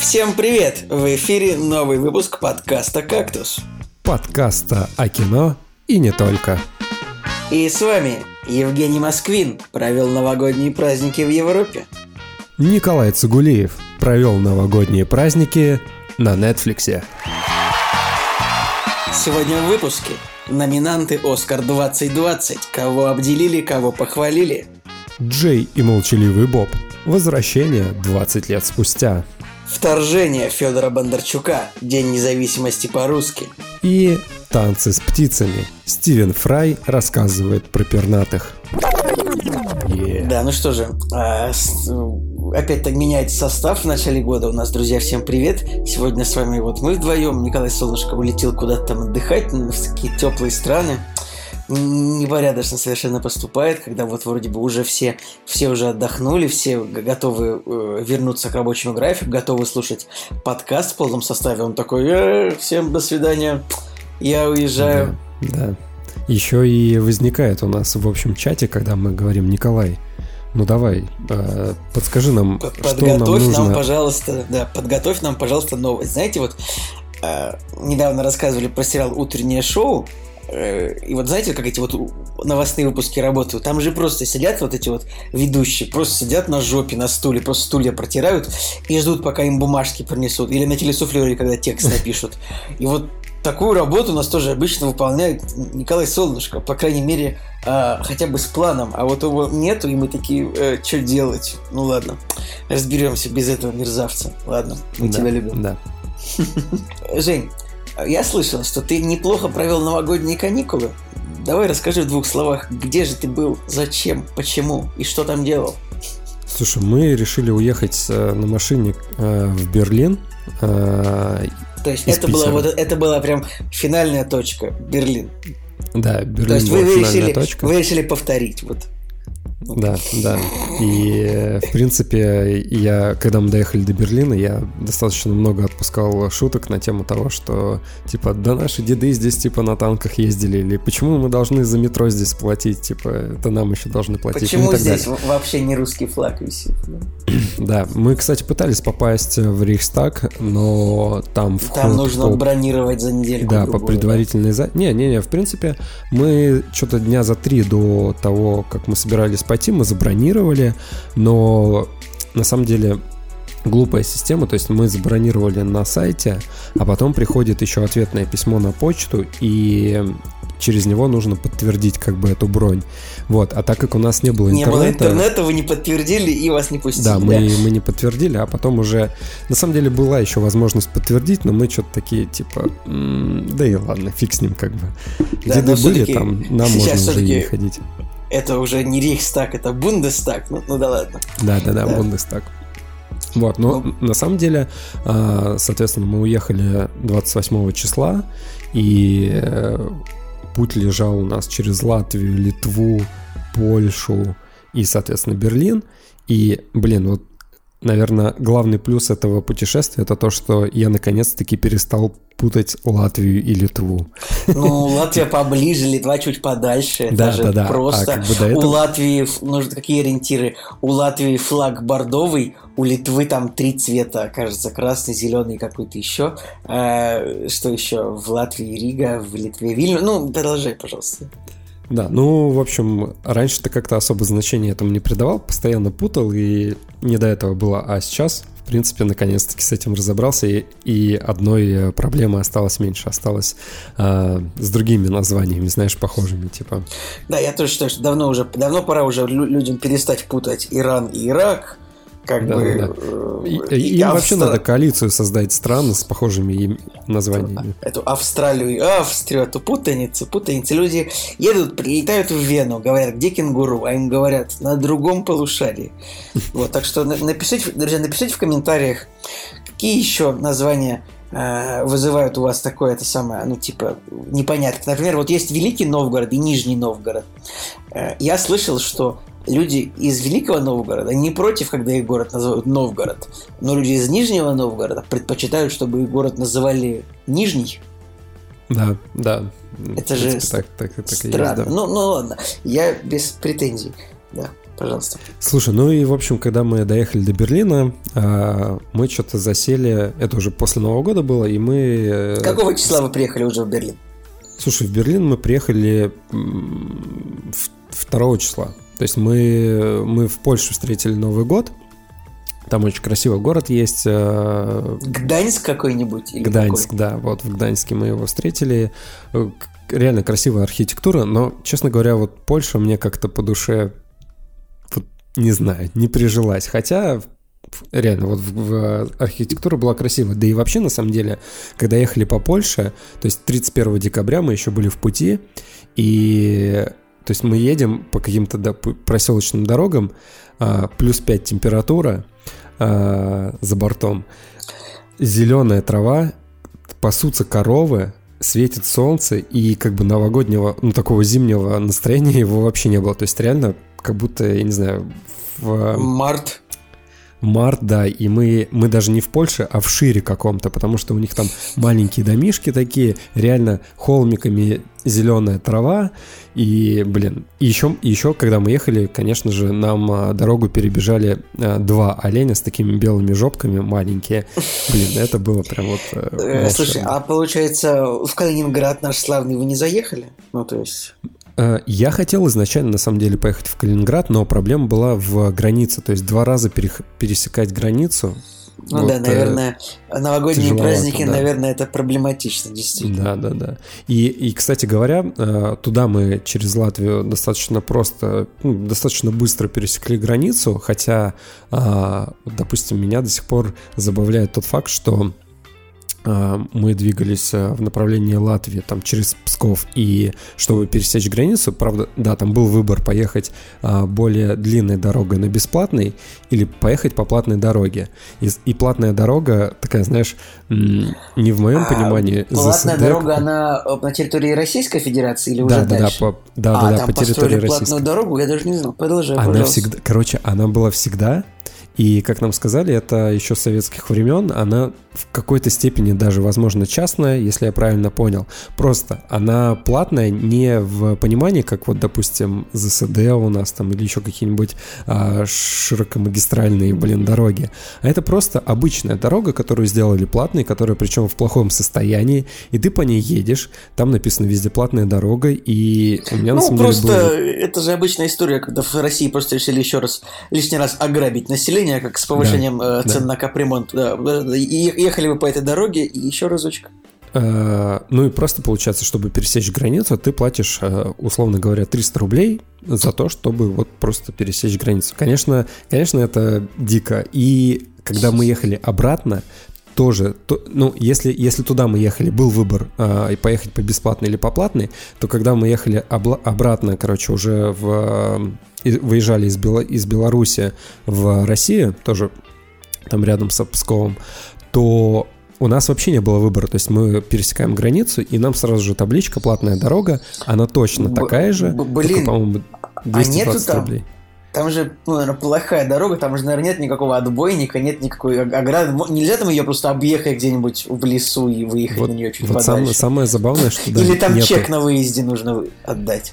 Всем привет! В эфире новый выпуск подкаста «Кактус». Подкаста о кино и не только. И с вами Евгений Москвин провел новогодние праздники в Европе. Николай Цугулиев провел новогодние праздники на Netflix. Сегодня в выпуске номинанты «Оскар 2020». Кого обделили, кого похвалили. Джей и молчаливый Боб. Возвращение 20 лет спустя. Вторжение Федора Бондарчука. День независимости по-русски. И танцы с птицами. Стивен Фрай рассказывает про пернатых. Да, ну что же, опять-то меняется состав в начале года. У нас, друзья, всем привет. Сегодня с вами вот мы вдвоем. Николай Солнышко улетел куда-то там отдыхать в такие теплые страны. Непорядочно совершенно поступает, когда вот вроде бы уже все уже отдохнули, все готовы вернуться к рабочему графику, готовы слушать подкаст в полном составе. Он такой: всем до свидания, я уезжаю. Да. Еще и возникает у нас в общем чате, когда мы говорим: Николай, ну давай, подскажи нам, что нам нужно. Подготовь нам, пожалуйста, новость. Знаете, вот недавно рассказывали про сериал «Утреннее шоу». И вот знаете, как эти вот новостные выпуски работают? Там же просто сидят вот эти вот ведущие, просто сидят на жопе, на стуле, просто стулья протирают и ждут, пока им бумажки принесут. Или на телесуфлере, когда текст напишут. И вот такую работу у нас тоже обычно выполняет Николай Солнышко. По крайней мере, хотя бы с планом. А вот его нету, и мы такие: что делать? Ну ладно, разберемся без этого мерзавца. Ладно, мы тебя любим. Да. Жень, я слышал, что ты неплохо провел новогодние каникулы. Давай расскажи в двух словах, где же ты был, зачем, почему и что там делал. Слушай, мы решили уехать на машине в Берлин. То есть это была прям финальная точка, Берлин. Да, Берлин. То есть финальная точка. Вы решили повторить вот. Да. И, в принципе, когда мы доехали до Берлина, я достаточно много отпускал шуток на тему того, что, типа, да наши деды здесь, типа, на танках ездили, или почему мы должны за метро здесь платить, типа, это нам еще должны платить. Почему здесь вообще не русский флаг висит? Да, мы, кстати, пытались попасть в Рейхстаг, но там вход... Там нужно бронировать за недельку. Да, по предварительной... Не, в принципе, мы что-то дня за 3 до того, как мы собирались пойти, мы забронировали, но на самом деле глупая система, то есть мы забронировали на сайте, а потом приходит еще ответное письмо на почту, и через него нужно подтвердить как бы эту бронь. Вот, а так как у нас не было интернета, вы не подтвердили и вас не пустили. Да, мы не подтвердили, а потом уже, на самом деле, была еще возможность подтвердить, но мы что-то такие, типа, да и ладно, фиг с ним как бы. Да, деды были там, нам можно уже и не ходить. Это уже не Рейхстаг, это Бундестаг. Ну да ладно. Да, Бундестаг. Вот, но на самом деле, соответственно, мы уехали 28 числа, и путь лежал у нас через Латвию, Литву, Польшу и, соответственно, Берлин. И, вот, наверное, главный плюс этого путешествия — это то, что я наконец-таки перестал путать Латвию и Литву. Ну, Латвия поближе, Литва чуть подальше. Да. Просто. Как бы до этого... У Латвии нужны какие ориентиры? У Латвии флаг бордовый, у Литвы там 3 цвета, кажется, красный, зеленый и какой-то еще. Что еще? В Латвии Рига, в Литве Вильнюс. Ну, продолжай, пожалуйста. Да, ну, в общем, раньше-то как-то особо значения этому не придавал, постоянно путал, и не до этого было. А сейчас, в принципе, наконец-таки с этим разобрался, и одной проблемы осталось меньше, осталось с другими названиями, знаешь, похожими, типа. Да, я тоже считаю, что давно пора уже людям перестать путать Иран и Ирак. Им вообще надо коалицию создать стран с похожими названиями. Эту Австралию и Австрию, эту путаницу. Люди прилетают в Вену, говорят: где кенгуру? А им говорят: на другом полушарии. Вот, так что напишите, друзья, в комментариях, какие еще названия вызывают у вас такое непонятно. Например, вот есть Великий Новгород и Нижний Новгород. Я слышал, что люди из Великого Новгорода не против, когда их город называют Новгород, но люди из Нижнего Новгорода предпочитают, чтобы их город называли Нижний. Да. Это же так странно. есть, да. Ну ладно, я без претензий. Да. пожалуйста. Слушай, ну и, в общем, когда мы доехали до Берлина, мы что-то засели, это уже после Нового года было, и мы... Какого числа вы приехали уже в Берлин? Слушай, в Берлин мы приехали 2 числа. То есть мы в Польше встретили Новый год. Там очень красивый город есть. Гданьск какой-нибудь? Или Гданьск, какой? да. Вот в Гданьске мы его встретили. Реально красивая архитектура, но, честно говоря, вот Польша мне как-то по душе, вот, не знаю, не прижилась. Хотя реально вот архитектура была красивая. Да и вообще, на самом деле, когда ехали по Польше, то есть 31 декабря мы еще были в пути, и то есть мы едем по каким-то проселочным дорогам, плюс 5 температура за бортом, зеленая трава, пасутся коровы, светит солнце, и как бы новогоднего, ну, такого зимнего настроения его вообще не было. То есть реально как будто, я не знаю, Март, да, и мы даже не в Польше, а в Шире каком-то, потому что у них там маленькие домишки такие, реально холмиками зеленая трава, и, блин, и еще, когда мы ехали, конечно же, нам дорогу перебежали 2 оленя с такими белыми жопками, маленькие, блин, это было прям вот волшебно. Слушай, а получается, в Калининград наш славный вы не заехали? Ну, то есть... Я хотел изначально, на самом деле, поехать в Калининград, но проблема была в границе, то есть 2 раза пересекать границу. Ну вот, да, наверное, новогодние праздники, да. Наверное, это проблематично, действительно. Да. И, кстати говоря, туда мы через Латвию достаточно быстро пересекли границу, хотя, допустим, меня до сих пор забавляет тот факт, что мы двигались в направлении Латвии, там, через Псков, и чтобы пересечь границу, правда, да, там был выбор поехать более длинной дорогой на бесплатной или поехать по платной дороге. И платная дорога такая, знаешь, не в моем понимании. Платная дорога, она на территории Российской Федерации или уже дальше? Да, там по территории Российской. Платную дорогу, я даже не знал. Продолжай, она пожалуйста. всегда, короче, она была всегда. И, как нам сказали, это еще с советских времен, она в какой-то степени даже, возможно, частная, если я правильно понял. Просто она платная не в понимании, как вот, допустим, ЗСД у нас там или еще какие-нибудь широкомагистральные, дороги. А это просто обычная дорога, которую сделали платной, которая причем в плохом состоянии, и ты по ней едешь, там написано везде платная дорога, и у меня на самом деле было... это же обычная история, когда в России просто решили лишний раз ограбить население, как с повышением цен на капремонт. Да. Ехали вы по этой дороге и еще разочек. Ну и просто получается, чтобы пересечь границу, ты платишь, условно говоря, 300 рублей за то, чтобы вот просто пересечь границу. Конечно, это дико. И когда мы ехали обратно, тоже, если туда мы ехали, был выбор и поехать по бесплатной или по платной, то когда мы ехали обратно, короче, уже выезжали из Беларуси в Россию, тоже там рядом с Псковом, то у нас вообще не было выбора. То есть мы пересекаем границу, и нам сразу же табличка «Платная дорога», она точно такая же, только, по-моему, 220 рублей. Там же, наверное, плохая дорога, там же, наверное, нет никакого отбойника, нет никакой ограды. Нельзя там ее просто объехать где-нибудь в лесу и выехать на нее чуть подальше. Самое забавное, что или там нету. Чек на выезде нужно отдать.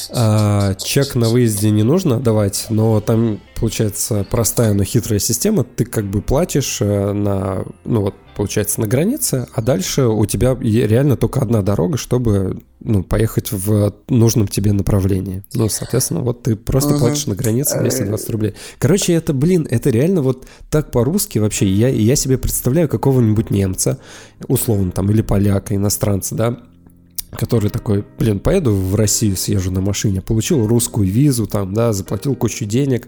Чек на выезде не нужно отдавать, но там получается простая, но хитрая система. Ты как бы платишь получается, на границе, а дальше у тебя реально только одна дорога, чтобы поехать в нужном тебе направлении. Соответственно, вот ты просто платишь на границе 220 рублей. Короче, это реально вот так по-русски вообще. Я себе представляю какого-нибудь немца, условно, там, или поляка, иностранца, да, который такой, поеду в Россию, съезжу на машине, получил русскую визу, там, да, заплатил кучу денег,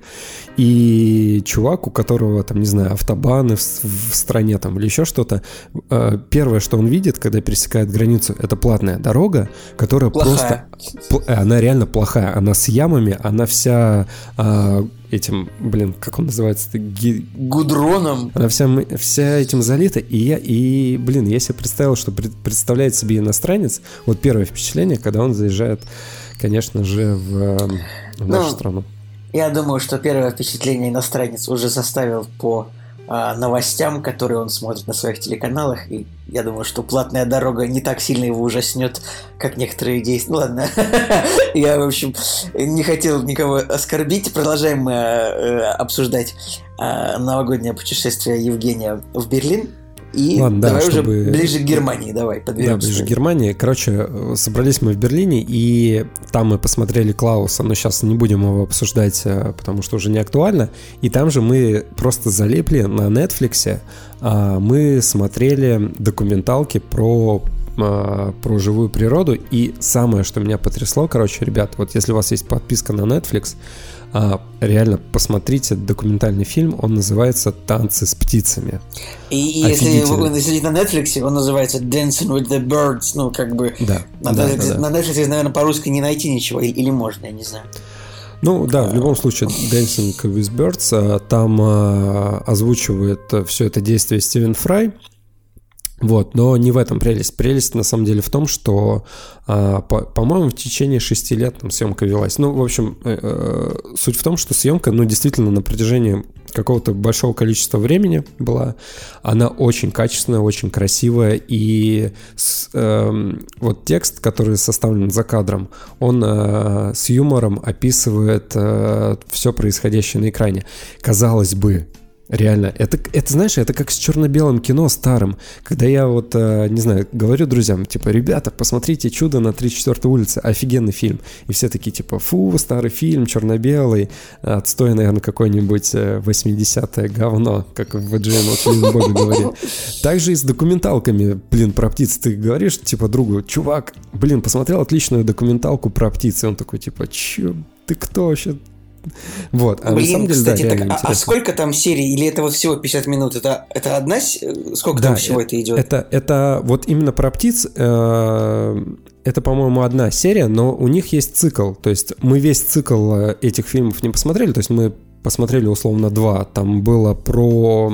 и чувак, у которого, там, не знаю, автобаны в стране, там, или еще что-то, первое, что он видит, когда пересекает границу, это платная дорога, которая плохая. Она реально плохая, она с ямами, она вся... этим, как он называется? Гудроном. Она вся этим залита, и я себе представил, что представляет себе иностранец. Вот первое впечатление, когда он заезжает, конечно же, в нашу страну. Я думаю, что первое впечатление иностранец уже составил по новостям, которые он смотрит на своих телеканалах. И я думаю, что «Платная дорога» не так сильно его ужаснет, как некоторые действия. Ну ладно, я, в общем, не хотел никого оскорбить. Продолжаем мы обсуждать новогоднее путешествие Евгения в Берлин. И ладно, давай да, уже чтобы... ближе к Германии, давай подберемся. Да, ближе к Германии. Короче, собрались мы в Берлине, и там мы посмотрели Клауса, но сейчас не будем его обсуждать, потому что уже не актуально. И там же мы просто залипли на Netflix, мы смотрели документалки про живую природу. И самое, что меня потрясло, короче, ребят, вот если у вас есть подписка на Netflix, реально посмотрите документальный фильм, он называется «Танцы с птицами». И если вы сидите на Netflix, он называется «Dancing with the Birds», ну как бы да, на Netflix, наверное, по-русски не найти ничего, или можно, я не знаю. Ну да, в любом случае «Dancing with Birds», там озвучивает все это действие Стивен Фрай. Вот, но не в этом прелесть. Прелесть, на самом деле, в том, что, по-моему, в течение 6 лет там съемка велась. Ну, в общем, суть в том, что съемка, ну, действительно, на протяжении какого-то большого количества времени была. Она очень качественная, очень красивая. И вот текст, который составлен за кадром, он с юмором описывает все происходящее на экране. Казалось бы, реально, это, знаешь, это как с черно-белым кино старым, когда я вот, не знаю, говорю друзьям, типа, ребята, посмотрите «Чудо на 34-й улице», офигенный фильм. И все такие, типа, фу, старый фильм, черно-белый, отстой, наверное, какое-нибудь 80-е говно, как в Джейн Бобби говорил. Также и с документалками, блин, про птиц. Ты говоришь, типа, другу, чувак, блин, посмотрел отличную документалку про птиц. И он такой, типа, чё, ты кто вообще? Вот, блин, на самом деле, кстати, да, так, сколько там серий? Или это вот всего 50 минут? Это одна? Сколько там всего это идет? Это вот именно про птиц. Это, по-моему, одна серия, но у них есть цикл. То есть мы весь цикл этих фильмов не посмотрели. То есть мы посмотрели условно 2. Там было про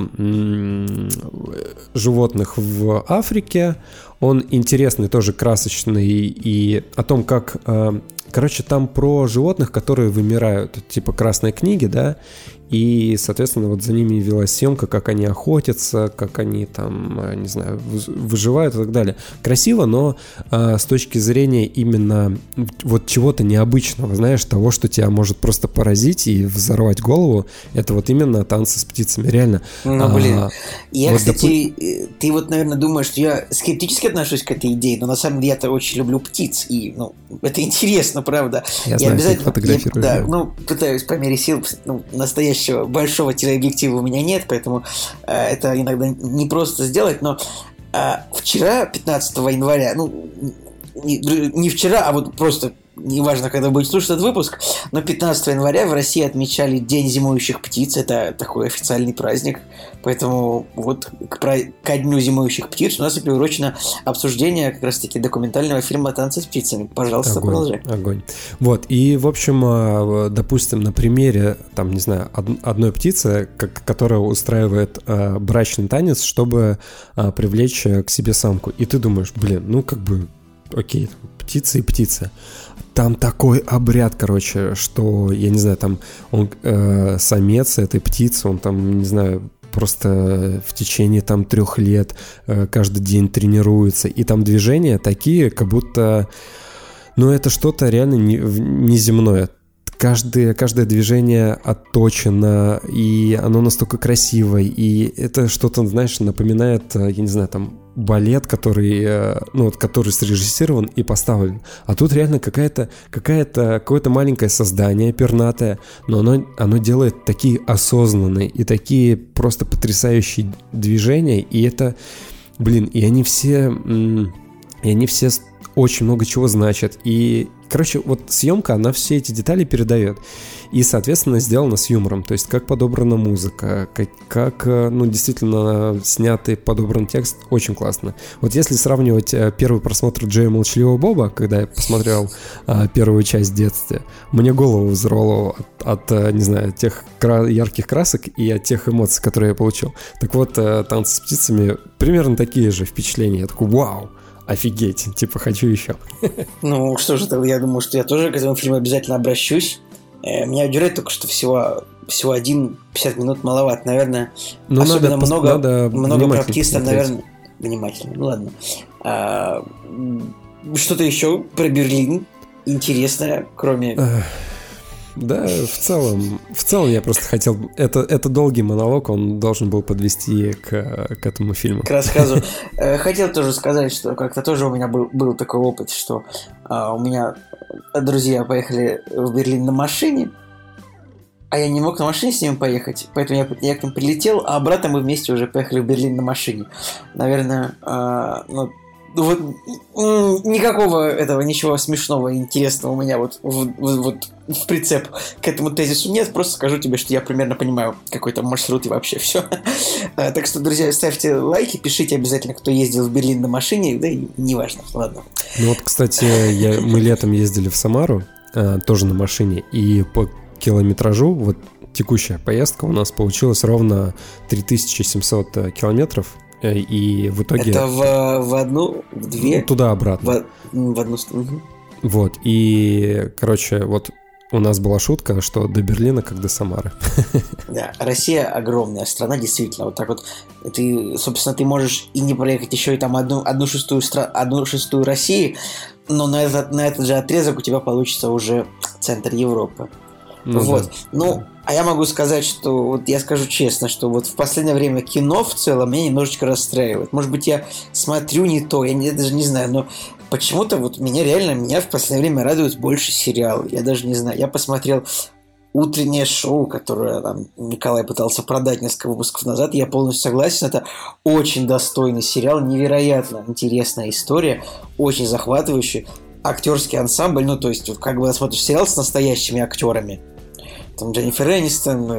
животных в Африке. Он интересный, тоже красочный. И о том, как... Короче, там про животных, которые вымирают, типа «Красной книги», да, и, соответственно, вот за ними велась съемка, как они охотятся, как они там, не знаю, выживают и так далее. Красиво, но с точки зрения именно вот чего-то необычного, знаешь, того, что тебя может просто поразить и взорвать голову, это вот именно «Танцы с птицами», реально. Ну, блин, я, вот, кстати, ты вот, наверное, думаешь, что я скептически отношусь к этой идее, но на самом деле я-то очень люблю птиц, и, ну, это интересно, правда. Я знаю, обязательно фотографирую. Да, ну, пытаюсь по мере сил, ну, настоящего большого телеобъектива у меня нет, поэтому это иногда не просто сделать, но вчера, 15 января, ну, не вчера, а вот просто, неважно, когда будете слушать этот выпуск, но 15 января в России отмечали День зимующих птиц, это такой официальный праздник, поэтому вот ко дню зимующих птиц у нас и приурочено обсуждение как раз-таки документального фильма «Танцы с птицами». Пожалуйста, продолжай. Огонь. Вот, и, в общем, допустим, на примере, там, не знаю, одной птицы, которая устраивает брачный танец, чтобы привлечь к себе самку, и ты думаешь, блин, ну, как бы, окей, птица и птица. Там такой обряд, короче, что, я не знаю, там он самец этой птицы, он там, не знаю, просто в течение там 3 лет каждый день тренируется, и там движения такие, как будто, ну, это что-то реально неземное. Каждое движение отточено, и оно настолько красивое, и это что-то, знаешь, напоминает, я не знаю, там, балет, который, ну, вот, который срежиссирован и поставлен. А тут реально какое-то маленькое создание пернатое, но оно делает такие осознанные и такие просто потрясающие движения, и это, блин, и они все очень много чего значат. И, короче, вот съемка, она все эти детали передает. И, соответственно, сделана с юмором. То есть, как подобрана музыка, как ну, действительно, снятый, подобран текст, очень классно. Вот если сравнивать первый просмотр Джея Молчаливого Боба, когда я посмотрел первую часть в детстве, мне голову взорвало от не знаю, тех ярких красок и от тех эмоций, которые я получил. Так вот, «Танцы с птицами» примерно такие же впечатления. Я такой, вау! Офигеть, типа, хочу еще. Ну, что же, я думаю, что я тоже к этому фильму обязательно обращусь. Меня удивляет только, что всего всего 50 минут маловато, наверное. Ну, особенно много про птиц, там, смотреть. наверное, внимательно. Ну ладно. Что-то еще про Берлин интересное, кроме... Да, в целом я просто хотел... Это долгий монолог, он должен был подвести к этому фильму. К рассказу. Хотел тоже сказать, что как-то тоже у меня был такой опыт, что у меня друзья поехали в Берлин на машине, а я не мог на машине с ними поехать, поэтому я к ним прилетел, а обратно мы вместе уже поехали в Берлин на машине. Наверное, вот никакого этого, ничего смешного и интересного у меня вот в прицеп к этому тезису нет. Просто скажу тебе, что я примерно понимаю, какой там маршрут и вообще все. Так что, друзья, ставьте лайки, пишите обязательно, кто ездил в Берлин на машине, да и неважно, ладно. Ну вот, кстати, мы летом ездили в Самару, тоже на машине, и по километражу, вот текущая поездка у нас получилась ровно 3700 километров. И в итоге... Это в одну, в две? Туда-обратно. В одну сторону. Вот, и, короче, вот у нас была шутка, что до Берлина как до Самары. Да, Россия огромная страна, действительно. Вот так вот, собственно, ты можешь и не проехать еще и там одну шестую России, но на этот же отрезок у тебя получится уже центр Европы. Ну, вот. да. Ну, а я могу сказать, что вот я скажу честно, что вот в последнее время кино в целом меня немножечко расстраивает. Может быть, я смотрю не то, я даже не знаю, но почему-то вот меня в последнее время радуют больше сериалы. Я даже не знаю. Я посмотрел утреннее шоу, которое там Николай пытался продать несколько выпусков назад. Я полностью согласен. Это очень достойный сериал, невероятно интересная история, очень захватывающий. Актерский ансамбль, ну, то есть, как бы смотришь сериал с настоящими актерами. Там Дженнифер Энистон,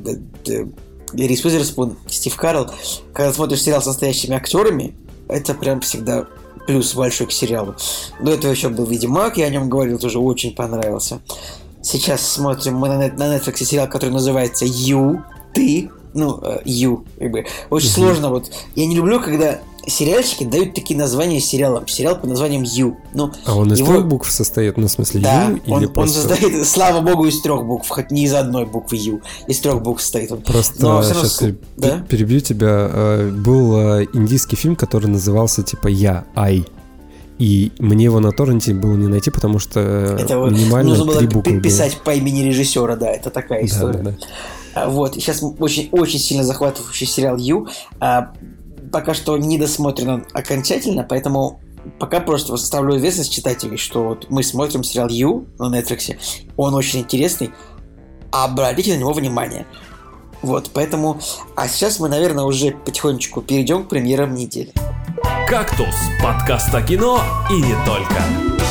Риз Уизерспун, Стив Карелл. Когда смотришь сериал с настоящими актерами, это прям всегда плюс большой к сериалу. До этого еще был «Ведьмак», я о нем говорил, тоже очень понравился. Сейчас смотрим мы на Netflix сериал, который называется «You», «Ты», «You», как бы. Очень сложно, вот. Я не люблю, когда сериальчики дают такие названия сериалам. Сериал под названием «You». А он из 3 букв состоит, в смысле да, «You» или просто... он состоит, слава богу, из 3 букв, хоть не из одной буквы «You». Из 3 букв состоит он. Просто сейчас перебью тебя. Был индийский фильм, который назывался типа «Я», «I». И мне его на торренте было не найти, потому что это минимально 3 буквы было. Нужно было писать по имени режиссера, да, это такая история. Да. Вот, и сейчас очень, очень сильно захватывающий сериал «You». Пока что не досмотрен он окончательно, поэтому пока просто ставлю известность читателей, что вот мы смотрим сериал «You» на Netflix, он очень интересный, обратите на него внимание. Вот, поэтому... А сейчас мы, наверное, уже потихонечку перейдем к премьерам недели. «Кактус» – подкаст о кино и не только.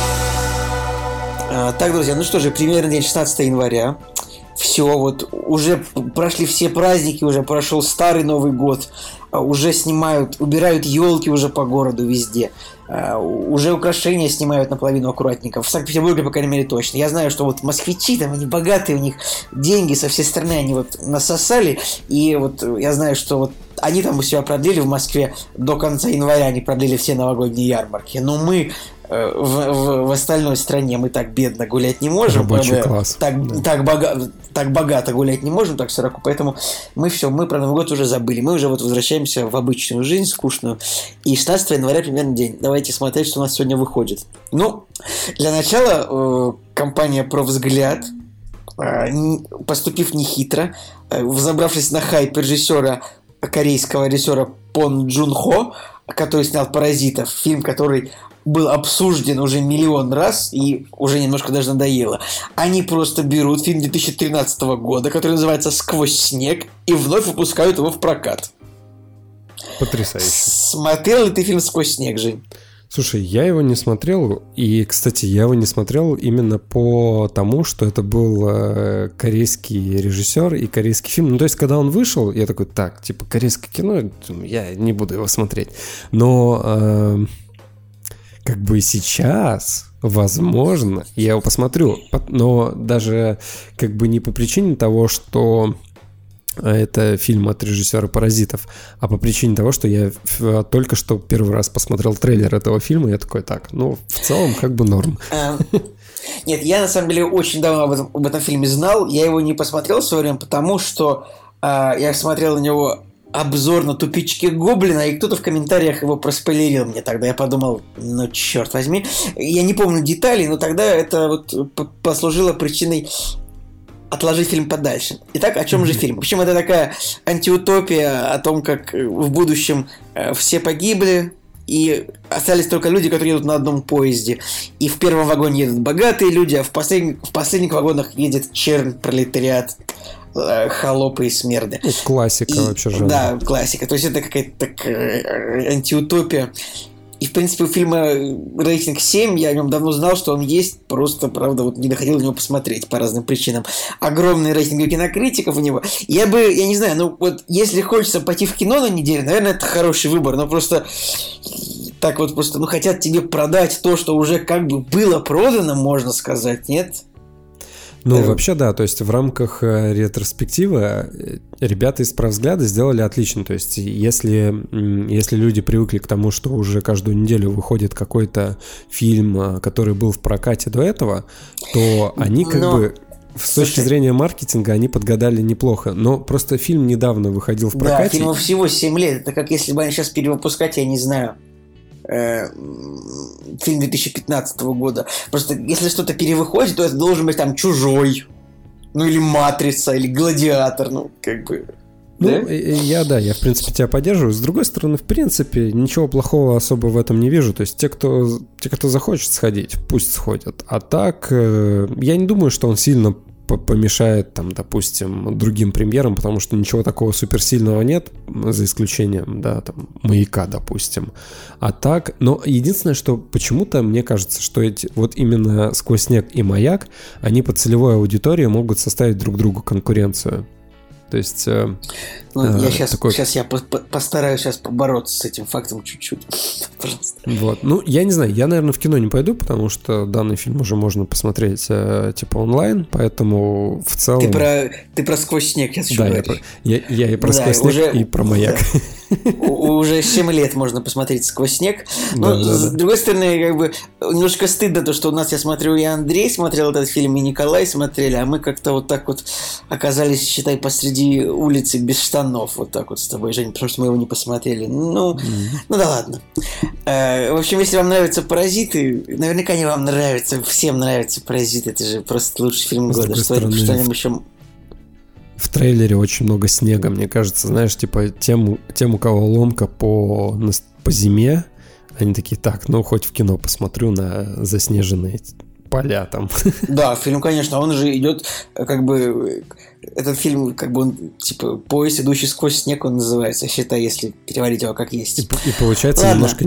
Так, друзья, ну что же, премьерный день 16 января. Все, вот уже прошли все праздники, уже прошел старый Новый год, уже убирают елки уже по городу везде, уже украшения снимают наполовину аккуратненько. В Санкт-Петербурге, по крайней мере, точно. Я знаю, что вот москвичи, там они богатые, у них деньги со всей страны, они вот насосали, и вот я знаю, что вот они там у себя продлили в Москве до конца января, они продлили все новогодние ярмарки, но мы в остальной стране мы так бедно гулять не можем. Рабочий класс. Так богато гулять не можем так широко, поэтому мы про Новый год уже забыли. Мы уже вот возвращаемся в обычную жизнь, скучную. И 16 января примерно день. Давайте смотреть, что у нас сегодня выходит. Ну, для начала компания «Провзгляд», поступив нехитро, взобравшись на хайп корейского режиссера Пон Джун Хо, который снял «Паразитов», фильм, который был обсужден уже миллион раз и уже немножко даже надоело. Они просто берут фильм 2013 года, который называется «Сквозь снег», и вновь выпускают его в прокат. Потрясающе. Смотрел ли ты фильм «Сквозь снег», Жень? Слушай, я его не смотрел, и, кстати, я его не смотрел именно по тому, что это был корейский режиссер и корейский фильм. Ну, то есть, когда он вышел, я такой, так, типа, корейское кино, я не буду его смотреть. Но как бы сейчас, возможно, я его посмотрю, но даже как бы не по причине того, что это фильм от режиссера «Паразитов», а по причине того, что я только что первый раз посмотрел трейлер этого фильма, и я такой, так, ну, в целом, как бы норм. Нет, я на самом деле очень давно об этом фильме знал. Я его не посмотрел в свое время, потому что я смотрел на него обзор на «Тупички Гоблина», и кто-то в комментариях его проспойлерил мне тогда. Я подумал, ну черт возьми. Я не помню деталей, но тогда это вот послужило причиной отложить фильм подальше. Итак, о чем же фильм? В общем, это такая антиутопия о том, как в будущем все погибли, и остались только люди, которые едут на одном поезде. И в первом вагоне едут богатые люди, а в последних вагонах едет чернь, пролетариат, холопы и смерды. Классика вообще жанра. Да, классика. То есть это какая-то такая антиутопия. И, в принципе, у фильма рейтинг 7, я о нем давно знал, что он есть, просто, правда, вот не доходил до него посмотреть по разным причинам. Огромный рейтинг у кинокритиков у него. Я не знаю, ну вот если хочется пойти в кино на неделю, наверное, это хороший выбор, но просто так вот просто, хотят тебе продать то, что уже как бы было продано, можно сказать, нет? Ну, вообще, да, то есть в рамках ретроспективы ребята из «Правзгляда» сделали отлично. То есть если люди привыкли к тому, что уже каждую неделю выходит какой-то фильм, который был в прокате до этого, то они с точки зрения маркетинга они подгадали неплохо. Но просто фильм недавно выходил в прокате. Да, фильму всего 7 лет. Это как если бы они сейчас перевыпускать, я не знаю, фильм 2015 года. Просто если что-то перевыходит, то это должен быть там «Чужой», или «Матрица», или «Гладиатор», как бы. Ну, да? Я, в принципе, тебя поддерживаю. С другой стороны, в принципе, ничего плохого особо в этом не вижу. То есть те, кто захочет сходить, пусть сходят. А так, я не думаю, что он сильно помешает, там, допустим, другим премьерам, потому что ничего такого суперсильного нет, за исключением, там, «Маяка», допустим. А так, но единственное, что почему-то мне кажется, что вот именно «Сквозь снег» и «Маяк», они по целевой аудитории могут составить друг другу конкуренцию. То есть... я сейчас я постараюсь сейчас побороться с этим фактом чуть-чуть. Пожалуйста. Вот. Ну, я не знаю, я, наверное, в кино не пойду, потому что данный фильм уже можно посмотреть онлайн, поэтому в целом... Ты про «Сквозь снег» сейчас говоришь. Я и про «Сквозь снег», и про «Маяк». Уже 7 лет можно посмотреть «Сквозь снег». Но, с другой стороны, как бы немножко стыдно то, что у нас, я смотрю, и Андрей смотрел этот фильм, и Николай смотрели, а мы как-то вот так вот оказались, считай, посреди улицы без штанов, вот так вот с тобой, Жень, потому что мы его не посмотрели. Ну да ладно. В общем, если вам нравятся «Паразиты», наверняка они вам нравятся, всем нравятся «Паразиты», это же просто лучший фильм года. Что-нибудь еще... В трейлере очень много снега, мне кажется, знаешь, типа тем, у кого ломка по зиме, они такие, так, хоть в кино посмотрю на заснеженные поля там. Да, фильм, конечно, он же идет, как бы, этот фильм, как бы он, типа, «Поезд, идущий сквозь снег», он называется, считай, если переводить его как есть. И получается немножко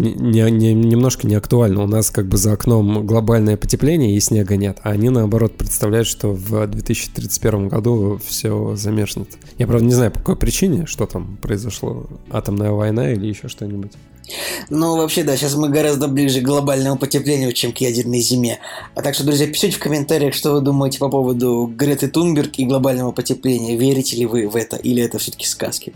не актуально. У нас как бы за окном глобальное потепление и снега нет, а они, наоборот, представляют, что в 2031 году все замерзнет. Я, правда, не знаю, по какой причине, что там произошло, атомная война или еще что-нибудь. Ну, вообще, да, сейчас мы гораздо ближе к глобальному потеплению, чем к ядерной зиме. А так что, друзья, пишите в комментариях, что вы думаете по поводу Греты Тунберг и глобального потепления. Верите ли вы в это, или это все-таки сказки?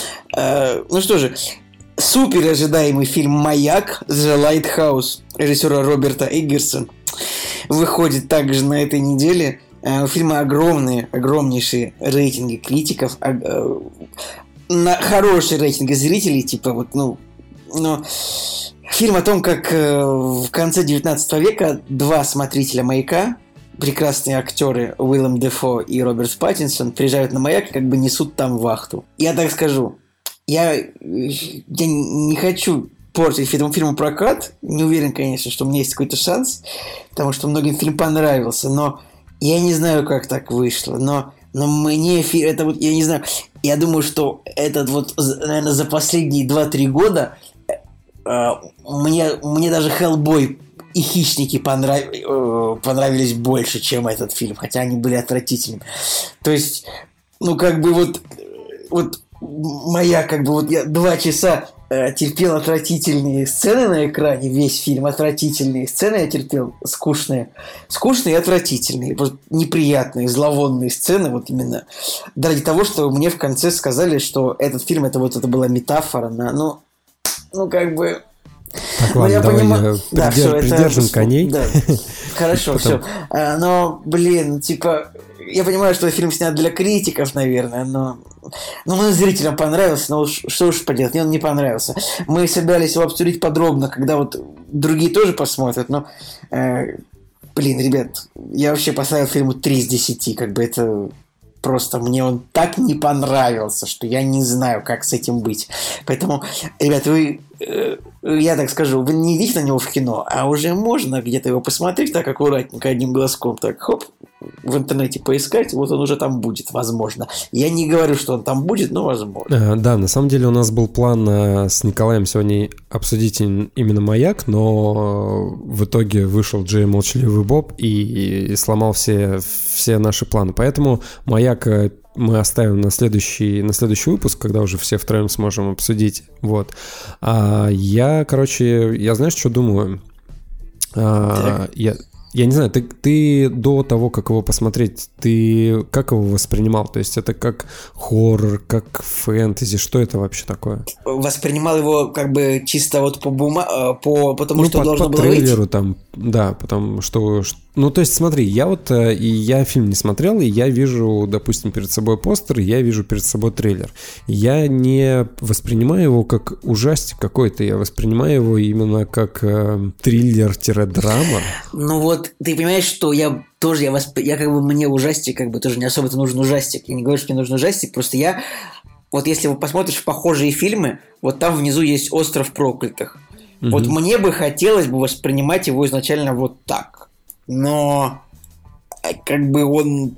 Ну что же, супер ожидаемый фильм «Маяк» The Lighthouse режиссера Роберта Эггерса выходит также на этой неделе. У фильма огромнейшие рейтинги критиков, на хорошие рейтинги зрителей, типа вот, но фильм о том, как в конце 19 века два смотрителя «Маяка», прекрасные актеры Уиллем Дефо и Роберт Паттинсон, приезжают на «Маяк и как бы несут там вахту. Я так скажу, я не хочу портить этому фильму прокат, не уверен, конечно, что у меня есть какой-то шанс, потому что многим фильм понравился, но я не знаю, как так вышло, но мне это вот, я не знаю, я думаю, что этот вот, наверное, за последние 2-3 года мне даже «Хеллбой» и «Хищники» понравились больше, чем этот фильм, хотя они были отвратительными. То есть, как бы вот моя, как бы вот я 2 часа терпел отвратительные сцены на экране, весь фильм отвратительные сцены я терпел, скучные и отвратительные, просто неприятные, зловонные сцены, вот именно ради того, что мне в конце сказали, что этот фильм это была метафора на, как бы Так, ладно, давай придержим коней. Да. Хорошо, все. Но, блин, типа, я понимаю, что фильм снят для критиков, наверное, но мне зрителям понравился, но что уж поделать, мне он не понравился. Мы собирались его обсудить подробно, когда вот другие тоже посмотрят, но, блин, ребят, я вообще поставил фильму 3 из 10, как бы это... Просто мне он так не понравился, что я не знаю, как с этим быть. Поэтому, ребят, я так скажу, вы не идите на него в кино, а уже можно где-то его посмотреть так аккуратненько, одним глазком, так, хоп, в интернете поискать, вот он уже там будет, возможно. Я не говорю, что он там будет, но возможно. Да, на самом деле у нас был план с Николаем сегодня обсудить именно «Маяк», но в итоге вышел Джей Молчаливый Боб и сломал все наши планы. Поэтому «Маяк» мы оставим на следующий выпуск, когда уже все втроем сможем обсудить. Вот. Я знаешь, что думаю? Я не знаю, ты до того, как его посмотреть, ты как его воспринимал? То есть это как хоррор, как фэнтези, что это вообще такое? Воспринимал его как бы чисто вот потому что должно было выйти? По трейлеру там, да, потому что... Ну, то есть смотри, я фильм не смотрел, и я вижу, допустим, перед собой постер, и я вижу перед собой трейлер. Я не воспринимаю его как ужастик какой-то, я воспринимаю его именно как триллер-драма. Ну вот, ты понимаешь, что я как бы мне ужастик, как бы тоже не особо-то нужен ужастик. Я не говорю, что мне нужен ужастик, просто вот если вы посмотришь похожие фильмы, вот там внизу есть «Остров проклятых». Mm-hmm. Вот мне бы хотелось бы воспринимать его изначально вот так. Но как бы он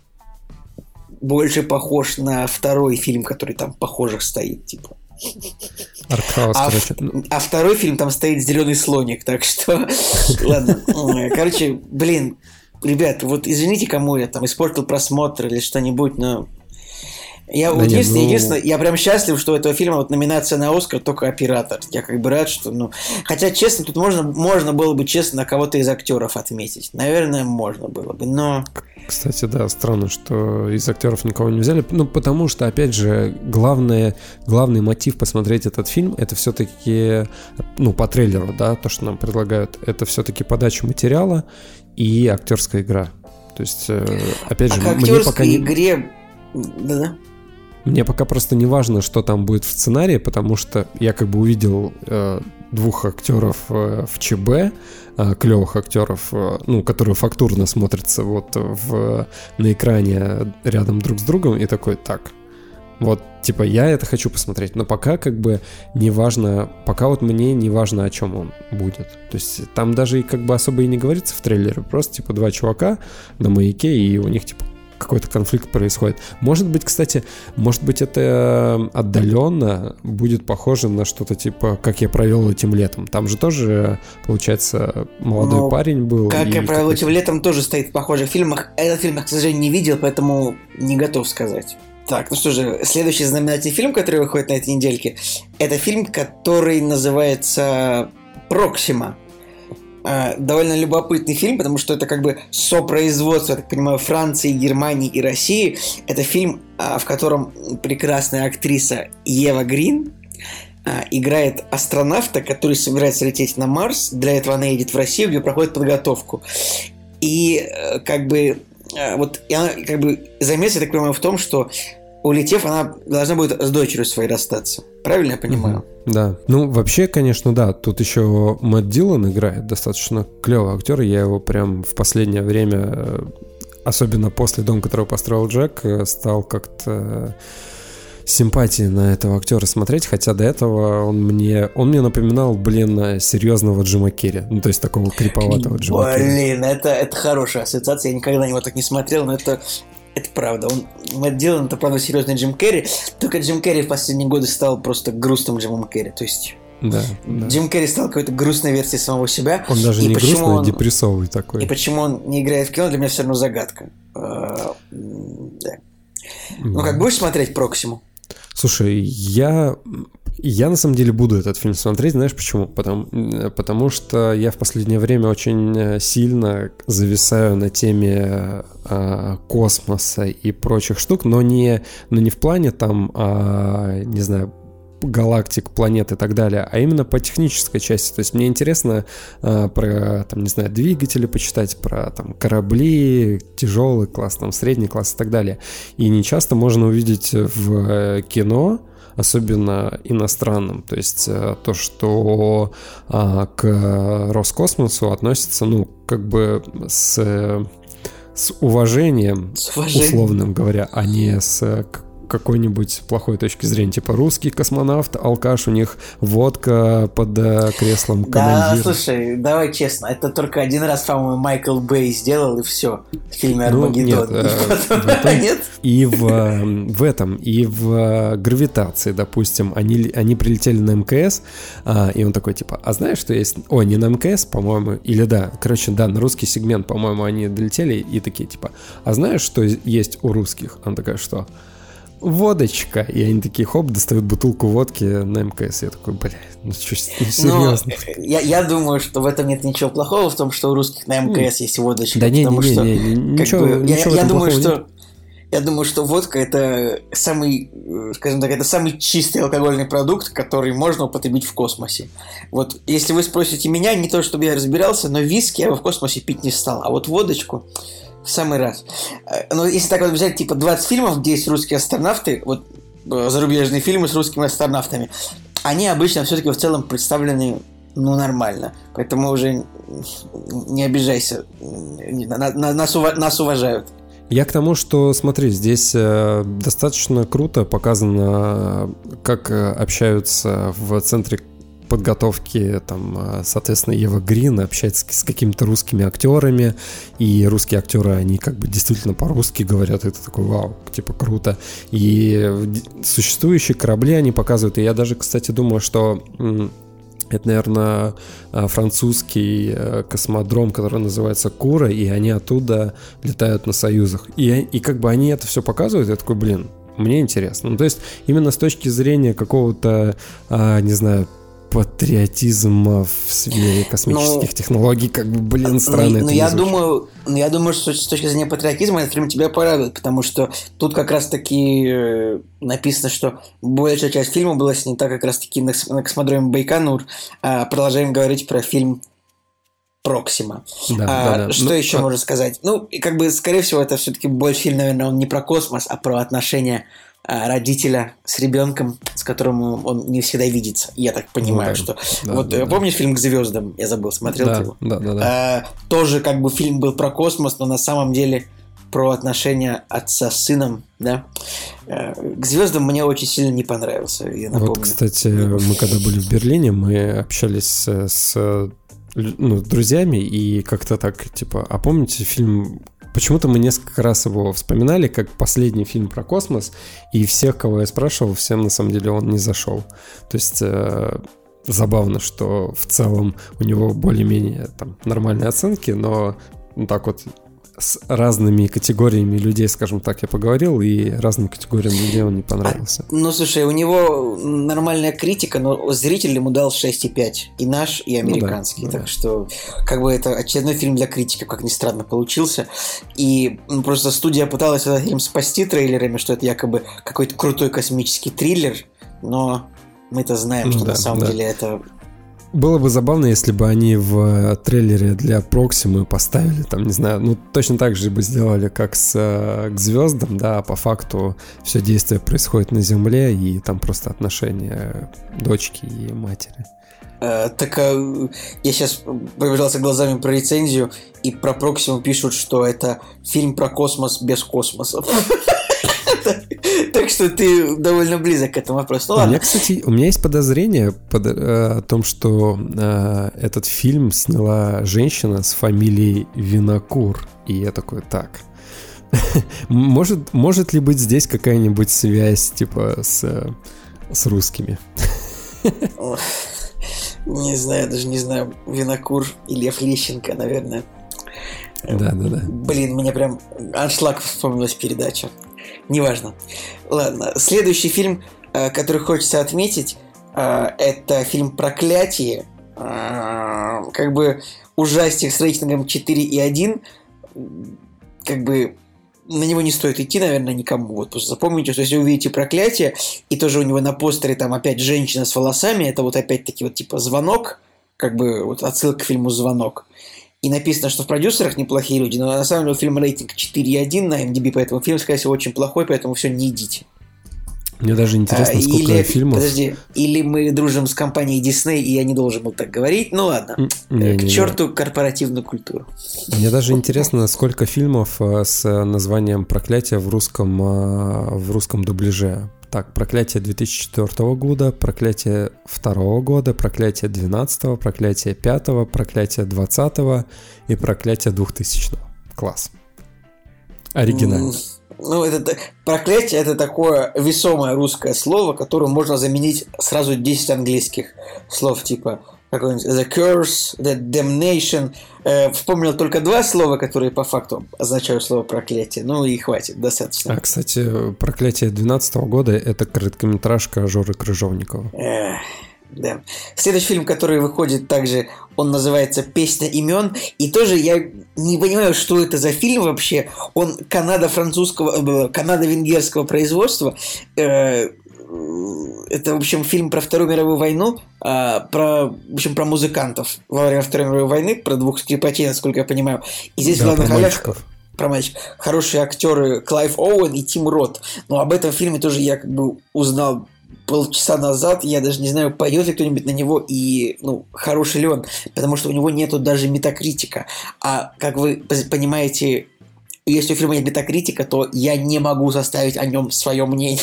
больше похож на второй фильм, который там похожих стоит, типа. Артхаус, а второй фильм там стоит «Зеленый слоник», так что... Ладно. Короче, блин, ребят, вот извините, кому я там испортил просмотр или что-нибудь, но... Единственное, я прям счастлив, что у этого фильма вот номинация на «Оскар» только «Оператор». Я как бы рад, что... Хотя, честно, тут можно было бы, честно, кого-то из актеров отметить. Наверное, можно было бы, но... Кстати, да, странно, что из актеров никого не взяли. Потому что, опять же, главный мотив посмотреть этот фильм, это все-таки, по трейлеру, да, то, что нам предлагают, это все-таки подача материала и актерская игра. То есть, опять же, к актерской игре... Да-да. Мне пока просто не важно, что там будет в сценарии, потому что я как бы увидел 2 актеров в ЧБ, клевых актеров, которые фактурно смотрятся вот на экране рядом друг с другом, и такой, так, вот, типа, я это хочу посмотреть, но пока как бы не важно, пока вот мне не важно, о чем он будет. То есть там даже и как бы особо и не говорится в трейлере, просто типа 2 чувака на маяке, и у них типа какой-то конфликт происходит. Может быть, кстати, это отдаленно будет похоже на что-то типа «Как я провел этим летом». Там же тоже, получается, молодой парень был. «Как я провел этим летом» тоже стоит в похожих фильмах. Этот фильм я, к сожалению, не видел, поэтому не готов сказать. Так, ну что же, следующий знаменательный фильм, который выходит на этой недельке, это фильм, который называется «Проксима». Довольно любопытный фильм, потому что это как бы сопроизводство, я так понимаю, Франции, Германии и России. Это фильм, в котором прекрасная актриса Ева Грин играет астронавта, который собирается лететь на Марс. Для этого она едет в Россию, где проходит подготовку. И как бы замес, я так понимаю, в том, что улетев, она должна будет с дочерью своей расстаться. Правильно я понимаю? Да. Вообще, конечно, да. Тут еще Мэтт Дилан играет, достаточно клевый актер. Я его прям в последнее время, особенно после «Дом, который построил Джек», стал как-то симпатии на этого актера смотреть, хотя до этого он мне напоминал, серьезного Джима Керри. То есть такого криповатого Джима Керри. Это хорошая ассоциация. Я никогда на него так не смотрел, но это правда. Мэтт Дилан — это правда серьезный Джим Керри. Только Джим Керри в последние годы стал просто грустным Джимом Керри. То есть Джим Керри стал какой-то грустной версией самого себя. Он даже не грустный, а депрессовый такой. И почему он не играет в кино, для меня все равно загадка. Как будешь смотреть «Проксиму»? Слушай, я на самом деле буду этот фильм смотреть, знаешь почему? Потому что я в последнее время очень сильно зависаю на теме космоса и прочих штук, но не в плане там, не знаю, галактик, планет и так далее, а именно по технической части. То есть мне интересно про, там, не знаю, двигатели почитать, про там корабли, тяжелый класс, там, средний класс и так далее. И не часто можно увидеть в кино, особенно иностранным, то есть то, что к Роскосмосу относится, ну, как бы с уважением, условным говоря, а не с какой-нибудь плохой точки зрения, типа русский космонавт, алкаш, у них водка под креслом командира. Да, слушай, давай честно, это только один раз, по-моему, Майкл Бэй сделал, и все, в фильме «Армагеддон». Нет? И в этом, и в «Гравитации», допустим, они прилетели на МКС, и он такой, типа, а знаешь, что есть... Ой, не на МКС, по-моему, или да, короче, да, на русский сегмент, по-моему, они долетели, и такие, типа, а знаешь, что есть у русских? Он такой, что... Водочка. И они такие, хоп, достают бутылку водки на МКС. Я такой, бля, ну что, серьезно? Я думаю, что в этом нет ничего плохого, в том, что у русских на МКС есть водочка. Да ничего Я думаю, что водка это самый, скажем так, это самый чистый алкогольный продукт, который можно употребить в космосе. Вот, если вы спросите меня, не то чтобы я разбирался, но виски я бы в космосе пить не стал, а вот водочку в самый раз. Но если так вот взять, типа, 20 фильмов, где есть русские астронавты, вот зарубежные фильмы с русскими астронавтами, они обычно все-таки в целом представлены, ну, нормально. Поэтому уже не обижайся. Нас уважают. Я к тому, что, смотри, здесь достаточно круто показано, как общаются в центре подготовки, там, соответственно, Ева Грин общается с какими-то русскими актерами, и русские актеры, они как бы действительно по-русски говорят, это такой, вау, типа, круто. И существующие корабли они показывают, и я даже, кстати, думаю, что это, наверное, французский космодром, который называется Кура, и они оттуда летают на Союзах. И как бы они это все показывают, я такой, блин, мне интересно. Ну, то есть именно с точки зрения какого-то, не знаю, патриотизма в сфере космических технологий, как бы, блин, странно это я думаю, что с точки зрения патриотизма этот фильм тебя порадует, потому что тут как раз-таки написано, что большая часть фильма была снята как раз-таки на космодроме Байконур. Продолжаем говорить про фильм «Проксима». Да. Что еще можно сказать? Ну, и как бы, скорее всего, это все-таки больше фильм, наверное, он не про космос, а про отношения родителя с ребенком, с которым он не всегда видится. Я так понимаю, что... Помнишь фильм «К звездам»? Я забыл, смотрел ты его? Да. Тоже как бы фильм был про космос, но на самом деле про отношения отца с сыном, да. «К звездам» мне очень сильно не понравился, я напомню. Вот, кстати, мы когда были в Берлине, мы общались с друзьями, и как-то так, типа, а помните фильм... Почему-то мы несколько раз его вспоминали как последний фильм про космос, и всех, кого я спрашивал, всем на самом деле он не зашел. То есть забавно, что в целом у него более-менее там нормальные оценки, но так вот с разными категориями людей, скажем так, я поговорил, и разным категориям людей он не понравился. Ну, слушай, у него нормальная критика, но зритель ему дал 6,5. И наш, и американский. Так что, как бы, это очередной фильм для критиков, как ни странно, получился. И просто студия пыталась этот фильм спасти трейлерами, что это якобы какой-то крутой космический триллер, но мы-то знаем, что на самом деле это... Было бы забавно, если бы они в трейлере для Проксимы поставили, там, не знаю, ну, точно так же бы сделали, как «К звездам», да, а по факту все действие происходит на Земле, и там просто отношения дочки и матери. Я сейчас пробежался глазами про рецензию, и про Проксиму пишут, что это фильм про космос без космоса. Так что ты довольно близок к этому вопросу. Ну, ладно. У меня есть подозрение о том, что этот фильм сняла женщина с фамилией Винокур. И я такой, так. Может ли быть здесь какая-нибудь связь, типа, с русскими? Не знаю, даже не знаю. Винокур и Лев Лещенко, наверное. Да. Блин, мне прям аншлаг вспомнилась передача. Неважно. Ладно, следующий фильм, который хочется отметить, это фильм «Проклятие». Как бы ужастик с рейтингом 4,1. Как бы на него не стоит идти, наверное, никому. Вот просто запомните, что если вы увидите «Проклятие», и тоже у него на постере там опять женщина с волосами, это вот опять-таки вот типа «Звонок», как бы вот отсылка к фильму «Звонок». И написано, что в продюсерах неплохие люди, но на самом деле фильм рейтинг 4,1 на MDB, поэтому фильм, скорее всего, очень плохой, поэтому все, не идите. Мне даже интересно, сколько фильмов... Подожди, или мы дружим с компанией Disney, и я не должен был так говорить. Ну ладно, к черту корпоративную культуру. Мне даже интересно, сколько фильмов с названием «Проклятие» в русском дубляже. Так, «Проклятие» 2004 года, «Проклятие» 2 года, «Проклятие» 12, «Проклятие» 5, «Проклятие» 20 и «Проклятие» 2000. Класс. Оригинально. Ну, это «Проклятие» — это такое весомое русское слово, которым можно заменить сразу 10 английских слов, типа какой-нибудь «the curse», «the damnation». Вспомнил только 2 слова, которые по факту означают слово «проклятие». Ну и хватит, достаточно. А, кстати, «Проклятие» 2012 года — это короткометражка Жоры Крыжовникова. Да. Следующий фильм, который выходит также, он называется «Песня имен». И тоже я не понимаю, что это за фильм вообще. Он канадо-венгерского производства. Это, в общем, фильм про Вторую мировую войну, про музыкантов во время Второй мировой войны, про 2 скрипачей, насколько я понимаю. И здесь в главных ролях хорошие актеры Клайв Оуэн и Тим Рот. Но об этом фильме тоже я как бы узнал полчаса назад. Я даже не знаю, пойдет ли кто-нибудь на него и, хороший ли он, потому что у него нету даже метакритика. А, как вы понимаете, если у фильма нет метакритика, то я не могу составить о нем свое мнение.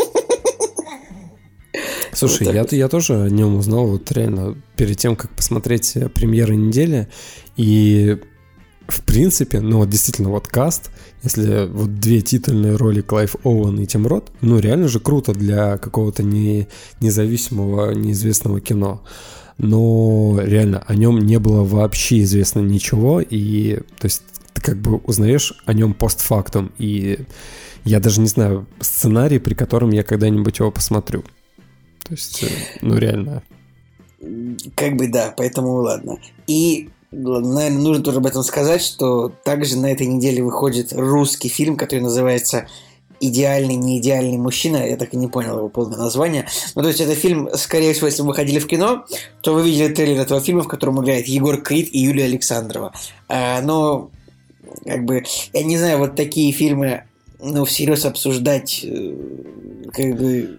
Слушай, вот я тоже о нем узнал вот реально перед тем, как посмотреть премьеры недели. И в принципе, действительно, вот каст, если вот 2 титульные роли Клайв Оуэн и Тим Рот, реально же круто для какого-то независимого, неизвестного кино. Но реально о нем не было вообще известно ничего, и то есть ты как бы узнаешь о нем постфактум, и я даже не знаю сценарий, при котором я когда-нибудь его посмотрю. То есть, реально. Как бы да, поэтому ладно. И наверное, нужно тоже об этом сказать, что также на этой неделе выходит русский фильм, который называется «Идеальный, неидеальный мужчина». Я так и не понял его полное название. То есть это фильм, скорее всего, если вы ходили в кино, то вы видели трейлер этого фильма, в котором играет Егор Крид и Юлия Александрова. Но, как бы, я не знаю, вот такие фильмы, всерьез обсуждать, как бы...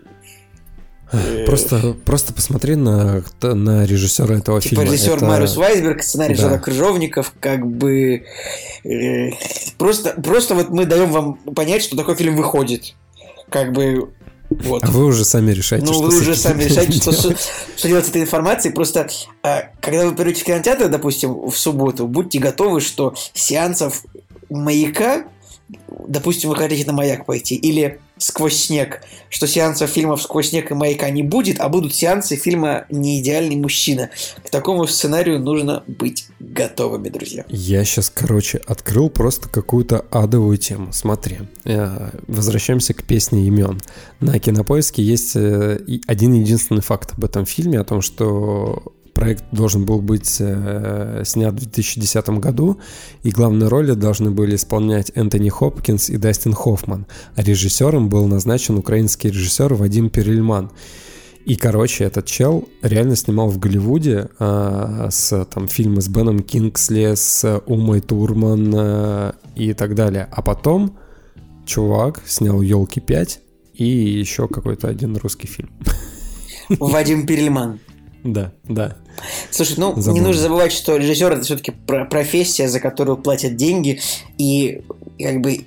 Просто посмотри на режиссера этого фильма. Режиссер Мариус Вайсберг, сценарий Жора Крыжовников, как бы просто вот мы даем вам понять, что такой фильм выходит. Как бы вот. А вы уже сами решаете, что делать с этой информацией. Просто когда вы придете в кинотеатр, допустим, в субботу, будьте готовы, что сеансов «Маяка», допустим, вы хотите на «Маяк» пойти, или «Сквозь снег», что сеансов фильмов «Сквозь снег» и «Маяка» не будет, а будут сеансы фильма «Неидеальный мужчина». К такому сценарию нужно быть готовыми, друзья. Я сейчас, открыл просто какую-то адовую тему. Смотри, возвращаемся к «Песне имен». На Кинопоиске есть один единственный факт об этом фильме, о том, что проект должен был быть снят в 2010 году, и главные роли должны были исполнять Энтони Хопкинс и Дастин Хоффман, а режиссером был назначен украинский режиссер Вадим Перельман. И, этот чел реально снимал в Голливуде фильмы с Беном Кингсли, с Умой Турман и так далее. А потом чувак снял «Елки 5» и еще какой-то один русский фильм. Вадим Перельман. Да. Слушай, не нужно забывать, что режиссер — это все-таки профессия, за которую платят деньги, и как бы...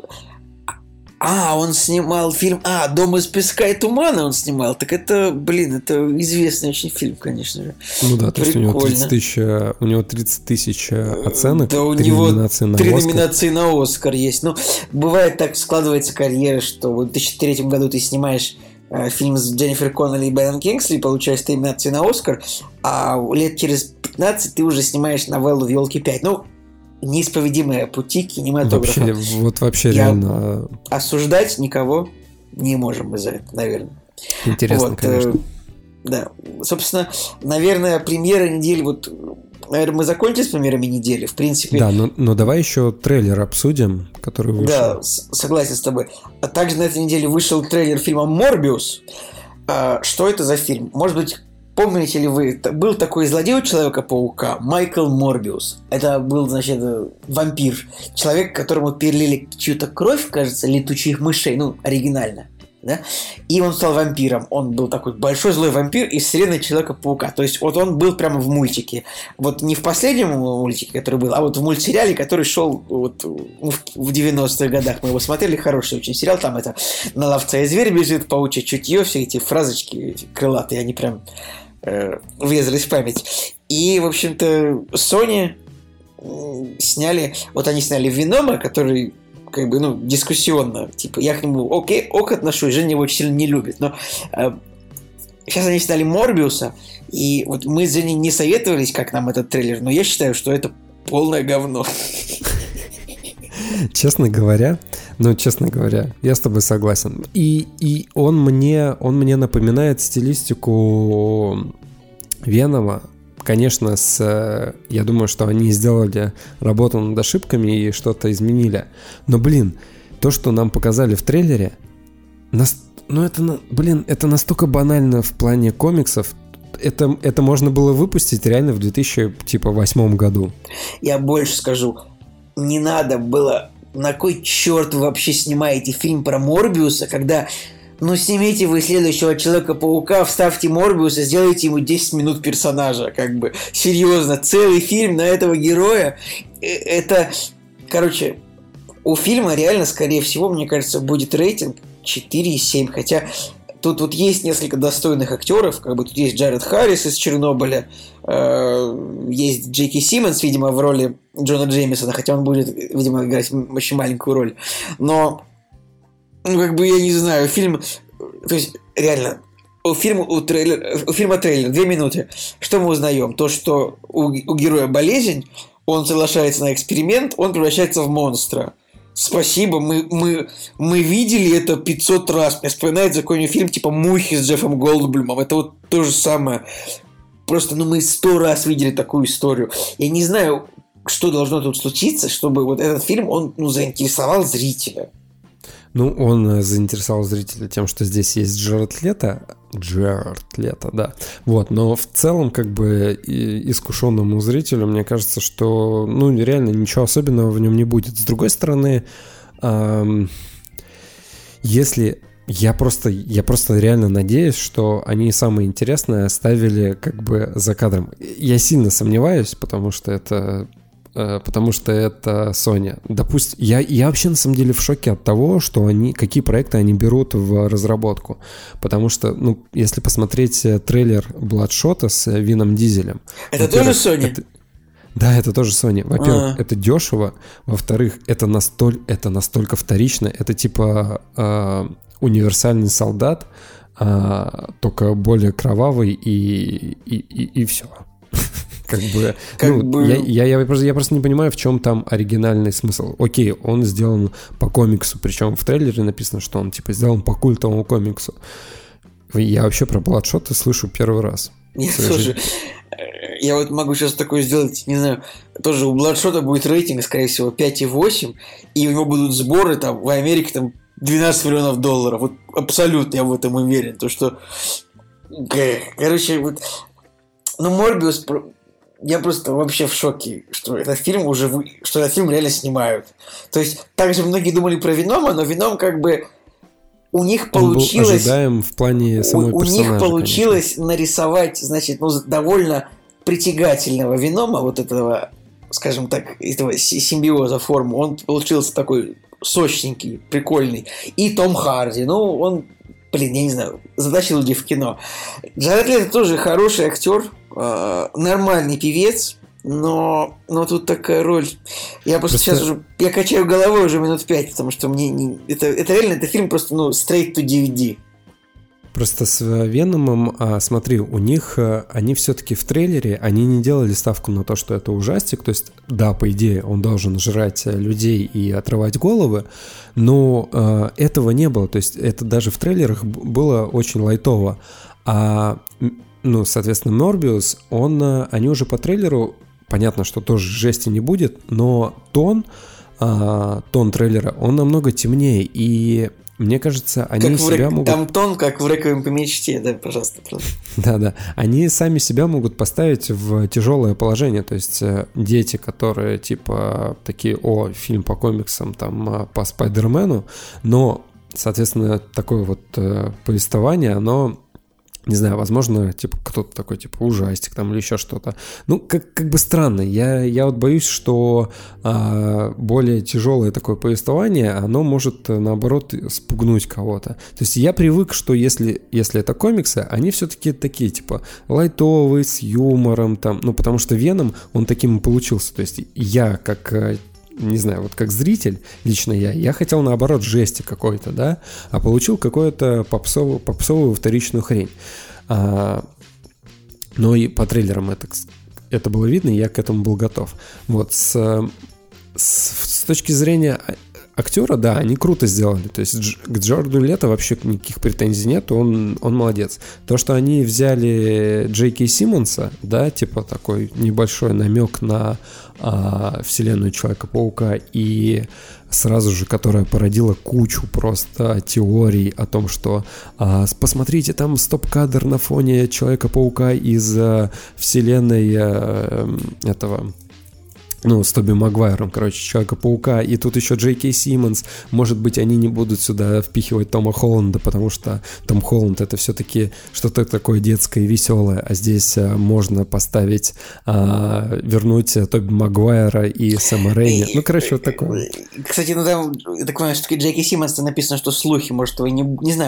он снимал фильм... «Дом из песка и тумана» он снимал. Так это, это известный очень фильм, конечно же. То есть у него 30 тысяч оценок, да, у 3 него номинации на 3 Оскар. номинации на Оскар есть. Бывает так, складывается карьера, что в 2003 году ты снимаешь фильм с Дженнифер Коннелли и Беном Кингсли, получаешь 3 номинации на Оскар, а лет через 15 ты уже снимаешь новеллу в «Елки 5». Неисповедимые пути кинематографа. Вообще реально... Осуждать никого не можем мы за это, наверное. Интересно, конечно. Да. Собственно, наверное, премьера недели наверное, мы закончили с примерами недели. В принципе... Да, но давай еще трейлер обсудим, который вышел. Да, согласен с тобой. А также на этой неделе вышел трейлер фильма «Морбиус». Что это за фильм? Может быть, помните ли вы, был такой злодей у Человека-паука, Майкл Морбиус. Это был, значит, вампир. Человек, которому перелили чью-то кровь, кажется, летучих мышей. Ну, оригинально. Да? И он стал вампиром. Он был такой большой злой вампир из вселенной Человека-паука. То есть, вот он был прямо в мультике. Вот не в последнем мультике, который был, а вот в мультсериале, который шел вот в 90-х годах. Мы его смотрели, хороший очень сериал. Там это «На ловца и зверь бежит», «Паучье чутье», все эти фразочки эти крылатые, они прям врезались в память. И, в общем-то, Sony сняли... Вот они сняли «Венома», который... как бы, ну, дискуссионно. Типа, я к нему ок отношусь, Женя его очень сильно не любит. Но сейчас они сняли Морбиуса, и вот мы с Женей не советовались, как нам этот трейлер, но я считаю, что это полное говно. Честно говоря, я с тобой согласен. И он мне напоминает стилистику Венома. Конечно, я думаю, что они сделали работу над ошибками и что-то изменили. Но, блин, то, что нам показали в трейлере, это настолько банально в плане комиксов. Это можно было выпустить реально в 2008 году. Я больше скажу. Не надо было... На кой черт вы вообще снимаете фильм про Морбиуса, когда... Ну, снимите вы следующего Человека-паука, вставьте Морбиуса, сделайте ему 10 минут персонажа, как бы. Серьезно, целый фильм на этого героя. Это, короче, у фильма реально, скорее всего, мне кажется, будет рейтинг 4,7. Хотя тут вот есть несколько достойных актеров, как бы тут есть Джаред Харрис из «Чернобыля», есть Джеки Симмонс, видимо, в роли Джона Джеймисона, хотя он будет, видимо, играть очень маленькую роль. Но... Ну, как бы, я не знаю, фильм... То есть, реально, у фильма трейлер 2 минуты. Что мы узнаем? То, что у героя болезнь, он соглашается на эксперимент, он превращается в монстра. Спасибо, мы видели это 500 раз. Мне вспоминается какой-нибудь фильм типа «Мухи» с Джеффом Голдблюмом. Это вот то же самое. Просто, мы 100 раз видели такую историю. Я не знаю, что должно тут случиться, чтобы вот этот фильм, он, заинтересовал зрителя. Ну, он заинтересовал зрителя тем, что здесь есть Джаред Лето, да. Вот, но в целом, как бы, искушенному зрителю, мне кажется, что, реально ничего особенного в нем не будет. С другой стороны, если... Я просто реально надеюсь, что они самое интересное оставили, как бы, за кадром. Я сильно сомневаюсь, потому что это Sony. Допустим, я вообще на самом деле в шоке от того, что какие проекты они берут в разработку. Потому что, если посмотреть трейлер Бладшота с Вином Дизелем... Это тоже Sony? Да, это тоже Sony. Во-первых, это дешево. Во-вторых, это настолько вторично. Это типа универсальный солдат, только более кровавый и все. Я просто не понимаю, в чем там оригинальный смысл. Окей, он сделан по комиксу, причем в трейлере написано, что он типа сделан по культовому комиксу. Я вообще про Бладшота слышу первый раз. Нет, слушай, я вот могу сейчас такое сделать, не знаю, тоже у Бладшота будет рейтинг, скорее всего, 5,8, и у него будут сборы там в Америке там $12 миллионов. Вот абсолютно я в этом уверен. То, что... Короче, вот... Морбиус... Я просто вообще в шоке, что этот фильм что этот фильм реально снимают. То есть, также многие думали про Венома, но Веном как бы... У них получилось... Он был ожидаем в плане самой персонажа, у них получилось, конечно, нарисовать, значит, довольно притягательного Венома, вот этого, скажем так, этого симбиоза формы. Он получился такой сочненький, прикольный. И Том Харди, он... я не знаю, затащил людей в кино. Джаред Лето тоже хороший актер, нормальный певец, но тут такая роль. Я просто сейчас уже... Я качаю головой уже минут 5, потому что мне... Это реально, это фильм просто, straight to DVD. Просто с Веномом, смотри, у них, они все-таки в трейлере, они не делали ставку на то, что это ужастик, то есть, да, по идее, он должен жрать людей и отрывать головы, но этого не было, то есть, это даже в трейлерах было очень лайтово, соответственно, Морбиус, они уже по трейлеру понятно, что тоже жести не будет, но тон трейлера, он намного темнее, и мне кажется, они себя могут... Там тон, как в «Реквием по мечте», да, пожалуйста. Да-да, они сами себя могут поставить в тяжелое положение, то есть дети, которые типа такие, фильм по комиксам, там, по Спайдермену, но, соответственно, такое вот повествование, оно... Не знаю, возможно, типа кто-то такой, типа ужастик там или еще что-то. Ну, как бы странно. Я вот боюсь, что более тяжелое такое повествование, оно может, наоборот, спугнуть кого-то. То есть я привык, что если это комиксы, они все-таки такие, типа, лайтовые, с юмором, там, ну, потому что Веном, он таким и получился. То есть я, как... не знаю, вот как зритель, лично я хотел наоборот жести какой-то, да, а получил какую-то попсовую вторичную хрень. Но и по трейлерам это было видно, и я к этому был готов. Вот, с точки зрения актера, да, они круто сделали. То есть к Джареду Лето вообще никаких претензий нет, он молодец. То, что они взяли Джейки Симмонса, да, типа такой небольшой намек на вселенную Человека-паука, и сразу же, которая породила кучу просто теорий о том, что посмотрите, там стоп-кадр на фоне Человека-паука из вселенной этого... Ну, с Тоби Магуайром, короче, Человека-паука, и тут еще Джей Кей Симмонс. Может быть, они не будут сюда впихивать Тома Холланда, потому что Том Холланд — это все-таки что-то такое детское и веселое, а здесь можно поставить, вернуть Тоби Магуайра и Сэма Рэйми. Ну, короче, вот такое. Кстати, ну там, я так понимаю, что Джей Кей Симмонс написано, что слухи, может, вы не знаю.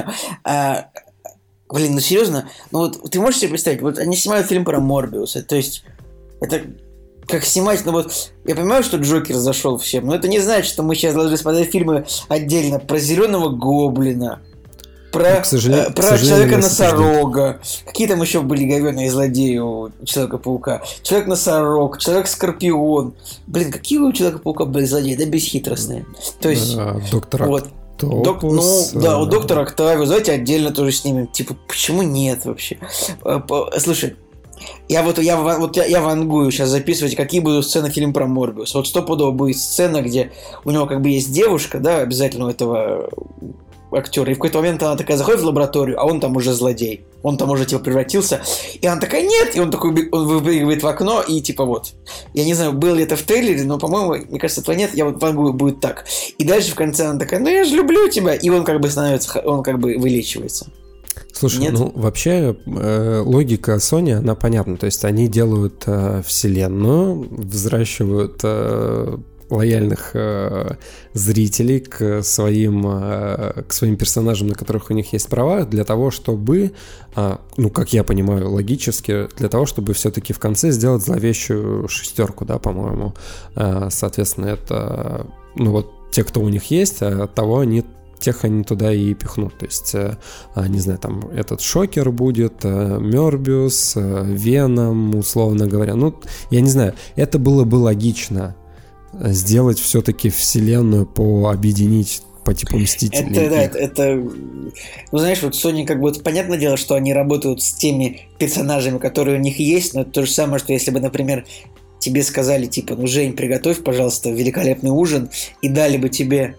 Блин, ну серьезно? Ну вот ты можешь себе представить, вот они снимают фильм про Морбиуса, то есть это... Как снимать, ну вот, я понимаю, что Джокер зашел всем, но это не значит, что мы сейчас должны смотреть фильмы отдельно про Зеленого Гоблина, про Человека-носорога. Какие там еще были говёные злодеи у Человека-паука? Человек-носорог, Человек-скорпион. Блин, какие у Человека-паука были злодеи? Да бесхитростные. То есть... Доктор Октопус. У доктора Октавиус. Давайте отдельно тоже снимем. Типа, почему нет вообще? Слушай, я вангую сейчас записывать, какие будут сцены фильма про Морбиус. Вот стопудово будет сцена, где у него как бы есть девушка, да, обязательно у этого актера, и в какой-то момент она такая заходит в лабораторию, а он там уже злодей. Он там уже типа превратился. И она такая, нет! И он такой, он выпрыгивает в окно, и типа вот. Я не знаю, было ли это в трейлере, но, по-моему, мне кажется, этого нет. Я вот вангую, будет так. И дальше в конце она такая, ну я же люблю тебя. И он как бы становится, он как бы вылечивается. Слушай, Нет? ну вообще логика Sony, она понятна. То есть они делают вселенную, взращивают лояльных зрителей к своим персонажам, на которых у них есть права, для того, чтобы, ну, как я понимаю, логически, для того, чтобы все-таки в конце сделать зловещую шестерку, да, по-моему. Соответственно, это, ну, вот те, кто у них есть, от того тех они туда и пихнут. То есть, не знаю, там этот Шокер будет, Морбиус, Веном, условно говоря. Ну, я не знаю, это было бы логично сделать все-таки вселенную, объединить по типу Мстителей. Ну, знаешь, вот Sony как бы, понятное дело, что они работают с теми персонажами, которые у них есть, но это то же самое, что если бы, например, тебе сказали, типа, ну, Жень, приготовь, пожалуйста, великолепный ужин, и дали бы тебе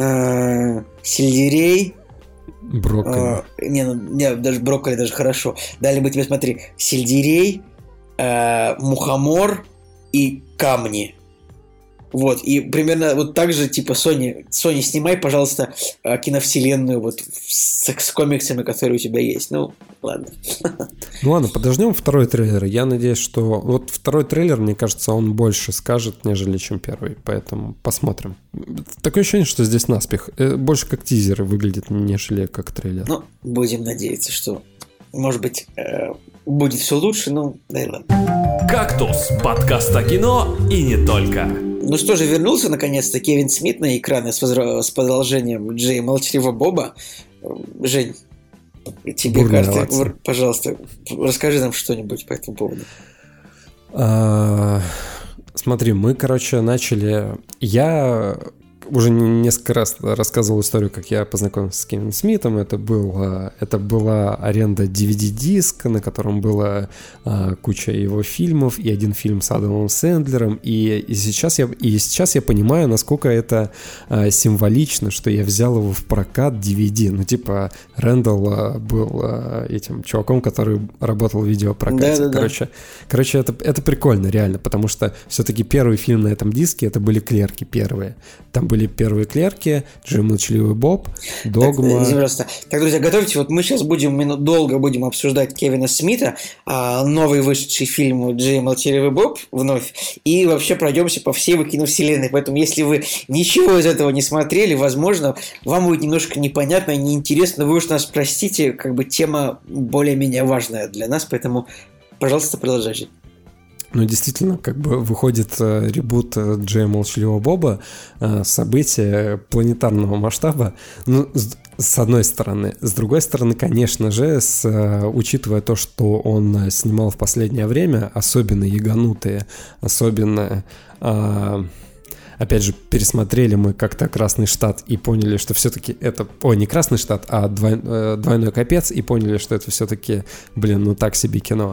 сельдерей, брокколи. Даже брокколи даже хорошо. Дали бы тебе, смотри, сельдерей, мухомор и камни. Вот, и примерно вот так же, типа, Sony, снимай, пожалуйста, киновселенную вот с комиксами, которые у тебя есть. Ну, ладно. Ну ладно, подождем второй трейлер. Я надеюсь, что... Вот второй трейлер, мне кажется, он больше скажет, нежели чем первый. Поэтому посмотрим. Такое ощущение, что здесь наспех. Больше как тизеры выглядит, нежели как трейлер. Ну, будем надеяться, что, может быть, будет все лучше, ну, да и ладно. «Кактус» – подкаст о кино и не только. Ну что же, вернулся наконец-то Кевин Смит на экраны с продолжением Джей Молчаливого Боба. Жень, тебе кажется, пожалуйста, расскажи нам что-нибудь по этому поводу. Смотри, мы, короче, начали... уже несколько раз рассказывал историю, как я познакомился с Кевином Смитом. Это была аренда DVD-диска, на котором была куча его фильмов и один фильм с Адамом Сэндлером. И сейчас я понимаю, насколько это символично, что я взял его в прокат DVD. Ну, типа, Рэндалл был этим чуваком, который работал в видеопрокате. Короче, это прикольно, реально, потому что все-таки первый фильм на этом диске это были «Клерки» первые. Там были первые «Клерки», «Джей Молчаливый Боб», «Догма». Так, друзья, готовьте, вот мы сейчас долго будем обсуждать Кевина Смита, новый вышедший фильм «Джей Молчаливый Боб» вновь, и вообще пройдемся по всей его киновселенной. Поэтому, если вы ничего из этого не смотрели, возможно, вам будет немножко непонятно и неинтересно, вы уж нас простите, как бы тема более-менее важная для нас, поэтому, пожалуйста, продолжайте. Ну, действительно, как бы выходит ребут Джея Молчаливого Боба, событие планетарного масштаба, ну, с одной стороны. С другой стороны, конечно же, учитывая то, что он снимал в последнее время, особенно яганутые, особенно... Опять же, пересмотрели мы как-то «Красный штат» и поняли, что все-таки это... Ой, не «Красный штат», а «Двойной капец», и поняли, что это все-таки, ну так себе кино.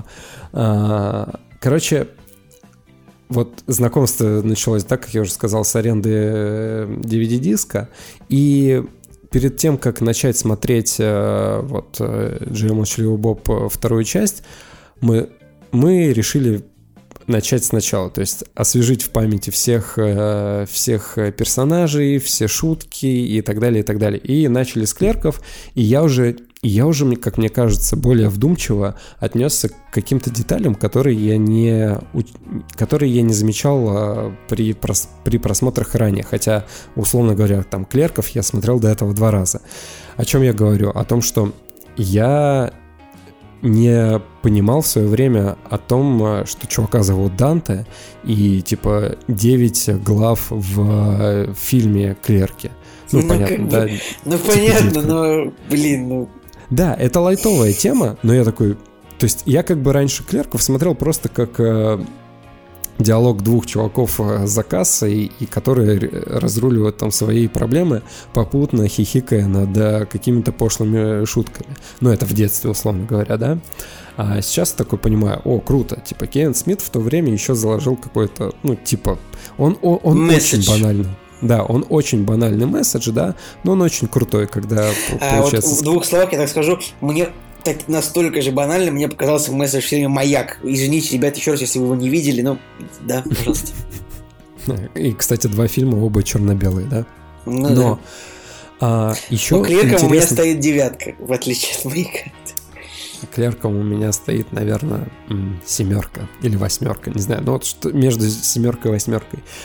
Короче, вот знакомство началось, так, как я уже сказал, с аренды DVD-диска, и перед тем, как начать смотреть «Джей Молчаливый Боб» вторую часть, мы решили начать сначала, то есть освежить в памяти всех персонажей, все шутки и так далее, и так далее. И начали с «Клерков», и я уже, как мне кажется, более вдумчиво отнесся к каким-то деталям, которые я не замечал при просмотрах ранее. Хотя, условно говоря, там «Клерков» я смотрел до этого 2 раза. О чем я говорю? О том, что я не понимал в свое время о том, что чувака зовут Данте, и типа 9 глав в фильме «Клерки». Понятно, да. Понятно, но, блин, Да, это лайтовая тема, но я такой... То есть я как бы раньше «Клерков» смотрел просто как диалог 2 чуваков за кассой, и которые разруливают там свои проблемы, попутно хихикая над какими-то пошлыми шутками. Ну, это в детстве, условно говоря, да? А сейчас такой понимаю, круто, типа Кевин Смит в то время еще заложил какой-то, он очень банальный. Да, он очень банальный месседж, да, но он очень крутой, когда получается... Вот в 2 словах я так скажу, мне так настолько же банально мне показался месседж в фильме «Маяк». Извините, ребят, еще раз, если вы его не видели, но да, пожалуйста. И, кстати, 2 фильма, оба черно-белые, да? Но еще по «Клеркам» у меня стоит 9, в отличие от «Маяка». «Клерком» у меня стоит, наверное, 7 или 8, не знаю, но вот что между 7 и 8.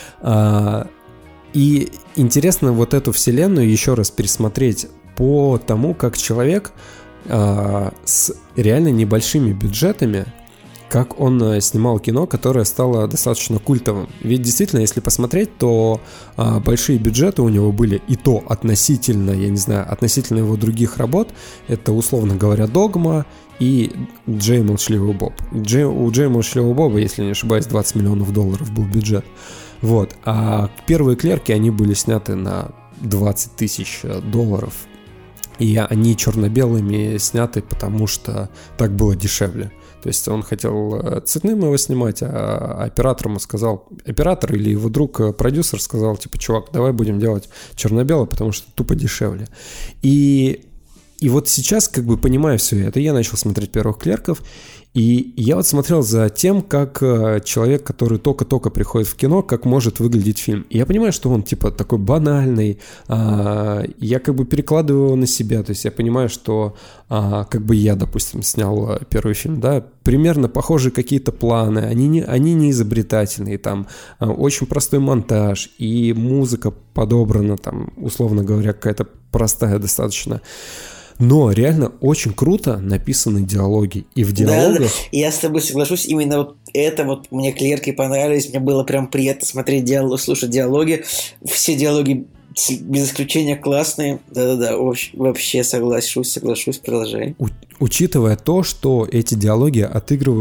И интересно вот эту вселенную еще раз пересмотреть по тому, как человек с реально небольшими бюджетами, как он снимал кино, которое стало достаточно культовым. Ведь действительно, если посмотреть, то большие бюджеты у него были, и то относительно, я не знаю, относительно его других работ. Это, условно говоря, «Догма» и «Джей Молчаливый Боб». У Джея Молчаливого Боба, если не ошибаюсь, $20 миллионов был бюджет. Вот. А первые «Клерки», они были сняты на $20 тысяч. И они черно-белыми сняты, потому что так было дешевле. То есть он хотел цветным его снимать, а оператор ему сказал, оператор или его друг-продюсер сказал, типа, чувак, давай будем делать черно-белое, потому что тупо дешевле. И вот сейчас, как бы понимая все это, я начал смотреть первых «Клерков», и я вот смотрел за тем, как человек, который только-только приходит в кино, как может выглядеть фильм. И я понимаю, что он типа такой банальный, я как бы перекладываю его на себя, то есть я понимаю, что как бы я, допустим, снял первый фильм, да, примерно похожие какие-то планы, они не изобретательные, там очень простой монтаж, и музыка подобрана, там, условно говоря, какая-то простая достаточно. Но реально очень круто написаны диалоги. И в диалогах... Да, я с тобой соглашусь. Именно вот это вот мне «Клерки» понравились. Мне было прям приятно смотреть слушать диалоги. Все диалоги без исключения классные. Да-да-да, вообще соглашусь, продолжай. Учитывая то, что эти диалоги отыгрывают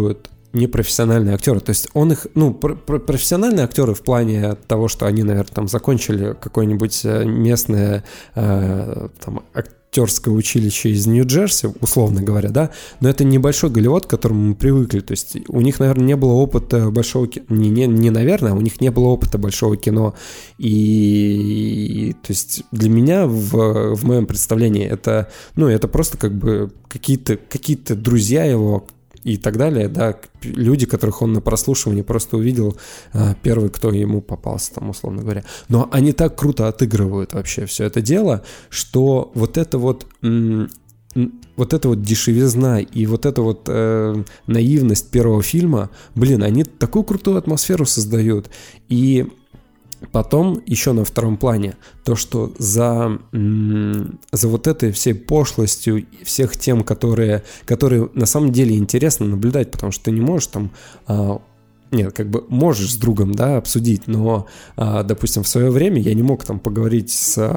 непрофессиональные актеры. То есть он их, профессиональные актеры в плане того, что они, наверное, там закончили какое-нибудь местное там актерское училище из Нью-Джерси, условно говоря, да, но это небольшой Голливуд, к которому мы привыкли, то есть у них, наверное, не было опыта большого кино, наверное, у них не было опыта большого кино, и то есть для меня в моем представлении это просто как бы какие-то друзья его и так далее, да, люди, которых он на прослушивании просто увидел, первый, кто ему попался, там, условно говоря. Но они так круто отыгрывают вообще все это дело, что вот эта вот дешевизна и вот эта вот наивность первого фильма, они такую крутую атмосферу создают. И потом еще на втором плане то, что за вот этой всей пошлостью всех тем, которые на самом деле интересно наблюдать, потому что ты не можешь там... Нет, как бы можешь с другом, да, обсудить, но, допустим, в свое время я не мог там поговорить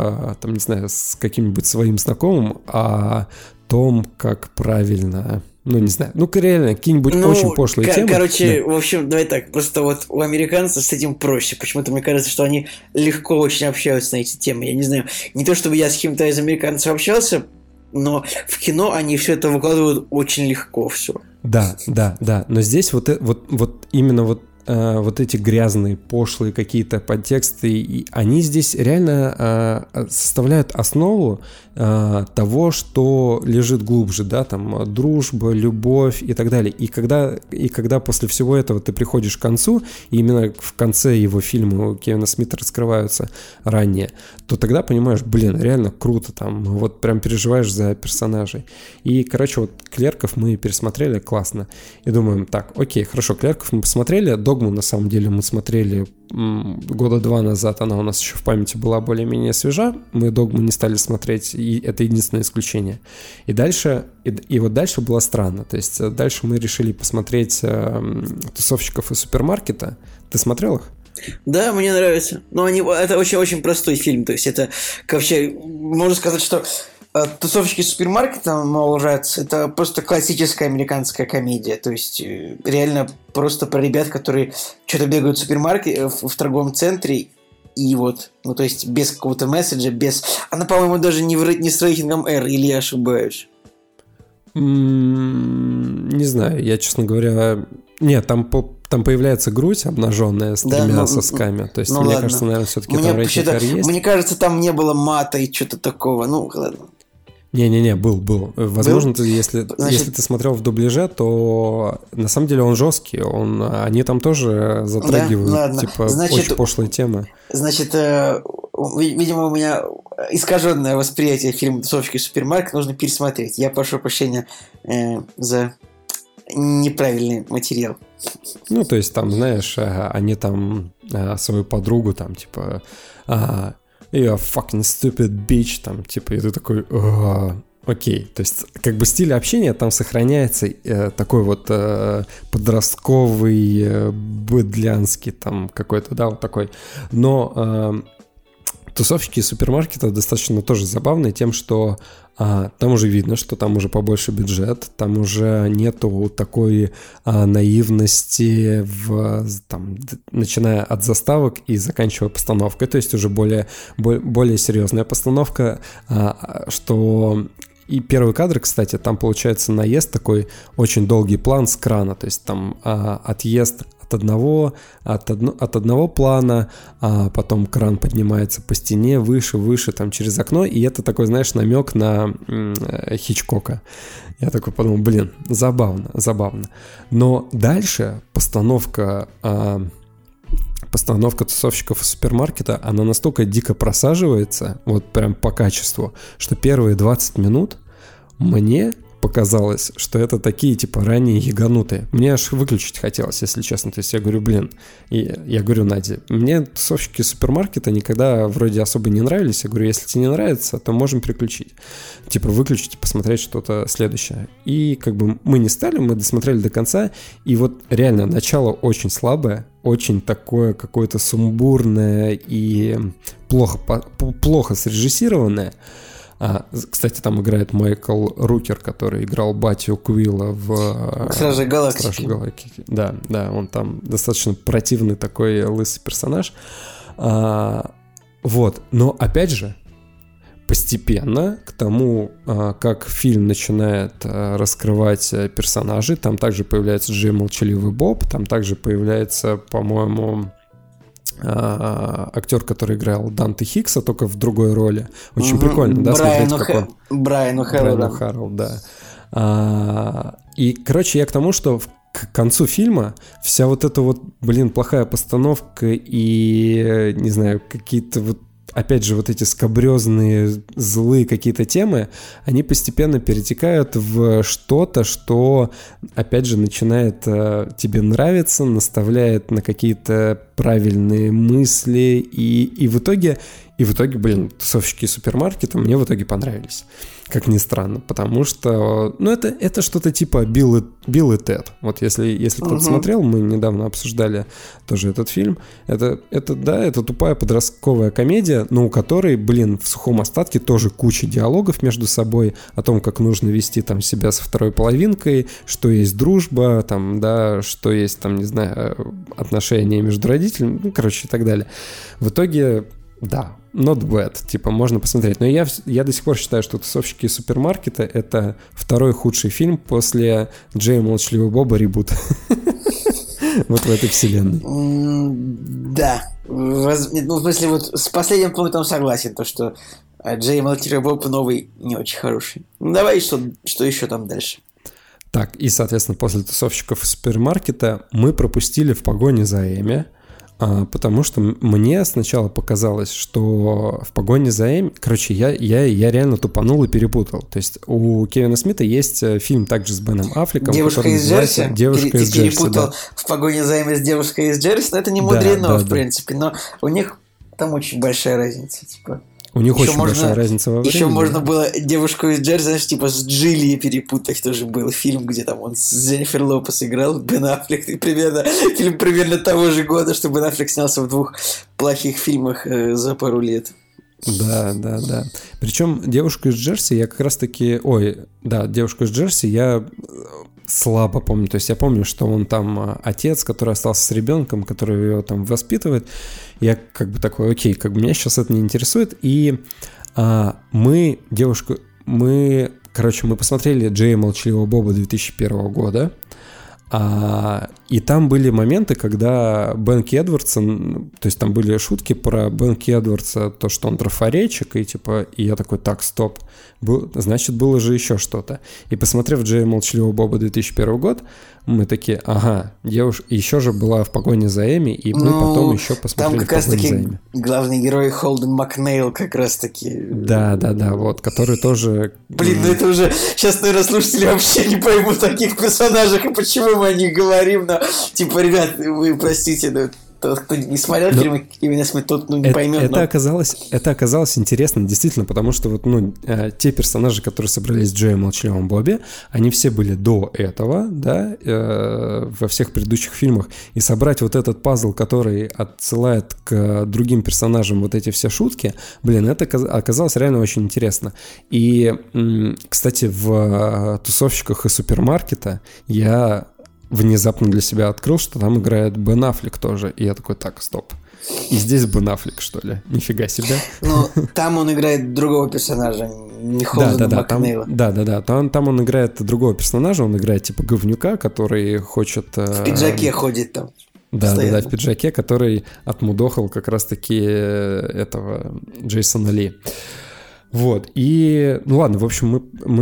с каким-нибудь своим знакомым о том, как правильно... не знаю, реально, какие-нибудь очень пошлые темы. Короче, да. В общем, давай так, просто вот у американцев с этим проще. Почему-то мне кажется, что они легко очень общаются на эти темы. Я не знаю, не то чтобы я с кем-то из американцев общался, но в кино они все это выкладывают очень легко все. Да, но здесь вот именно вот эти грязные, пошлые какие-то подтексты, и они здесь реально составляют основу того, что лежит глубже, да, там дружба, любовь и так далее. И когда после всего этого ты приходишь к концу, и именно в конце его фильма у Кевина Смита раскрываются ранее, то тогда понимаешь, реально круто, там, вот прям переживаешь за персонажей. И, короче, вот «Клерков» мы пересмотрели, классно. И думаем, так, окей, хорошо, «Клерков» мы посмотрели, «Догму» на самом деле мы смотрели года 2 назад, она у нас еще в памяти была более-менее свежа, мы «Догму» не стали смотреть, и это единственное исключение. И дальше было странно, то есть дальше мы решили посмотреть «Тусовщиков из супермаркета». Ты смотрел их? Да, мне нравится. Но это очень-очень простой фильм, то есть это вообще, можно сказать, что «Тусовщики из супермаркета», это просто классическая американская комедия. То есть реально просто про ребят, которые что-то бегают в супермаркете, в торговом центре, и вот, то есть без какого-то месседжа, без... Она, по-моему, даже не с рейтингом R, или я ошибаюсь? Не знаю, я, честно говоря... Нет, там появляется грудь обнаженная с тремя сосками. То есть, мне ладно. Кажется, наверное, все-таки там рейтинг R есть. Мне кажется, там не было мата и что-то такого. Ладно. Не-не-не, был. Возможно, если ты смотрел в дубляже, то на самом деле он жесткий. Они там тоже затрагивают очень пошлые темы. Значит, видимо, у меня искаженное восприятие фильма «Тусовщики из супермаркета», нужно пересмотреть. Я прошу прощения за неправильный материал. То есть там, знаешь, они там свою подругу там, типа... you're fucking stupid bitch, там, типа, и ты такой, окей, то есть, как бы стиль общения там сохраняется такой вот подростковый, быдлянский, там, какой-то, да, вот такой, но «Тусовщики из супермаркета» достаточно тоже забавные тем, что там уже видно, что там уже побольше бюджет, там уже нету такой наивности, начиная от заставок и заканчивая постановкой, то есть уже более серьезная постановка, что... И первый кадр, кстати, там получается наезд такой, очень долгий план с крана, то есть там отъезд от одного плана, а потом кран поднимается по стене выше, там через окно, и это такой, знаешь, намек на Хичкока. Я такой подумал, забавно. Но дальше постановка «Тусовщиков из супермаркета», она настолько дико просаживается, вот прям по качеству, что первые 20 минут мне показалось, что это такие, типа, ранние яганутые. Мне аж выключить хотелось, если честно. То есть я говорю, я говорю Наде, мне «Тусовщики из супермаркета» никогда вроде особо не нравились. Я говорю, если тебе не нравится, то можем переключить. Типа, выключить и посмотреть что-то следующее. И как бы мы не стали, мы досмотрели до конца. И вот реально начало очень слабое, очень такое какое-то сумбурное и плохо срежиссированное. Кстати, там играет Майкл Рукер, который играл Батю Квилла в «Страже Галактики». «Страже Галактики». Да, он там достаточно противный такой лысый персонаж. Вот, но опять же, постепенно к тому, как фильм начинает раскрывать персонажей, там также появляется Джей Молчаливый Боб, там также появляется, по-моему, актер, который играл Данте Хикса, только в другой роли. Очень прикольно, да, смотреть, как он... Брайан О'Харрелл, да. И, короче, я к тому, что к концу фильма вся вот эта вот, плохая постановка и, не знаю, какие-то вот, опять же, вот эти скабрёзные, злые какие-то темы, они постепенно перетекают в что-то, что, опять же, начинает тебе нравиться, наставляет на какие-то правильные мысли, и в итоге, тусовщики супермаркета мне в итоге понравились, как ни странно, потому что, это что-то типа Билл и Тед. Вот если кто-то смотрел, мы недавно обсуждали тоже этот фильм, это тупая подростковая комедия, но у которой, в сухом остатке тоже куча диалогов между собой о том, как нужно вести там себя со второй половинкой, что есть дружба, там, да, что есть там, не знаю, отношения между родителями, и так далее. В итоге, да, not bad, типа, можно посмотреть. Но я до сих пор считаю, что «Тусовщики из супермаркета» — это второй худший фильм после Джея Молчаливого Боба ребут. Вот в этой вселенной. Да. В смысле, вот с последним пунктом согласен, то, что Джей Молчаливый Боб новый не очень хороший. Давай, что еще там дальше? Так, и, соответственно, после «Тусовщиков из супермаркета» мы пропустили «В погоне за Эми», потому что мне сначала показалось, что «В погоне за Эми». Короче, я реально тупанул и перепутал. То есть у Кевина Смита есть фильм также с Беном Аффлеком. «Девушка из Джерси». «Девушка из Джерси», перепутал, да. «В погоне за Эми» с «Девушкой из Джерси». Но это не мудрено, в принципе. Но у них там очень большая разница, типа. У них еще очень большая разница во времени. Еще можно было «Девушку из Джерси», знаешь, типа с Джилли перепутать. Тоже был фильм, где там он с Дженнифер Лопес играл, Бен Аффлек. И фильм примерно того же года, что Бен Аффлек снялся в 2 плохих фильмах за пару лет. Да. Причем «Девушку из Джерси» я как раз-таки... «Девушку из Джерси» я слабо помню. То есть я помню, что он там отец, который остался с ребенком, который его там воспитывает. Я как бы такой, окей, как бы меня сейчас это не интересует. И мы посмотрели Джея Молчаливого Боба 2001 года. И там были моменты, когда Бенки Эдвардса, то есть там были шутки про Бенки Эдвардса, то, что он трафаретчик, и я такой, так, стоп, значит, было же еще что-то. И посмотрев Джея Молчаливого Боба 2001 год, мы такие, девушка еще же была «В погоне за Эми», и мы потом еще посмотрели «В погоне за Эми». Там как раз таки главный герой Холден Макнейл как раз таки. Да, вот, который тоже... это уже... Сейчас, наверное, слушатели вообще не поймут таких персонажах, и почему мы о них говорим, но, типа, ребят, вы простите, но тот, кто не смотрел фильмы Кевина Смита, тот не поймет. Это оказалось интересно, действительно, потому что те персонажи, которые собрались в Джее Молчаливом Бобе, они все были до этого, да, во всех предыдущих фильмах, и собрать вот этот пазл, который отсылает к другим персонажам вот эти все шутки, это оказалось реально очень интересно. И, кстати, в «Тусовщиках из супермаркета» я внезапно для себя открыл, что там играет Бен Аффлек тоже. И я такой, так, стоп. И здесь Бен Аффлек, что ли? Нифига себе. Там он играет другого персонажа, не Холдена Макнейла. Да. Там он играет другого персонажа, он играет типа говнюка, который хочет... В пиджаке ходит там. Да, в пиджаке, который отмудохал как раз-таки этого Джейсона Ли. Вот, и, ладно, в общем,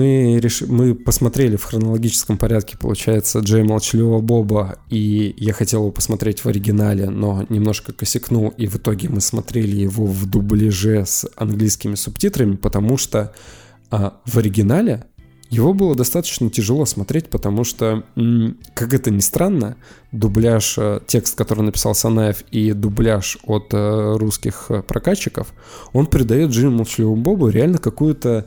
мы посмотрели в хронологическом порядке, получается, Джея Молчаливого Боба, и я хотел его посмотреть в оригинале, но немножко косякнул, и в итоге мы смотрели его в дубляже с английскими субтитрами, потому что в оригинале его было достаточно тяжело смотреть, потому что, как это ни странно, дубляж, текст, который написал Санаев, и дубляж от русских прокатчиков, он придает Джею Молчаливому Бобу реально какую-то,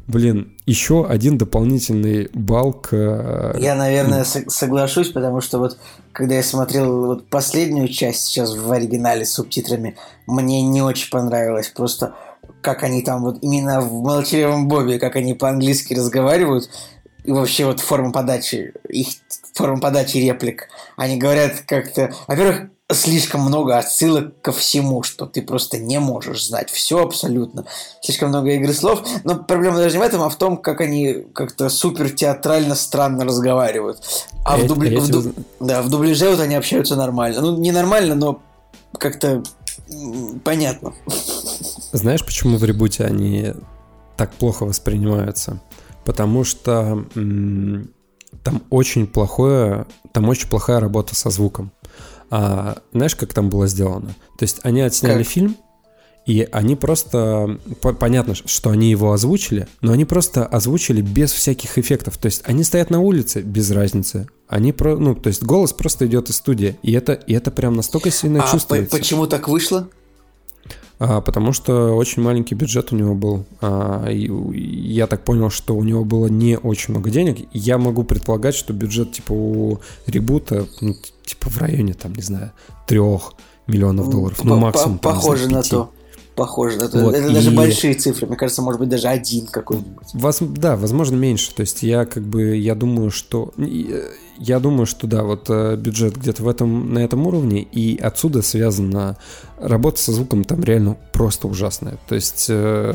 еще один дополнительный балл к... Я, наверное, соглашусь, потому что вот, когда я смотрел последнюю часть сейчас в оригинале с субтитрами, мне не очень понравилось. Просто как они там вот именно в «Молчаливом Бобе», как они по-английски разговаривают, и вообще вот форма подачи реплик. Они говорят как-то... Во-первых, слишком много отсылок ко всему, что ты просто не можешь знать. Все абсолютно. Слишком много игры слов. Но проблема даже не в этом, а в том, как они как-то супер театрально странно разговаривают. А в дубляже вот они общаются нормально. Ну, не нормально, но как-то понятно. Знаешь, почему в ребуте они так плохо воспринимаются? Потому что там очень плохая работа со звуком. А знаешь, как там было сделано? То есть они отсняли фильм, и они просто... Понятно, что они его озвучили, но они просто озвучили без всяких эффектов. То есть они стоят на улице, без разницы. То есть голос просто идет из студии. И это прям настолько сильно чувствуется. Почему так вышло? Потому что очень маленький бюджет у него был. Я так понял, что у него было не очень много денег. Я могу предполагать, что бюджет типа у ребута типа в районе, там, не знаю, $3 миллионов. Ну, максимум. Похоже на то. Похоже на то. Вот, это даже большие цифры. Мне кажется, может быть, даже один какой-нибудь. Да, возможно, меньше. То есть я думаю, что да, вот бюджет где-то на этом уровне, и отсюда связана работа со звуком там реально просто ужасная. То есть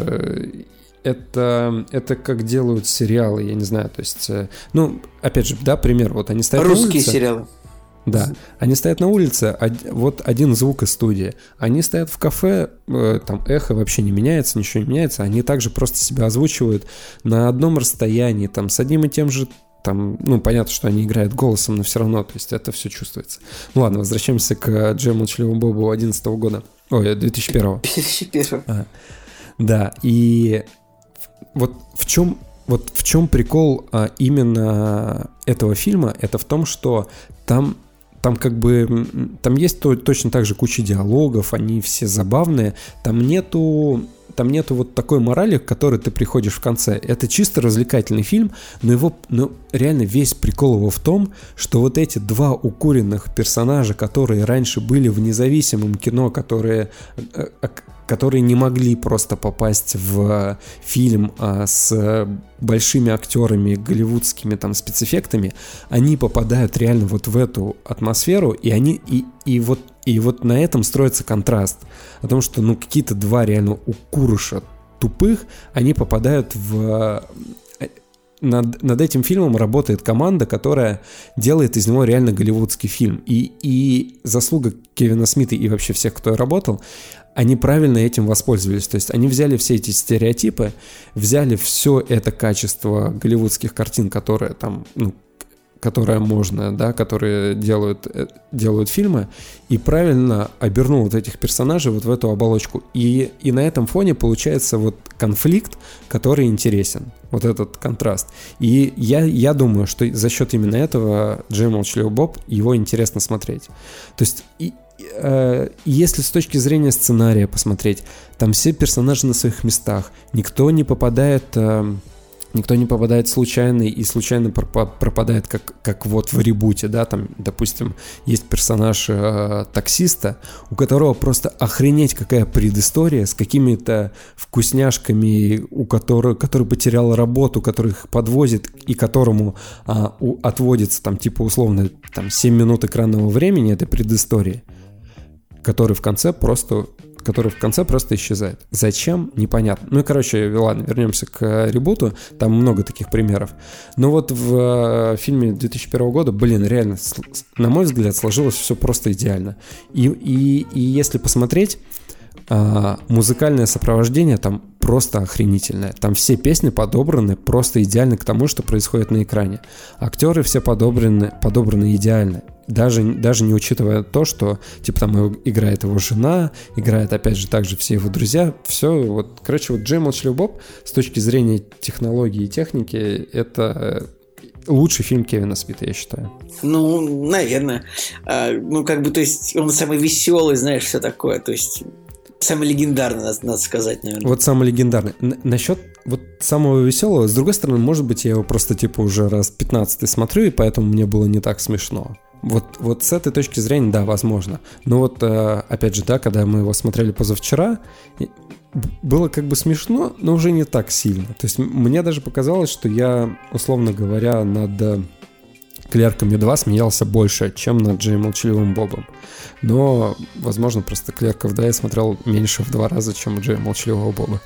это как делают сериалы, я не знаю, то есть, опять же, да, пример, вот они стоят русские на улице. сериалы. Да, они стоят на улице, вот один звук из студии. Они стоят в кафе, там эхо вообще не меняется, ничего не меняется. Они также просто себя озвучивают на одном расстоянии, там, с одним и тем же, там, понятно, что они играют голосом, но все равно, то есть это все чувствуется. Ну ладно, возвращаемся к Джею Молчаливому Бобу 2011 года. Ой, 2001. 2001. Да, и вот в чем прикол именно этого фильма, это в том, что там есть точно так же куча диалогов, они все забавные, там нету вот такой морали, к которой ты приходишь в конце. Это чисто развлекательный фильм, но реально весь прикол его в том, что вот эти два укуренных персонажа, которые раньше были в независимом кино, которые не могли просто попасть в фильм с большими актерами, голливудскими там спецэффектами, они попадают реально вот в эту атмосферу, и вот на этом строится контраст. О том, что какие-то два реально укурыша тупых, они попадают в... Над этим фильмом работает команда, которая делает из него реально голливудский фильм. И заслуга Кевина Смита и вообще всех, кто работал, они правильно этим воспользовались. То есть они взяли все эти стереотипы, взяли все это качество голливудских картин, которые там, которые можно, да, которые делают фильмы, и правильно обернул вот этих персонажей вот в эту оболочку. И на этом фоне получается вот конфликт, который интересен. Вот этот контраст. И я думаю, что за счет именно этого Джей Молчаливый Боб, его интересно смотреть. То есть если с точки зрения сценария посмотреть, там все персонажи на своих местах, никто не попадает случайно и случайно пропадает, как вот в ребуте, да, там, допустим, есть персонаж таксиста, у которого просто охренеть какая предыстория с какими-то вкусняшками, который потерял работу, который их подвозит и которому отводится там типа условно там 7 минут экранного времени этой предыстории, который в конце просто исчезает. Зачем? Непонятно. Ну и, короче, ладно, вернемся к ребуту. Там много таких примеров. Но вот в фильме 2001 года, реально, на мой взгляд, сложилось все просто идеально. И если посмотреть, музыкальное сопровождение там просто охренительное. Там все песни подобраны просто идеально к тому, что происходит на экране. Актеры все подобраны идеально. Даже не учитывая то, что типа там играет его жена, играет опять же также все его друзья. Все, вот, короче, вот Джей Молчаливый Боб с точки зрения технологии и техники это лучший фильм Кевина Смита, я считаю. Наверное. То есть он самый веселый, знаешь, все такое. То есть самый легендарный, надо сказать, наверное. Вот самый легендарный. Насчет вот самого веселого, с другой стороны, может быть, я его просто типа уже раз 15-й смотрю, и поэтому мне было не так смешно. Вот с этой точки зрения, да, возможно. Но вот, опять же, да, когда мы его смотрели позавчера, было как бы смешно, но уже не так сильно. То есть мне даже показалось, что я, условно говоря, над «Клерками 2» смеялся больше, чем над «Джей Молчаливым Бобом». Но, возможно, просто «Клерков 2» я смотрел меньше в 2 раза, чем «Джей Молчаливого Боба».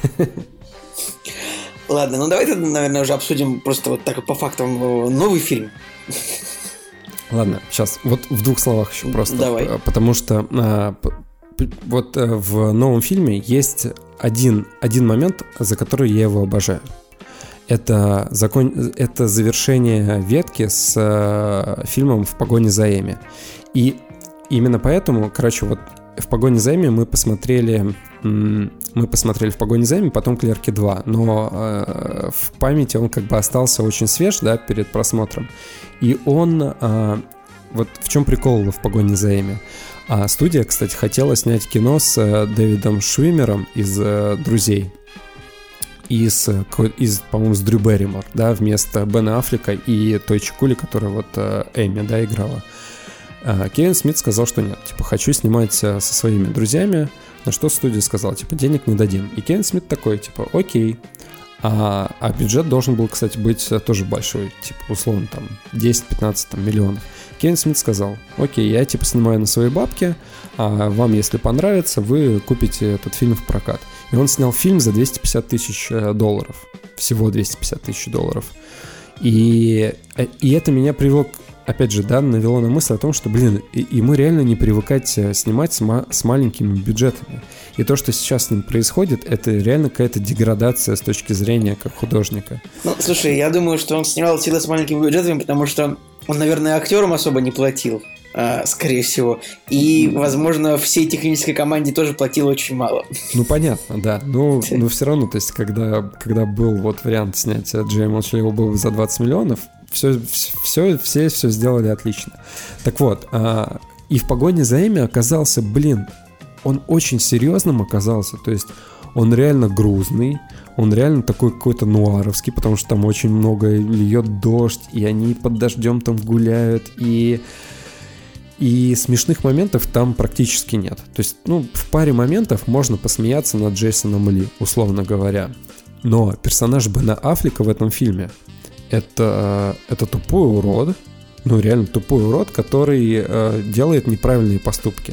Ладно, ну давай тогда, наверное, уже обсудим просто вот так по фактам новый фильм. Ладно, сейчас вот в 2 словах еще просто. Давай. Потому что вот в новом фильме есть один момент, за который я его обожаю. Это завершение ветки с фильмом «В погоне за Эми». И именно поэтому, короче, вот в «Погоне за Эми» мы посмотрели «В погоне за Эми», потом «Клерки 2», но в памяти он как бы остался очень свеж, да, перед просмотром. И он... Вот в чем прикол «В погоне за Эми». Студия, кстати, хотела снять кино с Дэвидом Швиммером из «Друзей». И по-моему, с Дрю Берримор, да, вместо Бена Аффлека и той чекули, которая вот Эми, да, играла. Кевин Смит сказал, что нет, типа, хочу снимать со своими друзьями, на что студия сказала, типа, денег не дадим. И Кевин Смит такой, типа, окей. А бюджет должен был, кстати, быть тоже большой, типа, условно, там, 10-15 миллионов. Кевин Смит сказал, окей, я, типа, снимаю на свои бабки, а вам, если понравится, вы купите этот фильм в прокат. И он снял фильм за $250 тысяч. Всего $250 тысяч. И это меня привело, опять же, да, навело на мысль о том, что, блин, ему реально не привыкать снимать с маленькими бюджетами. И то, что сейчас с ним происходит, это реально какая-то деградация с точки зрения как художника. Ну, слушай, я думаю, что он снимал всегда с маленькими бюджетами, потому что он, наверное, актерам особо не платил, скорее всего. И, возможно, всей технической команде тоже платил очень мало. Ну, понятно, да. Но все равно, то есть, когда был вот вариант снять Джея Молчаливого Боба за 20 миллионов, все сделали отлично. Так вот, и в погоне за Эми оказался, блин, он очень серьезным оказался, то есть он реально грузный, он реально такой какой-то нуаровский, потому что там очень много льет дождь, и они под дождем там гуляют, и смешных моментов там практически нет. То есть, ну, в паре моментов можно посмеяться над Джейсоном Ли, условно говоря. Но персонаж Бена Аффлека в этом фильме это тупой урод, ну, реально тупой урод, который делает неправильные поступки.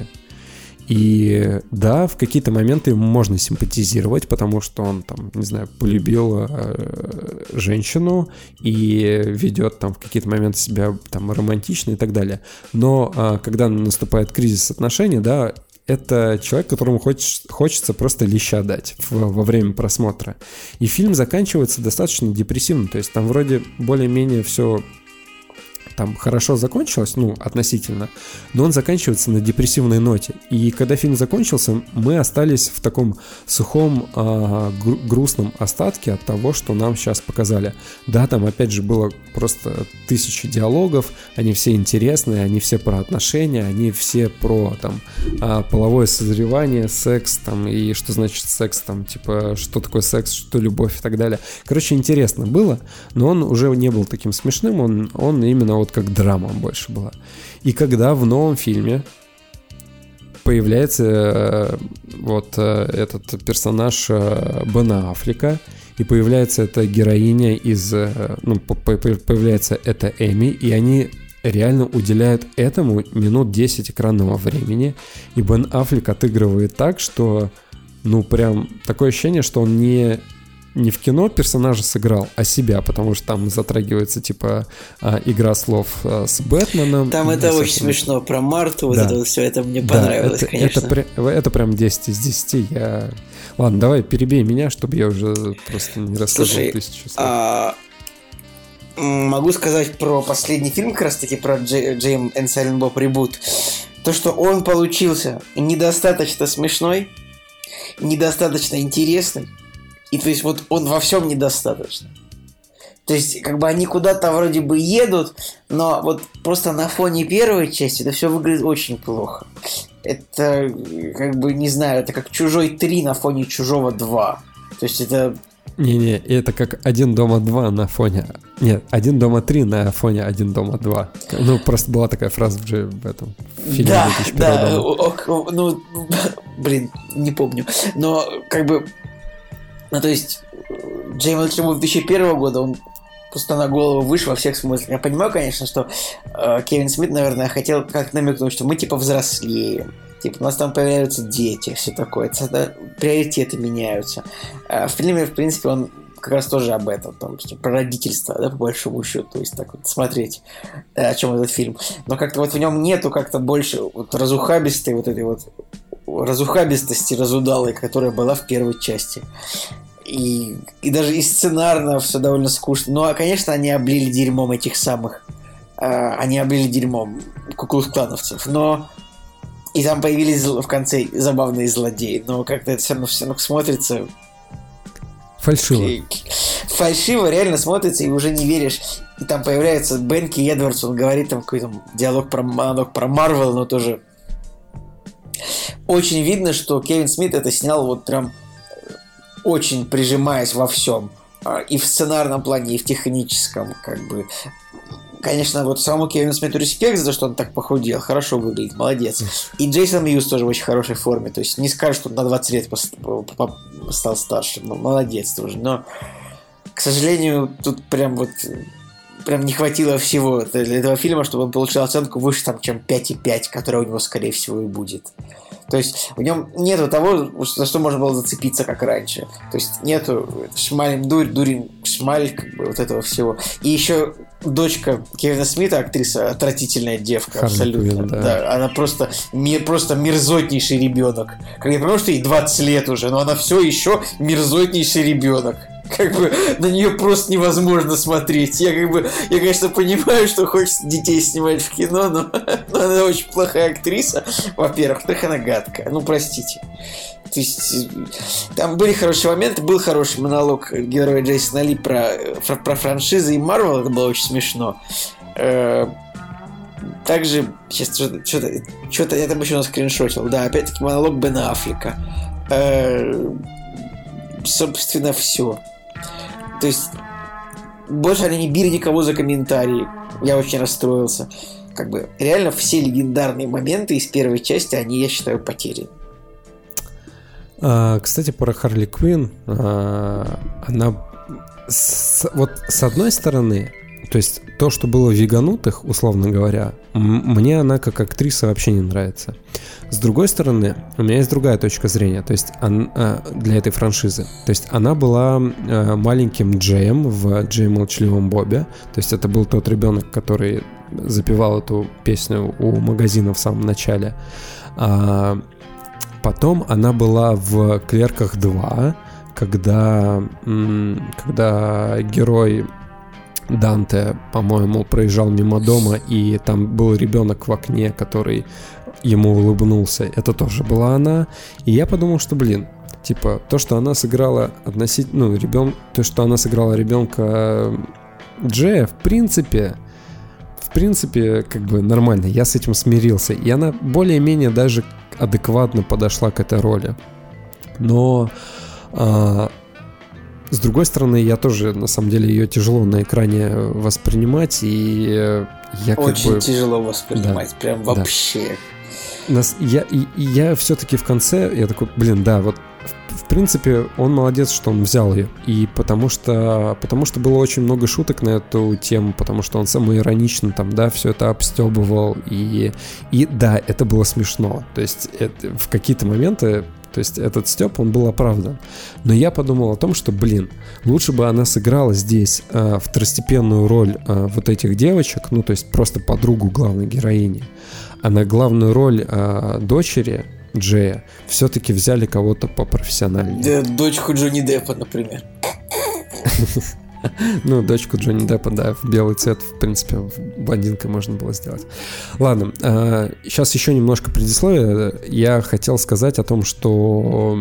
И да, в какие-то моменты ему можно симпатизировать, потому что он там, не знаю, полюбил женщину и ведет там в какие-то моменты себя там романтично и так далее. Но когда наступает кризис отношений, да, это человек, которому хочется просто леща дать во время просмотра. И фильм заканчивается достаточно депрессивно, то есть там вроде более-менее все там хорошо закончилось, ну, относительно, но он заканчивается на депрессивной ноте. И когда фильм закончился, мы остались в таком сухом, грустном остатке от того, что нам сейчас показали. Да, там опять же было просто 1000 диалогов, они все интересные, они все про отношения, они все про там половое созревание, секс, там, и что значит секс, там, типа, что такое секс, что любовь и так далее. Короче, интересно было, но он уже не был таким смешным, он именно вот как драма больше была. И когда в новом фильме появляется этот персонаж Бена Аффлека, и появляется эта героиня появляется эта Эми, и они реально уделяют этому минут 10 экранного времени, и Бен Аффлек отыгрывает так, что, ну, прям такое ощущение, что он не в кино персонажа сыграл, а себя, потому что там затрагивается, типа, игра слов с Бэтменом. Там это очень смешно, про Марту, да. Вот это все, это мне понравилось, конечно. Это прям 10 из 10, Ладно, давай, перебей меня, чтобы я уже просто не рассказывал 1000 слов. Могу сказать про последний фильм, как раз-таки про Джейм and Silent Bob Reboot. То, что он получился недостаточно смешной, недостаточно интересный, и то есть вот он во всем недостаточно. То есть как бы они куда-то вроде бы едут, но вот просто на фоне первой части это все выглядит очень плохо. Это как бы, не знаю, это как «Чужой 3» на фоне «Чужого 2». То есть это... Не-не, это как «Один дома 2» на фоне... Нет, «Один дома 3» на фоне «Один дома 2». Ну, просто была такая фраза в этом фильме. Да, ну, Блин, не помню. Но, как бы... Ну, то есть, Джей Молчаливый 2001 года, он просто на голову выше во всех смыслах. Я понимаю, конечно, что Кевин Смит, наверное, хотел как-то намекнуть, что мы, типа, взрослеем. Типа, у нас там появляются дети, все такое. Приоритеты меняются. В фильме, в принципе, он как раз тоже об этом, там, про родительство, да, по большому счету, то есть так вот смотреть, о чем этот фильм. Но как-то вот в нем нету как-то больше вот разухабистой вот этой вот разухабистости разудалой, которая была в первой части. И даже и сценарно все довольно скучно. Ну, а, конечно, они облили дерьмом этих самых... они облили дерьмом куклус-клановцев, но... И там появились в конце забавные злодеи, но как-то это все равно смотрится... Фальшиво реально смотрится, и уже не веришь. И там появляется Бенки Эдвардс, он говорит там какой-то монолог про Марвел, но тоже... Очень видно, что Кевин Смит это снял вот прям очень прижимаясь во всем. И в сценарном плане, и в техническом, как бы. Конечно, вот самому Кевину Смиту респект за то, что он так похудел. Хорошо выглядит, молодец. И Джейсон Мьюз тоже в очень хорошей форме. То есть не скажешь, что он на 20 лет стал старше. Молодец тоже. Но, к сожалению, тут прям не хватило всего для этого фильма, чтобы он получил оценку выше, там, чем 5,5, которая у него, скорее всего, и будет. То есть в нем нету того, за что можно было зацепиться, как раньше. То есть нету шмалем дурень шмаль, как бы вот этого всего. И еще дочка Кевина Смита, актриса, отвратительная девка, Харли абсолютно. Квин, да, она просто мерзотнейший ребенок. Как я понимаю, что ей 20 лет уже, но она все еще мерзотнейший ребенок. Как бы на нее просто невозможно смотреть. Я, конечно, понимаю, что хочется детей снимать в кино, но она очень плохая актриса. Во-первых, во-вторых, она гадкая. Ну, простите. То есть, там были хорошие моменты, был хороший монолог героя Джейсона Ли про франшизы и Марвел, это было очень смешно. Также, сейчас что-то я там еще наскриншотил. Да, опять-таки монолог Бена Аффлека. Собственно, все. То есть, больше они не били никого за комментарии. Я очень расстроился. Как бы, реально все легендарные моменты из первой части, они, я считаю, потеряны. Кстати, про Харли Квинн. Она... Вот с одной стороны, то есть то, что было в «Веганутых», условно говоря, мне она как актриса вообще не нравится. С другой стороны, у меня есть другая точка зрения, то есть для этой франшизы. То есть она была маленьким Джеем в «Джей Молчаливом Бобе». То есть это был тот ребенок, который запевал эту песню у магазина в самом начале. Потом она была в «Клерках 2», когда герой Данте, по-моему, проезжал мимо дома, и там был ребенок в окне, который ему улыбнулся. Это тоже была она. И я подумал, что, типа, то, что она сыграла то, что она сыграла ребенка Джея, в принципе, как бы нормально. Я с этим смирился. И она более-менее даже адекватно подошла к этой роли. Но с другой стороны, я тоже, на самом деле, ее тяжело на экране воспринимать, и я очень тяжело воспринимать, да, прям вообще. Да. Я все-таки в конце, я такой, вот в принципе, он молодец, что он взял ее, и потому что было очень много шуток на эту тему, потому что он самоиронично там, да, все это обстебывал, и да, это было смешно, то есть в какие-то моменты. То есть этот стёб, он был оправдан. Но я подумал о том, что, лучше бы она сыграла здесь второстепенную роль вот этих девочек, то есть просто подругу главной героини. А на главную роль дочери Джея все-таки взяли кого-то попрофессиональнее. Да, дочку Джонни Деппа, например. Дочку Джонни Деппа, да, в белый цвет, в принципе, блондинкой можно было сделать. Ладно, сейчас еще немножко предисловия. Я хотел сказать о том, что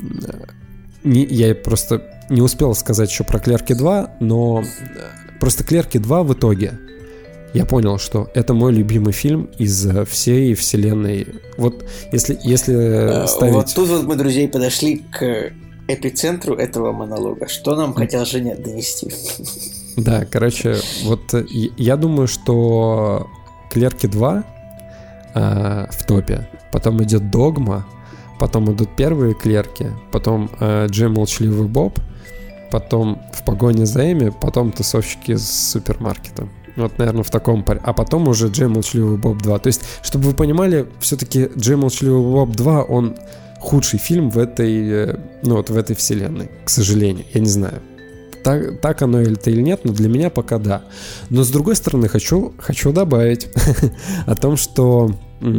я просто не успел сказать еще про «Клерки 2», но просто «Клерки 2» в итоге я понял, что это мой любимый фильм из всей вселенной. Вот если ставить... Вот тут мы, друзья, подошли к эпицентру этого монолога. Что нам хотел Женя донести? Да, короче, вот я думаю, что «Клерки 2» в топе, потом идет «Догма», потом идут первые клерки, потом Джим Молчаливый Боб, потом В погоне за Эми, потом Тусовщики из супермаркета. Вот, наверное, в таком паре. А потом уже Джим Молчаливый Боб 2. То есть, чтобы вы понимали, все-таки Джим Молчаливый Боб 2, он худший фильм в этой, ну, вот в этой вселенной, к сожалению. Я не знаю, так оно или нет, но для меня пока да. Но с другой стороны, хочу добавить о том, что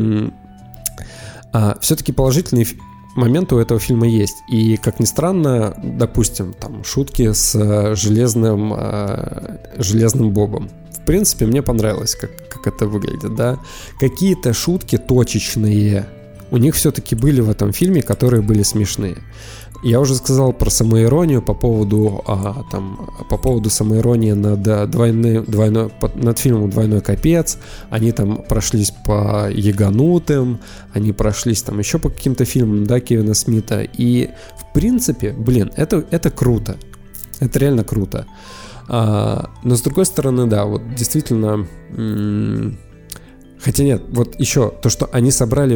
все-таки положительные моменты у этого фильма есть. И, как ни странно, допустим, там шутки с железным Бобом. В принципе, мне понравилось, как это выглядит, да. Какие-то шутки точечные у них все-таки были в этом фильме, которые были смешные. Я уже сказал про самоиронию по поводу самоиронии над фильмом «Двойной капец». Они там прошлись по «Яганутым», они прошлись там еще по каким-то фильмам, да, Кевина Смита. И, в принципе, это круто. Это реально круто. Но, с другой стороны, да, вот действительно... Хотя нет, вот еще то, что они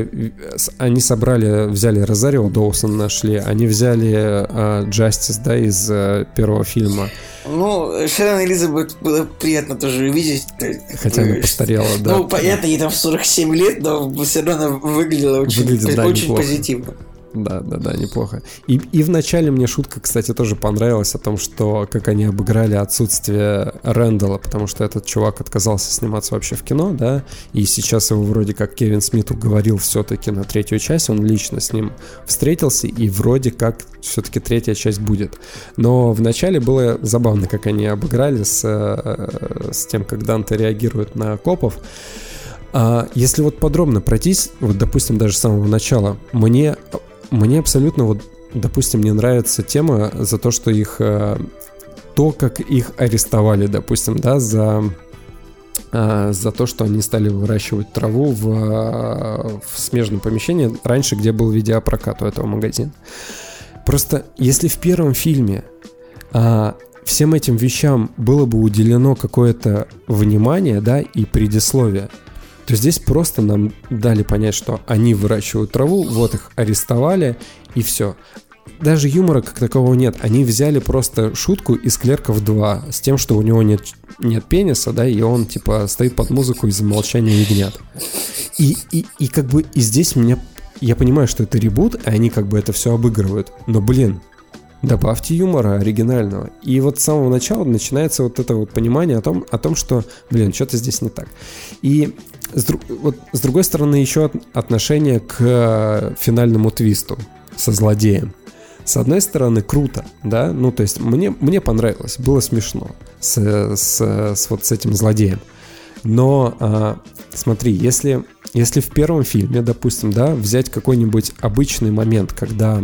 взяли Розарио Доусон, нашли, они взяли Джастис, да, из первого фильма. Ну, Шерон Элизабет было приятно тоже увидеть. Хотя она постарела, да. Ну, понятно, ей там 47 лет, но все равно выглядела очень позитивно. Да, неплохо. И вначале мне шутка, кстати, тоже понравилась о том, что как они обыграли отсутствие Рэндалла, потому что этот чувак отказался сниматься вообще в кино, да, и сейчас его вроде как Кевин Смит уговорил все-таки на третью часть, он лично с ним встретился, и вроде как все-таки третья часть будет. Но вначале было забавно, как они обыграли с тем, как Данте реагирует на копов. Если вот подробно пройтись, вот, допустим, даже с самого начала, мне абсолютно, вот, допустим, не нравится тема за то, что то, как их арестовали, допустим, да, за то, что они стали выращивать траву в смежном помещении, раньше, где был видеопрокат у этого магазина. Просто, если в первом фильме всем этим вещам было бы уделено какое-то внимание, да, и предисловие, то здесь просто нам дали понять, что они выращивают траву, вот их арестовали, и все. Даже юмора как такового нет. Они взяли просто шутку из «Клерков 2» с тем, что у него нет пениса, да, и он, типа, стоит под музыку из-за молчания ягнят. И как бы и здесь я понимаю, что это ребут, и они как бы это все обыгрывают. Но, блин, добавьте юмора оригинального. И вот с самого начала начинается вот это вот понимание о том, что, блин, что-то здесь не так. И с другой стороны, еще отношение к финальному твисту со злодеем. С одной стороны, круто, да, ну, то есть мне понравилось, было смешно с этим злодеем. Но смотри, если в первом фильме, допустим, да, взять какой-нибудь обычный момент, когда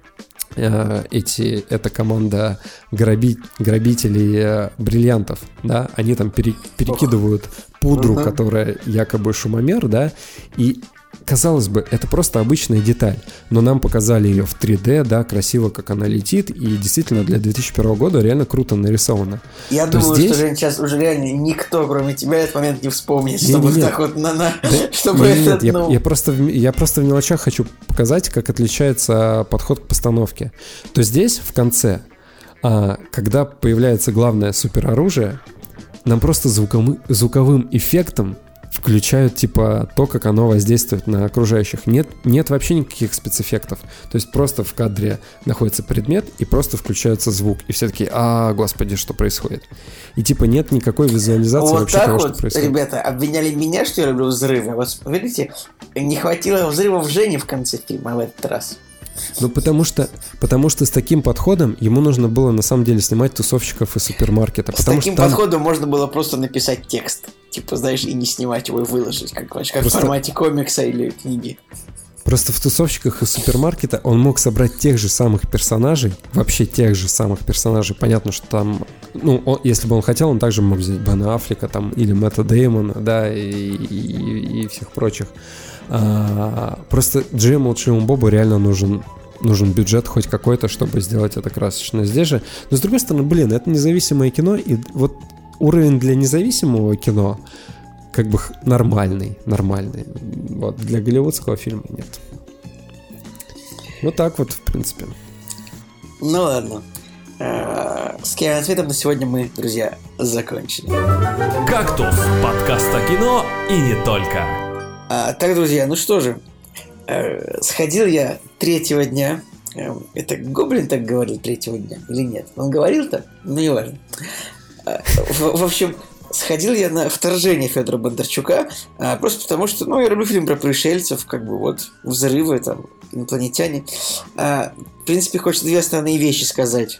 эта команда грабителей бриллиантов, да, они там перекидывают пудру, которая якобы шумомер, да, и казалось бы, это просто обычная деталь, но нам показали ее в 3D, да, красиво, как она летит, и действительно для 2001 года реально круто нарисовано. Я думаю, что сейчас уже реально никто, кроме тебя, этот момент не вспомнит, чтобы так вот чтобы это... Я просто в мелочах хочу показать, как отличается подход к постановке. То здесь, в конце, когда появляется главное супероружие, нам просто звуковым эффектом включают, типа, то, как оно воздействует на окружающих. Нет вообще никаких спецэффектов. То есть просто в кадре находится предмет, и просто включается звук. И все такие, господи, что происходит? И типа нет никакой визуализации вот вообще того, что происходит. Ребята, обвиняли меня, что я люблю взрывы. Вот видите, не хватило взрывов Жени в конце фильма в этот раз. Ну, потому что с таким подходом ему нужно было на самом деле снимать тусовщиков из супермаркета. С таким подходом можно было просто написать текст. Типа, знаешь, и не снимать его, и выложить, как в формате комикса или книги. Просто в тусовщиках из супермаркета он мог собрать тех же самых персонажей, вообще тех же самых персонажей. Понятно, что там, если бы он хотел, он также мог взять Бена Аффлека там, или Мэтта Дэймона, да, и всех прочих. Просто Джиму Молчаливому Бобу реально нужен бюджет хоть какой-то, чтобы сделать это красочно. Здесь же, но с другой стороны, блин, это независимое кино, и вот уровень для независимого кино как бы нормальный. Вот, для голливудского фильма нет. Вот так вот, в принципе. Ну ладно. С киноответом на сегодня мы, друзья, закончили. «Кактус» – подкаст о кино и не только. Так, друзья, ну что же. Сходил я 3-го дня. Это Гоблин так говорил 3-го дня или нет? Он говорил так? Ну, не важно. В общем, сходил я на «Вторжение» Федора Бондарчука, просто потому что, я люблю фильм про пришельцев, взрывы, там, инопланетяне. В принципе, хочется 2 основные вещи сказать.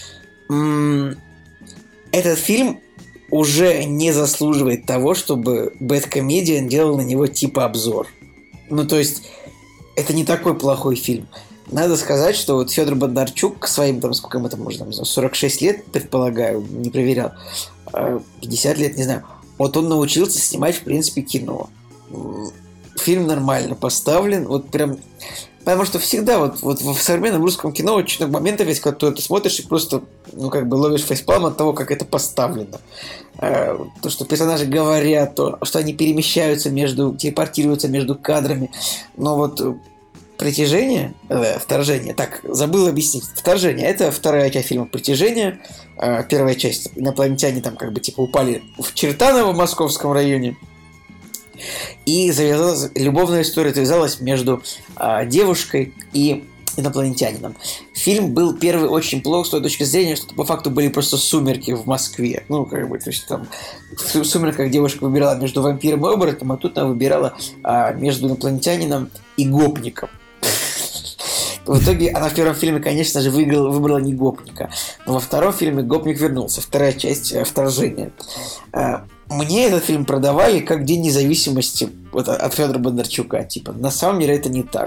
Этот фильм уже не заслуживает того, чтобы Bad-Comedian делал на него типа обзор. То есть, это не такой плохой фильм. Надо сказать, что вот Федор Бондарчук к своим, сколько ему там, может, 46 лет, предполагаю, не проверял, 50 лет, не знаю, вот он научился снимать, в принципе, кино. Фильм нормально поставлен, вот прям... Потому что всегда вот в современном русском кино очень много моментов есть, когда ты смотришь и просто, ловишь фейспалм от того, как это поставлено. То, что персонажи говорят, то, что они перемещаются телепортируются между кадрами. Но вот «Вторжение», так, забыл объяснить. «Вторжение» — это вторая часть фильма «Притяжение». Первая часть, инопланетяне там упали в Чертаново в московском районе. И любовная история завязалась между девушкой и инопланетянином. Фильм был первый очень плох с той точки зрения, что по факту были просто сумерки в Москве. То есть там в «Сумерках» девушка выбирала между вампиром и оборотнем, а тут она выбирала между инопланетянином и гопником. В итоге она в первом фильме, конечно же, выбрала не гопника. Но во втором фильме гопник вернулся. Вторая часть «Вторжение». Мне этот фильм продавали как День независимости от Федора Бондарчука. На самом деле это не так.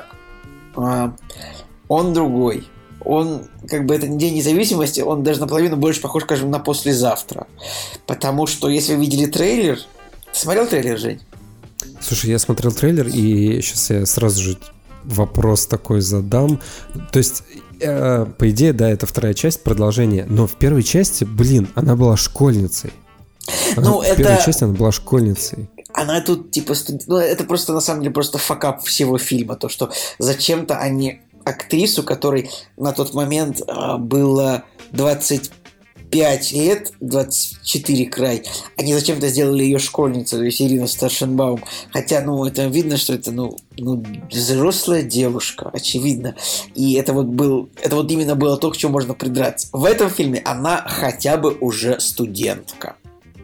Он другой. Это не День независимости, он даже наполовину больше похож, скажем, на «Послезавтра». Потому что, если вы видели трейлер... Ты смотрел трейлер, Жень? Слушай, я смотрел трейлер, и сейчас я сразу же вопрос такой задам. То есть, по идее, да, это вторая часть, продолжение. Но в первой части, она была школьницей. В первой части она была школьницей. Она тут, это просто, на самом деле, просто факап всего фильма. То, что зачем-то они актрису, которой на тот момент было 25 лет, 24 край, они зачем-то сделали ее школьницей, то есть Ирина Старшенбаум. Хотя, это видно, что это, взрослая девушка, очевидно. И это именно было то, к чему можно придраться. В этом фильме она хотя бы уже студентка.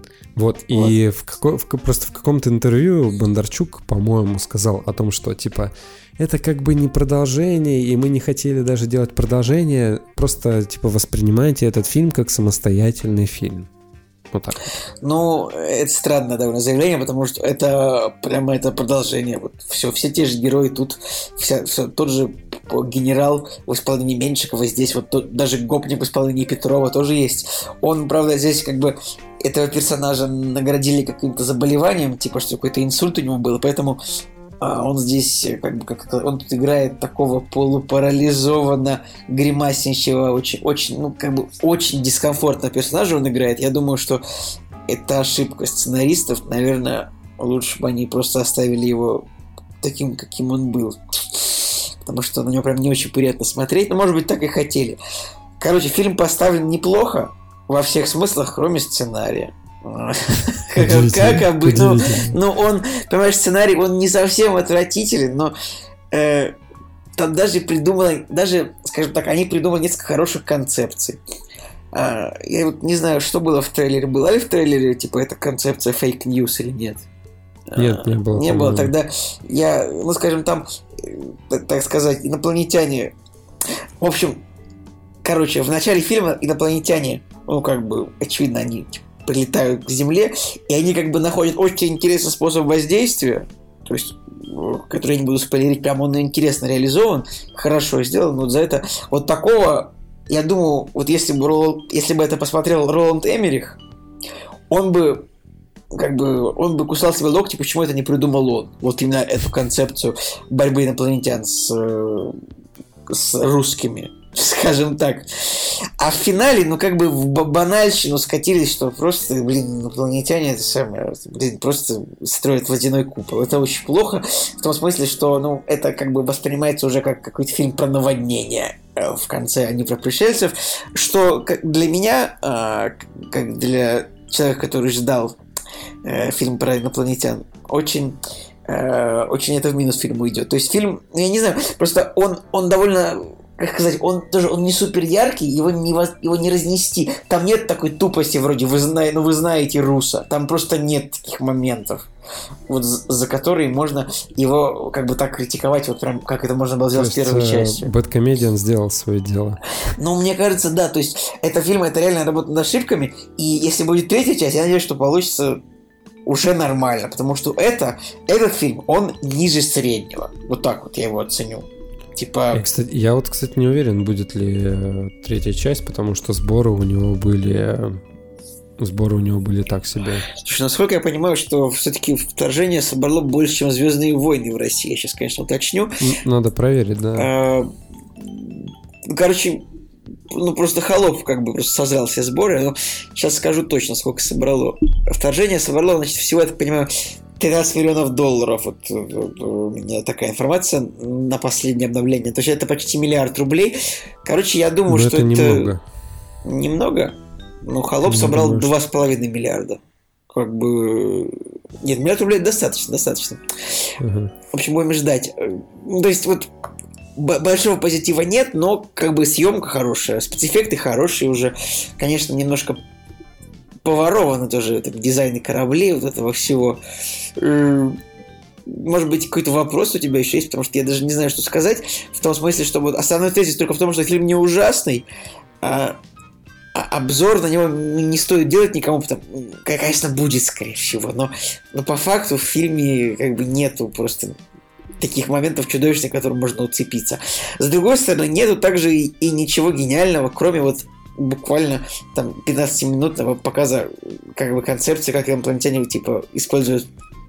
И просто в каком-то интервью Бондарчук, по-моему, сказал о том, что, это не продолжение, и мы не хотели даже делать продолжение, просто, воспринимайте этот фильм как самостоятельный фильм. Вот так. Это странное довольно заявление, потому что это прямо это продолжение. Все те же герои тут, тот же генерал в исполнении Меньшикова, здесь даже гопник в исполнении Петрова тоже есть. Он, правда, здесь этого персонажа наградили каким-то заболеванием, что какой-то инсульт у него был, поэтому он здесь он тут играет такого полупарализованно гримасничего, очень дискомфортного персонажа он играет. Я думаю, что это ошибка сценаристов. Наверное, лучше бы они просто оставили его таким, каким он был. Потому что на него прям не очень приятно смотреть. Но, может быть, так и хотели. Фильм поставлен неплохо во всех смыслах, кроме сценария. Как обычно. Понимаешь, сценарий, он не совсем отвратителен, но там скажем так, они придумали несколько хороших концепций. Я не знаю, что было в трейлере. Была ли в трейлере, эта концепция фейк-ньюс или нет? Нет, не было. Не было. Тогда скажем, там, так сказать, инопланетяне... В общем, в начале фильма инопланетяне, очевидно, они прилетают к Земле, и они находят очень интересный способ воздействия, то есть, который я не буду спойлерить, прям он интересно реализован, хорошо сделан, за это такого, я думаю, если бы это посмотрел Роланд Эммерих, он бы кусал себе локти, почему это не придумал он. Именно эту концепцию борьбы инопланетян с русскими. скажем так. А в финале, ну, как бы в банальщину скатились, что просто, инопланетяне это самое, просто строят водяной купол. Это очень плохо, в том смысле, что, ну, это как бы воспринимается уже как какой-то фильм про наводнение в конце, а не про пришельцев, что для меня, как для человека, который ждал фильм про инопланетян, очень это в минус фильму идет. То есть фильм, я не знаю, просто он довольно, как сказать, он не супер яркий, его не разнести. Там нет такой тупости вроде вы знаете Руса. Там просто нет таких моментов, вот за которые можно его как бы так критиковать, вот прям как это можно было сделать в первой части. Бэдкомедиан сделал свое дело. Ну, мне кажется, да, то есть это реально работа над ошибками, и если будет третья часть, я надеюсь, что получится уже нормально, потому что этот фильм, он ниже среднего. Вот так вот я его оценю. Типа... Я, кстати, не уверен, будет ли третья часть, потому что сборы у него были так себе. Слушай, насколько я понимаю, что все-таки вторжение собрало больше, чем «Звездные войны» в России. Я сейчас, конечно, уточню. Надо проверить, да. Короче, просто «Холоп» как бы просто созрел все сборы. Но сейчас скажу точно, сколько собрало. Вторжение собрало, значит, всего, я так понимаю, $13 миллионов. Вот у меня такая информация на последнее обновление. То есть это почти $1 миллиард. Короче, я думаю, что это... немного. Немного? Ну, «Холоп» собрал $2,5 миллиарда. Как бы... Нет, $1 миллиард достаточно. Угу. В общем, будем ждать. То есть вот большого позитива нет, но как бы съемка хорошая, спецэффекты хорошие уже. Конечно, немножко поворованы тоже дизайны кораблей, вот этого всего. Может быть, какой-то вопрос у тебя еще есть, потому что я даже не знаю, что сказать. В том смысле, что вот основной тезис только в том, что фильм не ужасный, а обзор на него не стоит делать никому, потому, конечно, будет, скорее всего, но по факту в фильме как бы нету просто таких моментов чудовищных, к которым можно уцепиться. С другой стороны, нету также и ничего гениального, кроме вот буквально там 15-минутного показа как бы концепции, как инопланетяне типа используют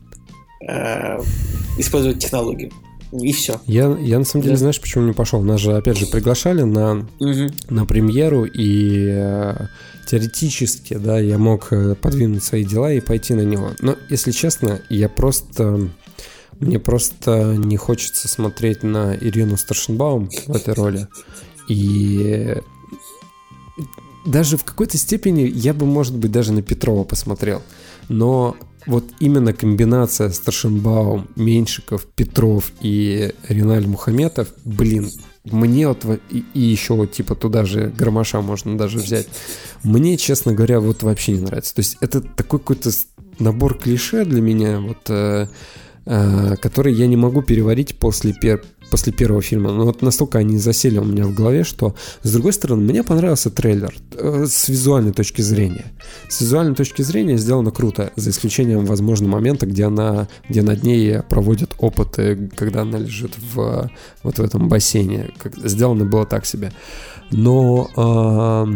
технологию. И все. Я на самом деле, знаешь, почему не пошел? Нас же, опять же, приглашали на премьеру, и теоретически, да, я мог подвинуть свои дела и пойти на него. Но, если честно, мне просто не хочется смотреть на Ирину Старшенбаум в этой роли. И даже в какой-то степени я бы, может быть, даже на Петрова посмотрел. Но вот именно комбинация Старшенбаум, Меньшиков, Петров и Риналь Мухаметов, мне вот и еще вот типа туда же Гармаша можно даже взять. Мне, честно говоря, вот вообще не нравится. То есть это такой какой-то набор клише для меня, вот, который я не могу переварить после первого фильма. Но вот настолько они засели у меня в голове, что, с другой стороны, мне понравился трейлер с визуальной точки зрения. С визуальной точки зрения сделано круто, за исключением, возможно, момента, где над ней проводят опыты, когда она лежит вот в этом бассейне. Сделано было так себе. Но...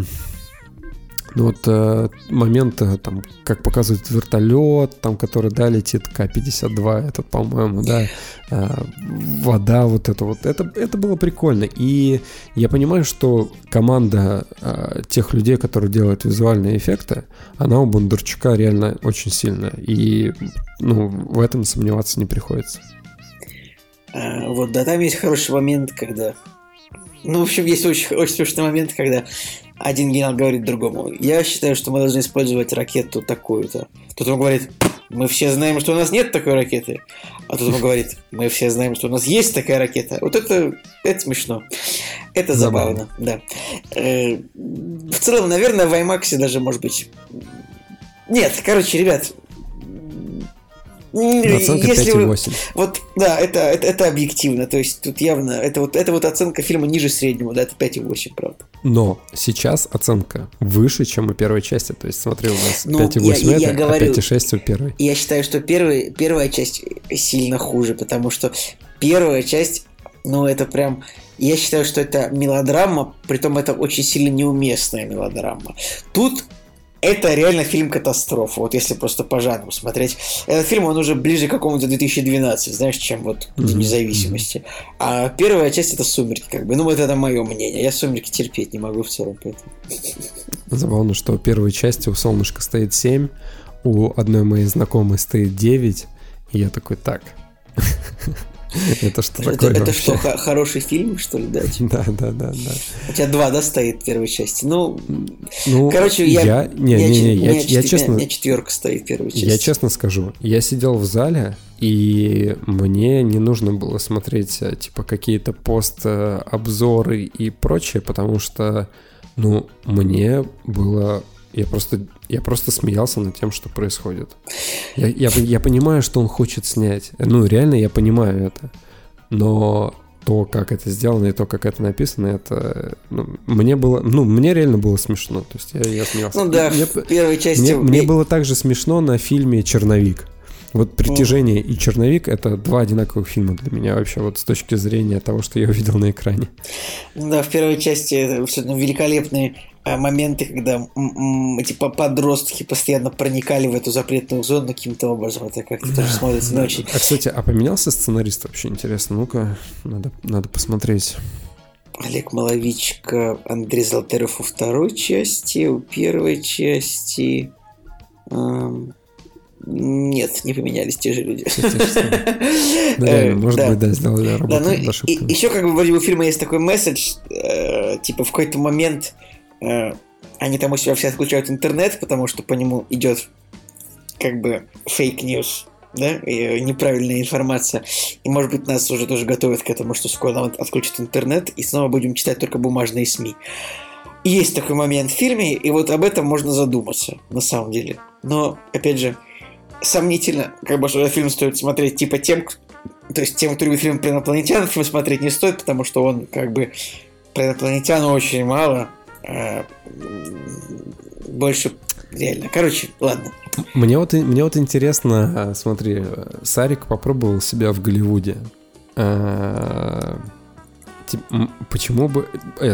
вот момент, там, как показывают вертолет, там, который, да, летит К-52, этот, по-моему, да, вода, вот это было прикольно. И я понимаю, что команда тех людей, которые делают визуальные эффекты, она у Бондарчука реально очень сильная. И, в этом сомневаться не приходится. Вот, да, там есть хороший момент, когда... в общем, есть очень, очень смешный момент, когда один генерал говорит другому: я считаю, что мы должны использовать ракету такую-то. Тот ему говорит: мы все знаем, что у нас нет такой ракеты. А тот ему говорит: мы все знаем, что у нас есть такая ракета. Вот это смешно. Это забавно, да. В целом, наверное, в IMAX даже, может быть... Нет, короче, ребят... Оценка 5,8. Вот, да, это объективно. То есть тут явно это вот оценка фильма ниже среднего, да, это 5,8, правда. Но сейчас оценка выше, чем у первой части. То есть, смотри, у нас 5,8 это, а 5,6 у первой. Я считаю, что первая часть сильно хуже, потому что первая часть, это прям... Я считаю, что это мелодрама, притом это очень сильно неуместная мелодрама. Тут это реально фильм-катастрофа, вот если просто по жанру смотреть. Этот фильм, он уже ближе к какому-то 2012, знаешь, чем вот День независимости. А первая часть — это «Сумерки», как бы. Ну, вот это мое мнение. Я «Сумерки» терпеть не могу в целом, поэтому. Забавно, что у первой части у «Солнышка» стоит 7, у одной моей знакомой стоит 9, и я такой, так... Это что такое? Это что, хороший фильм, что ли, да? Да. У тебя 2, да, стоит в первой части? Ну, короче, я честно... У меня 4 стоит в первой части. Я честно скажу, я сидел в зале, и мне не нужно было смотреть, типа, какие-то пост-обзоры и прочее, потому что, мне было... Я просто смеялся над тем, что происходит. Я понимаю, что он хочет снять. Реально я понимаю это. Но то, как это сделано и то, как это написано, это... мне реально было смешно. То есть я смеялся. В первой части... Мне было также смешно на фильме «Черновик». Вот «Притяжение» и «Черновик» — это 2 одинаковых фильма для меня вообще, вот с точки зрения того, что я увидел на экране. Да, в первой части великолепные моменты, когда типа подростки постоянно проникали в эту запретную зону каким-то образом. Это как-то тоже смотрится не очень. Кстати, поменялся сценарист вообще, интересно? Ну-ка, надо посмотреть. Олег Маловичка, Андрей Золотарев у второй части, у первой части... Нет, не поменялись те же люди. Может быть, сделали работу над ошибками. Еще как бы вроде у фильма есть такой месседж, типа в какой-то момент они там у себя все отключают интернет, потому что по нему идет как бы фейк-ньюс, да, и неправильная информация. И, может быть, нас уже тоже готовят к этому, что скоро нам отключат интернет, и снова будем читать только бумажные СМИ. И есть такой момент в фильме, и вот об этом можно задуматься, на самом деле. Но, опять же, сомнительно, как бы, что этот фильм стоит смотреть типа тем, кто любит фильм про инопланетян, фильм смотреть не стоит, потому что он как бы про инопланетян очень мало, больше реально. Короче, ладно. Мне вот интересно, смотри, Сарик попробовал себя в Голливуде. Почему бы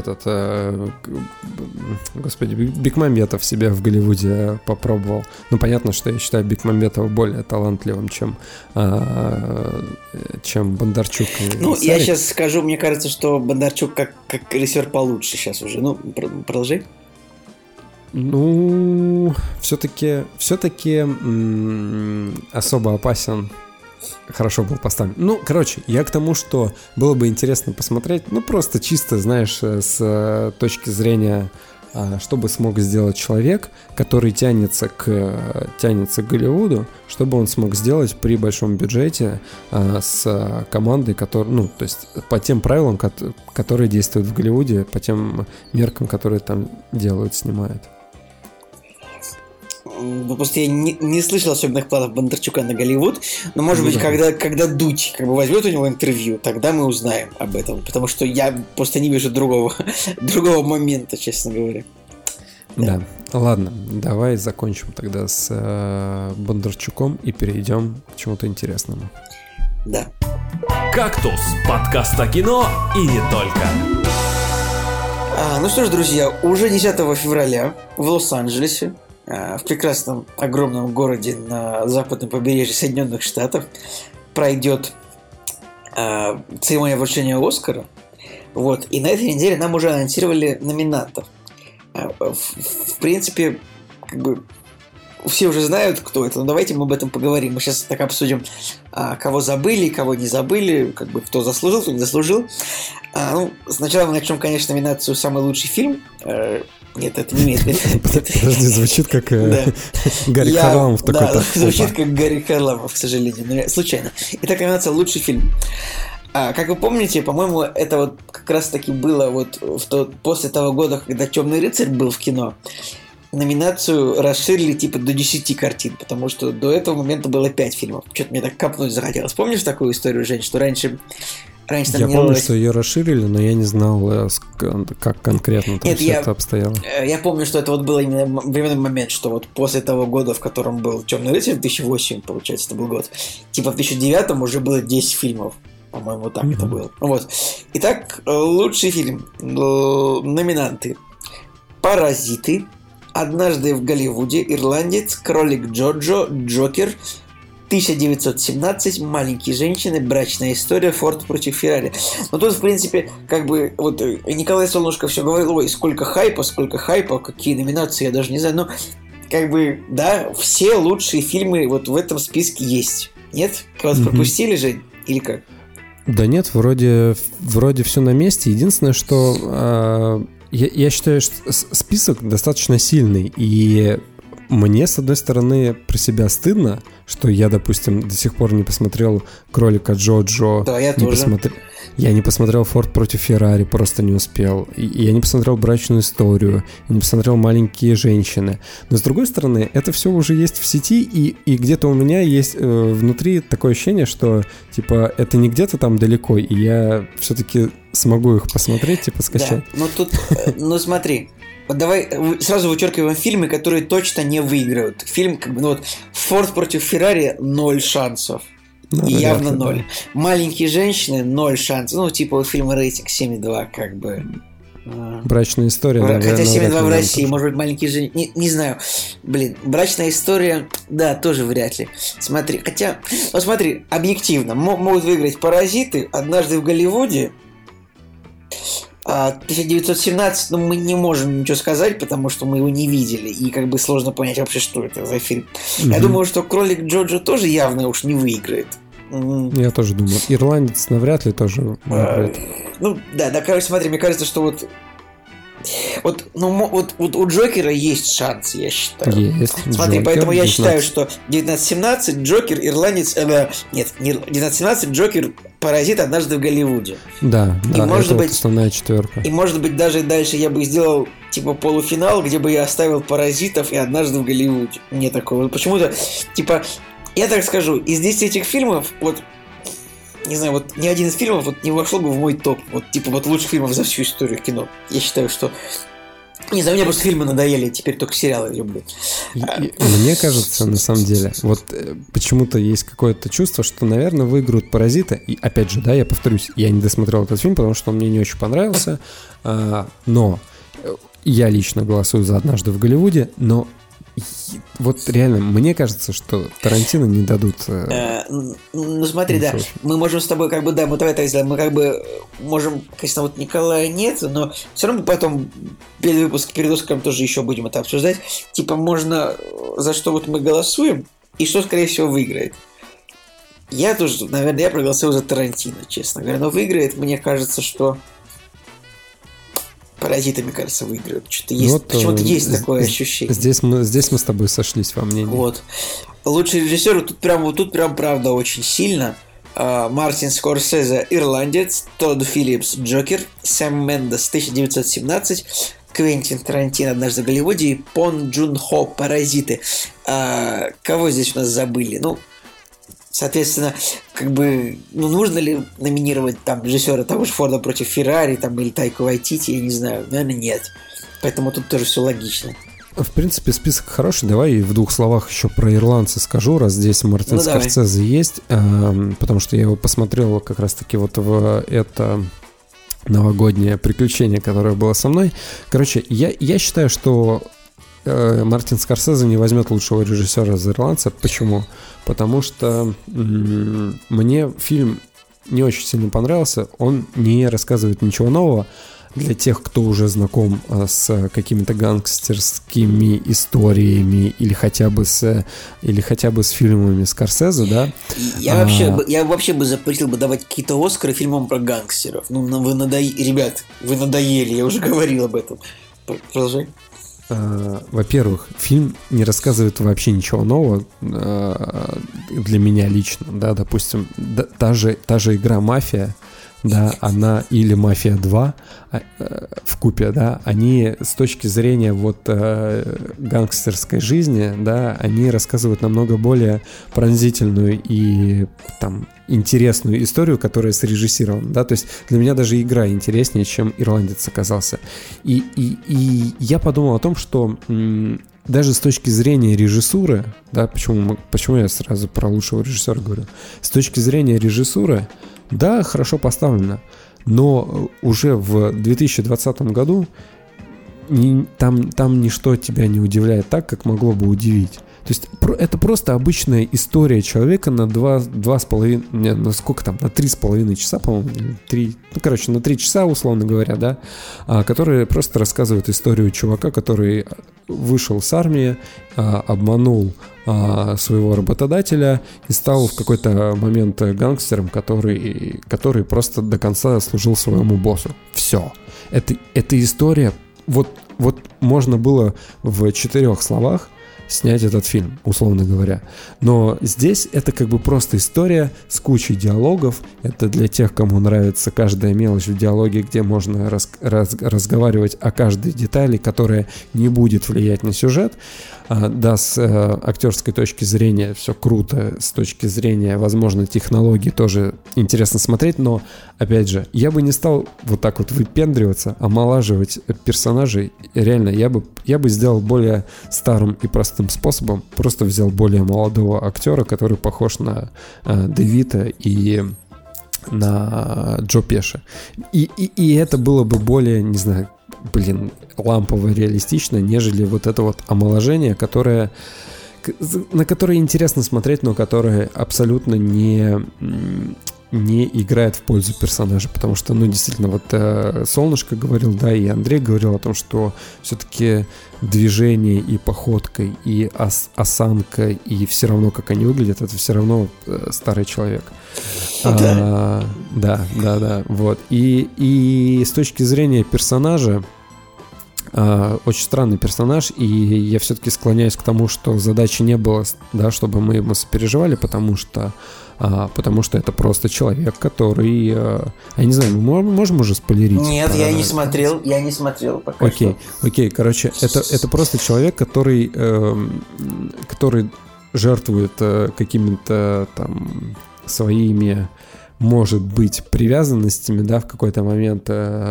Бекмамбетов себя в Голливуде попробовал? Понятно, что я считаю Бекмамбетова более талантливым, чем Бондарчук. Я сейчас скажу, мне кажется, что Бондарчук как режиссер получше сейчас уже. Продолжи. Все-таки особо опасен. Хорошо был поставлен. Я к тому, что было бы интересно посмотреть, просто чисто, знаешь, с точки зрения, что бы смог сделать человек, который тянется к Голливуду, что бы он смог сделать при большом бюджете с командой, которая, то есть по тем правилам, которые действуют в Голливуде, по тем меркам, которые там делают, снимают. Просто я не слышал особенных планов Бондарчука на Голливуд, но, может быть, когда Дудь как бы возьмет у него интервью, тогда мы узнаем об этом, потому что я просто не вижу другого момента, честно говоря. Да, ладно, давай закончим тогда с Бондарчуком и перейдем к чему-то интересному. Да. «Кактус» – подкаст о кино и не только. Ну что ж, друзья, уже 10 февраля в Лос-Анджелесе, в прекрасном огромном городе на западном побережье Соединенных Штатов, пройдет церемония вручения Оскара. Вот. И на этой неделе нам уже анонсировали номинантов. В принципе, как бы все уже знают, кто это, но давайте мы об этом поговорим. Мы сейчас так обсудим, кого забыли, кого не забыли, как бы кто заслужил, кто не заслужил. Сначала мы начнем, конечно, номинацию «Самый лучший фильм». Нет, это не имеет. Подожди, звучит как Гарик Харламов такой. Да, звучит как Гарик Харламов, к сожалению, но случайно. Итак, номинация «Лучший фильм». Как вы помните, по-моему, это вот как раз-таки было вот после того года, когда «Темный рыцарь» был в кино. Номинацию расширили типа до 10 картин, потому что до этого момента было 5 фильмов. Что-то мне так копнуть захотелось. Помнишь такую историю, Жень, что раньше я помню, что ее расширили, но я не знал, как конкретно там все это обстояло. Я помню, что это вот был именно временной момент, что вот после того года, в котором был «Темный рыцарь», 2008, получается, это был год, типа в 2009 уже было 10 фильмов. По-моему, так это было. Вот. Итак, лучший фильм. Номинанты: «Паразиты», «Однажды в Голливуде», «Ирландец», «Кролик Джоджо», «Джокер», 1917, «Маленькие женщины», «Брачная история», «Форд против Феррари». Но тут, в принципе, как бы, вот Николай Солнышко все говорил, ой, сколько хайпа, какие номинации, я даже не знаю, но, как бы, да, все лучшие фильмы вот в этом списке есть. Нет? Вас пропустили, Жень? Или как? Да нет, вроде все на месте. Единственное, что я считаю, что список достаточно сильный, и мне, с одной стороны, про себя стыдно, что я, допустим, до сих пор не посмотрел «Кролика Джоджо». Да, я тоже. Я не посмотрел «Форд против Феррари», просто не успел. И я не посмотрел «Брачную историю», не посмотрел «Маленькие женщины». Но, с другой стороны, это все уже есть в сети, и где-то у меня есть внутри такое ощущение, что, типа, это не где-то там далеко, и я все-таки смогу их посмотреть, типа, скачать. Да, ну смотри. Вот давай сразу вычеркиваем фильмы, которые точно не выиграют. Фильм, как бы, ну вот, «Форд против Феррари» 0 шансов. И явно 0. Да. «Маленькие женщины» 0 шансов. Ну, типа, у фильма рейтинг 7,2, как бы. «Брачная история». Да, хотя 7,2 в России, тоже. Может быть, «Маленькие женщины». Не знаю. Блин, «Брачная история», да, тоже вряд ли. Смотри, хотя, вот смотри, объективно, могут выиграть «Паразиты», «Однажды в Голливуде», 1917, но мы не можем ничего сказать, потому что мы его не видели, и как бы сложно понять вообще, что это за фильм. Я думаю, что «Кролик Джоджо» тоже явно уж не выиграет. Я тоже думаю. «Ирландец» навряд ли тоже выиграет. Ну, да, короче, смотри, мне кажется, что вот у Джокера есть шанс, я считаю. Есть. Смотри, Джокер, поэтому я считаю, что 1917, Джокер, Ирландец, нет, 1917, Джокер, Паразит, Однажды в Голливуде. Да, и может это быть, основная четверка. И может быть даже дальше я бы сделал типа полуфинал, где бы я оставил Паразитов и Однажды в Голливуде. Не такого. Почему-то, типа, я так скажу, из 10 этих фильмов, вот, не знаю, вот ни один из фильмов вот не вошел бы в мой топ. Вот типа вот лучших фильмов за всю историю кино. Я считаю, что... Не знаю, мне просто фильмы надоели, теперь только сериалы люблю. Мне кажется, на самом деле, вот почему-то есть какое-то чувство, что, наверное, выиграют «Паразиты». И опять же, да, я повторюсь, я не досмотрел этот фильм, потому что он мне не очень понравился. Но я лично голосую за «Однажды в Голливуде», но вот реально, мне кажется, что Тарантино не дадут... Ну смотри, да, мы можем с тобой как бы, да, мы давай так сделаем, мы как бы можем, конечно, вот Николая нет, но все равно потом перед выпуском тоже еще будем это обсуждать. Типа можно, за что вот мы голосуем, и что, скорее всего, выиграет. Я тоже, наверное, я проголосую за Тарантино, честно говоря, но выиграет, мне кажется, что... «Паразиты», мне кажется, выиграют. Что-то есть, вот, почему-то есть такое ощущение. Здесь мы с тобой сошлись во мнении. Вот. Лучший режиссер тут прям правда очень сильно. Мартин Скорсезе «Ирландец», Тодд Филлипс «Джокер», Сэм Мендес «1917», Квентин Тарантино «Однажды в Голливуде» и Пон Джун Хо «Паразиты». Кого здесь у нас забыли? Ну, соответственно, как бы, ну, нужно ли номинировать там режиссера того же «Форда против Феррари» там, или Тайку Вайтити, я не знаю, наверное, нет. Поэтому тут тоже все логично. В принципе, список хороший. Давай в двух словах еще про «Ирландца» скажу, раз здесь Мартин Скорсезе есть, потому что я его посмотрел как раз-таки вот в это новогоднее приключение, которое было со мной. Короче, я считаю, что Мартин Скорсезе не возьмет лучшего режиссера за «Ирландца». Почему? Потому что мне фильм не очень сильно понравился. Он не рассказывает ничего нового для тех, кто уже знаком с какими-то гангстерскими историями или хотя бы с фильмами Скорсезе, да. Я вообще бы запретил бы давать какие-то «Оскары» фильмам про гангстеров. Ну, ребят, вы надоели, я уже говорил об этом. Продолжай. Во-первых, фильм не рассказывает вообще ничего нового для меня лично, да, допустим, та же игра «Мафия», да, она или «Мафия 2» вкупе, да, они с точки зрения вот гангстерской жизни, да, они рассказывают намного более пронзительную и там интересную историю, которая срежиссирована, да, то есть для меня даже игра интереснее, чем «Ирландец» оказался. И я подумал о том, что даже с точки зрения режиссуры, да, почему я сразу про лучшего режиссера говорю, с точки зрения режиссуры, да, хорошо поставлено, но уже в 2020 году там ничто тебя не удивляет так, как могло бы удивить. То есть это просто обычная история человека на 2,5, на сколько там, на 3,5 часа, по-моему, 3, на 3 часа, условно говоря, да, который просто рассказывает историю чувака, который вышел с армии, обманул своего работодателя и стал в какой-то момент гангстером, который просто до конца служил своему боссу. Все. Эта история, вот можно было в 4 словах снять этот фильм, условно говоря. Но здесь это как бы просто история с кучей диалогов. Это для тех, кому нравится каждая мелочь в диалоге, где можно разговаривать о каждой детали, которая не будет влиять на сюжет. Да, с актерской точки зрения все круто, с точки зрения, возможно, технологий тоже интересно смотреть, но, опять же, я бы не стал вот так вот выпендриваться, омолаживать персонажей. Реально, я бы сделал более старым и простым способом, просто взял более молодого актера, который похож на Девита и на Джо Пеши. И это было бы более, не знаю, лампово реалистично, нежели вот это вот омоложение, на которое интересно смотреть, но которое абсолютно не играет в пользу персонажа, потому что, действительно, вот Солнышко говорил, да, и Андрей говорил о том, что все-таки движение и походка, и осанка, и все равно, как они выглядят, это все равно старый человек. Да, вот. И с точки зрения персонажа, очень странный персонаж, и я все-таки склоняюсь к тому, что задачи не было, да, чтобы мы ему сопереживали, потому что это просто человек, который... Я не знаю, мы можем уже спойлерить? Нет, я не смотрел пока что. Окей, короче, это просто человек, который жертвует какими-то там своими, может быть, привязанностями, да, в какой-то момент,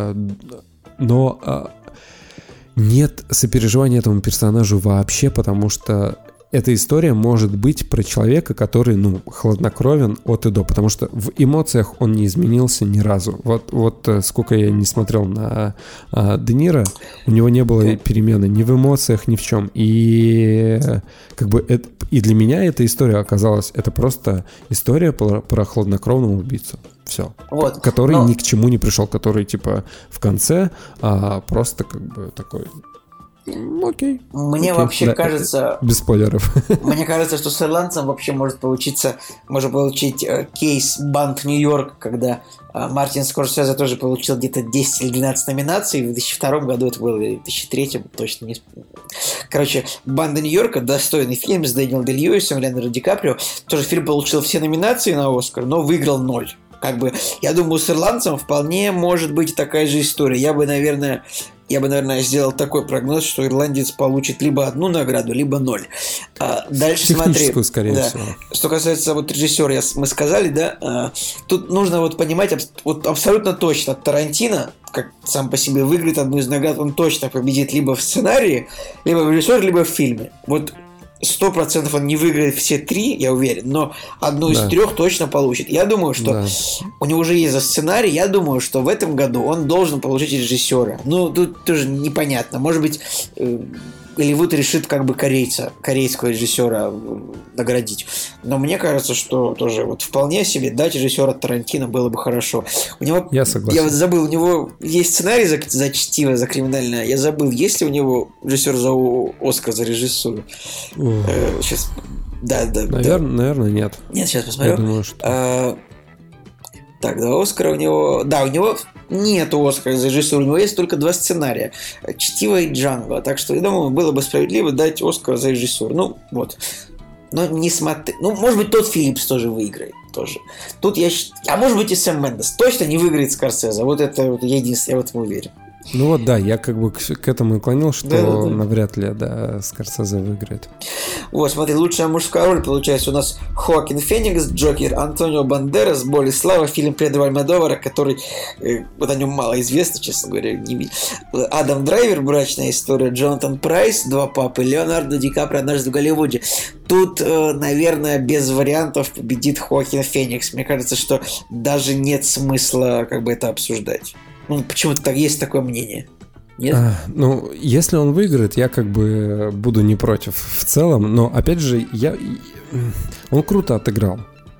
но нет сопереживания этому персонажу вообще, потому что эта история может быть про человека, который, хладнокровен от и до, потому что в эмоциях он не изменился ни разу. Вот сколько я не смотрел на Де Ниро, у него не было перемены ни в эмоциях, ни в чем. И как бы и для меня эта история оказалась, это просто история про хладнокровного убийцу. Все. Вот. Который ни к чему не пришел, который типа в конце просто как бы такой... Окей. Мне вообще кажется... Без спойлеров. Мне кажется, что с ирландцем вообще можно получить кейс «Банд Нью-Йорк», когда Мартин Скорсезе тоже получил где-то 10 или 12 номинаций. В 2002 году это было, или в 2003, точно не... Короче, «Банда Нью-Йорка» — достойный фильм с Дэниелом Дэ-Льюисом, Леонардо Ди Каприо. Тоже фильм получил все номинации на «Оскар», но выиграл 0. Как бы, я думаю, с ирландцем вполне может быть такая же история. Я бы, наверное, сделал такой прогноз, что ирландец получит либо 1 награду, либо 0. Дальше смотри. Скорее всего. Что касается режиссера, мы сказали, да, тут нужно понимать абсолютно точно. Тарантино, как сам по себе выиграет одну из наград, он точно победит либо в сценарии, либо в режиссере, либо в фильме. 100% он не выиграет все 3, я уверен, но одну из 3 точно получит. Я думаю, что у него уже есть за сценарий, я думаю, что в этом году он должен получить режиссера. Тут тоже непонятно. Может быть, Голливуд решит как бы корейского режиссера наградить. Но мне кажется, что тоже вполне себе дать режиссера Тарантино было бы хорошо. У него, я согласен. Я забыл, у него есть сценарий за чтиво, за криминальное. Я забыл, есть ли у него режиссер за Оскар за режиссуру. Сейчас. Да. Наверное, нет. Нет, сейчас посмотрю. Я думаю, что... Так, до Оскара у него... Да, у него нет Оскара за режиссуру, у него есть только 2 сценария. «Чтиво» и «Джанго». Так что, я думаю, было бы справедливо дать Оскар за режиссуру. Но не смотри... может быть, Тодд Филлипс тоже выиграет. Тоже. Тут А может быть, и Сэм Мендес. Точно не выиграет Скорсезе. Это единственное, я в этом уверен. Я как бы к этому и клонил, что навряд ли, Скорсезе выиграет. Смотри, лучшая мужская роль получается у нас Хоакин Феникс, Джокер, Антонио Бандерас, «Боль и слава», фильм Педро Альмодовара, который о нем мало известно, честно говоря, не видел. Адам Драйвер, «Брачная история», Джонатан Прайс, «Два папы», Леонардо Ди Каприо, «Однажды в Голливуде». Тут, наверное, без вариантов победит Хоакин Феникс. Мне кажется, что даже нет смысла это обсуждать. Почему-то есть такое мнение. Нет? Ну, если он выиграет, я как бы буду не против в целом, но опять же, он круто отыграл.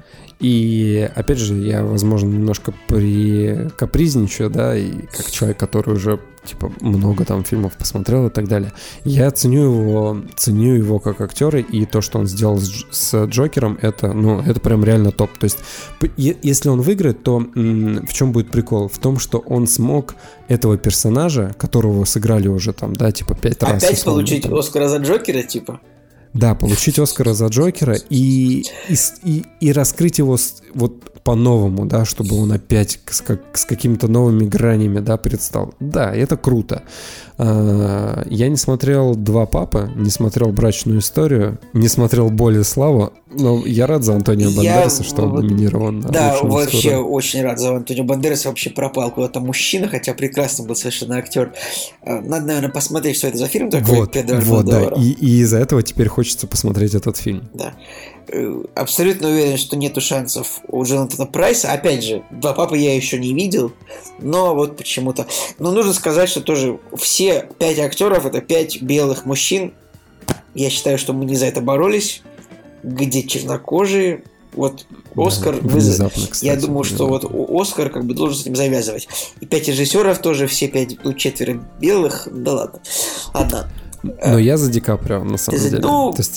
И, опять же, я, возможно, немножко прикапризничаю, да, и как человек, который уже, типа, много там фильмов посмотрел и так далее. Я ценю его как актера, и то, что он сделал с Джокером, это прям реально топ. То есть, если он выиграет, то в чем будет прикол? В том, что он смог этого персонажа, которого сыграли уже там, да, типа, 5 раз. Опять получить Оскара за Джокера, типа? Да, получить Оскара за Джокера и раскрыть его вот по-новому, да, чтобы он опять с какими-то новыми гранями, да, предстал. Да, это круто. Я не смотрел «Два папы», не смотрел «Брачную историю», не смотрел «Боль и славу», но я рад за Антонио Бандераса, что он номинирован. Да, вообще очень рад за Антонио Бандераса. Вообще пропал куда-то мужчина, хотя прекрасно был совершенно актер. Надо, наверное, посмотреть, что это за фильм такой. Вот, да, и из-за этого теперь хочется посмотреть этот фильм. Да. Абсолютно уверен, что нету шансов у Джонатана Прайса. Опять же, «Два папы» я еще не видел, но вот почему-то. Но нужно сказать, что тоже все 5 актеров — это 5 белых мужчин. Я считаю, что мы не за это боролись. Где чернокожие. Вот Оскар внезапно, кстати, я думаю, что вот Оскар как бы должен с этим завязывать. И 5 режиссеров тоже, все 4 белых. Да ладно. Ладно. Но я за Ди Каприо, на самом деле. То есть,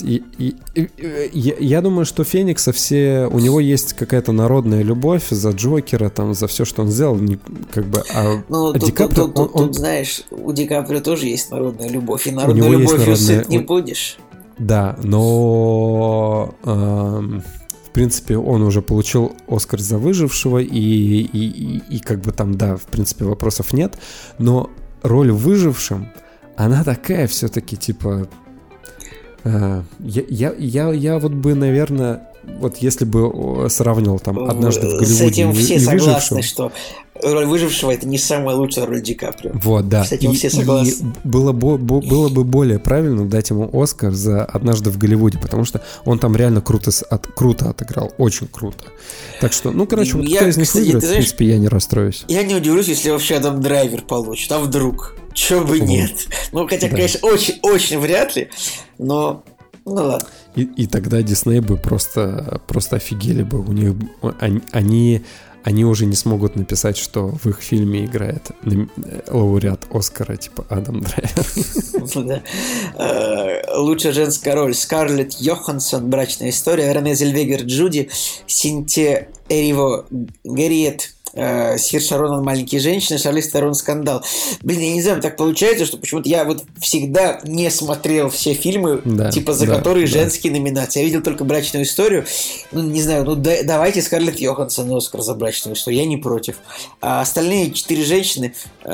я думаю, что Феникса у него есть какая-то народная любовь за Джокера, там, за все, что он сделал, как бы. Ди Каприо, тут, знаешь, у Ди Каприо тоже есть народная любовь, и народной любовью сыт не будешь. Да, но в принципе он уже получил Оскар за «Выжившего», и как бы там, да, в принципе вопросов нет, но роль в «Выжившем», она такая все-таки, типа... Я вот бы, наверное... Вот если бы сравнивал там «Однажды в Голливуде» с этим все согласны, «Выжившего», что роль «Выжившего» — это не самая лучшая роль Ди Каприо. Вот, да. С этим все согласны. И было бы более правильно дать ему Оскар за «Однажды в Голливуде», потому что он там реально круто отыграл. Очень круто. Так что, ну, короче, вот кто из них выиграет, в принципе, я не расстроюсь. Я не удивлюсь, если вообще Адам Драйвер получит. А вдруг? Чё бы нет? Ну, хотя, конечно, очень вряд ли, но... Ну ладно. И тогда Дисней бы просто офигели бы. У них они уже не смогут написать, что в их фильме играет лауреат Оскара, типа Адам Драйвер. Лучшая женская роль: Скарлетт Йоханссон, «Брачная история», Рене Зельвегер, Джуди, Синтия Эриво, Гарриет, Сир Шаронан, «Маленькие женщины», Шарлиз Терон, «Скандал». Блин, я не знаю, так получается, что почему-то я вот всегда не смотрел все фильмы, за которые женские номинации. Я видел только «Брачную историю». Ну, не знаю, давайте Скарлетт Йоханссон Оскар за «Брачную историю». Я не против. А остальные 4 женщины...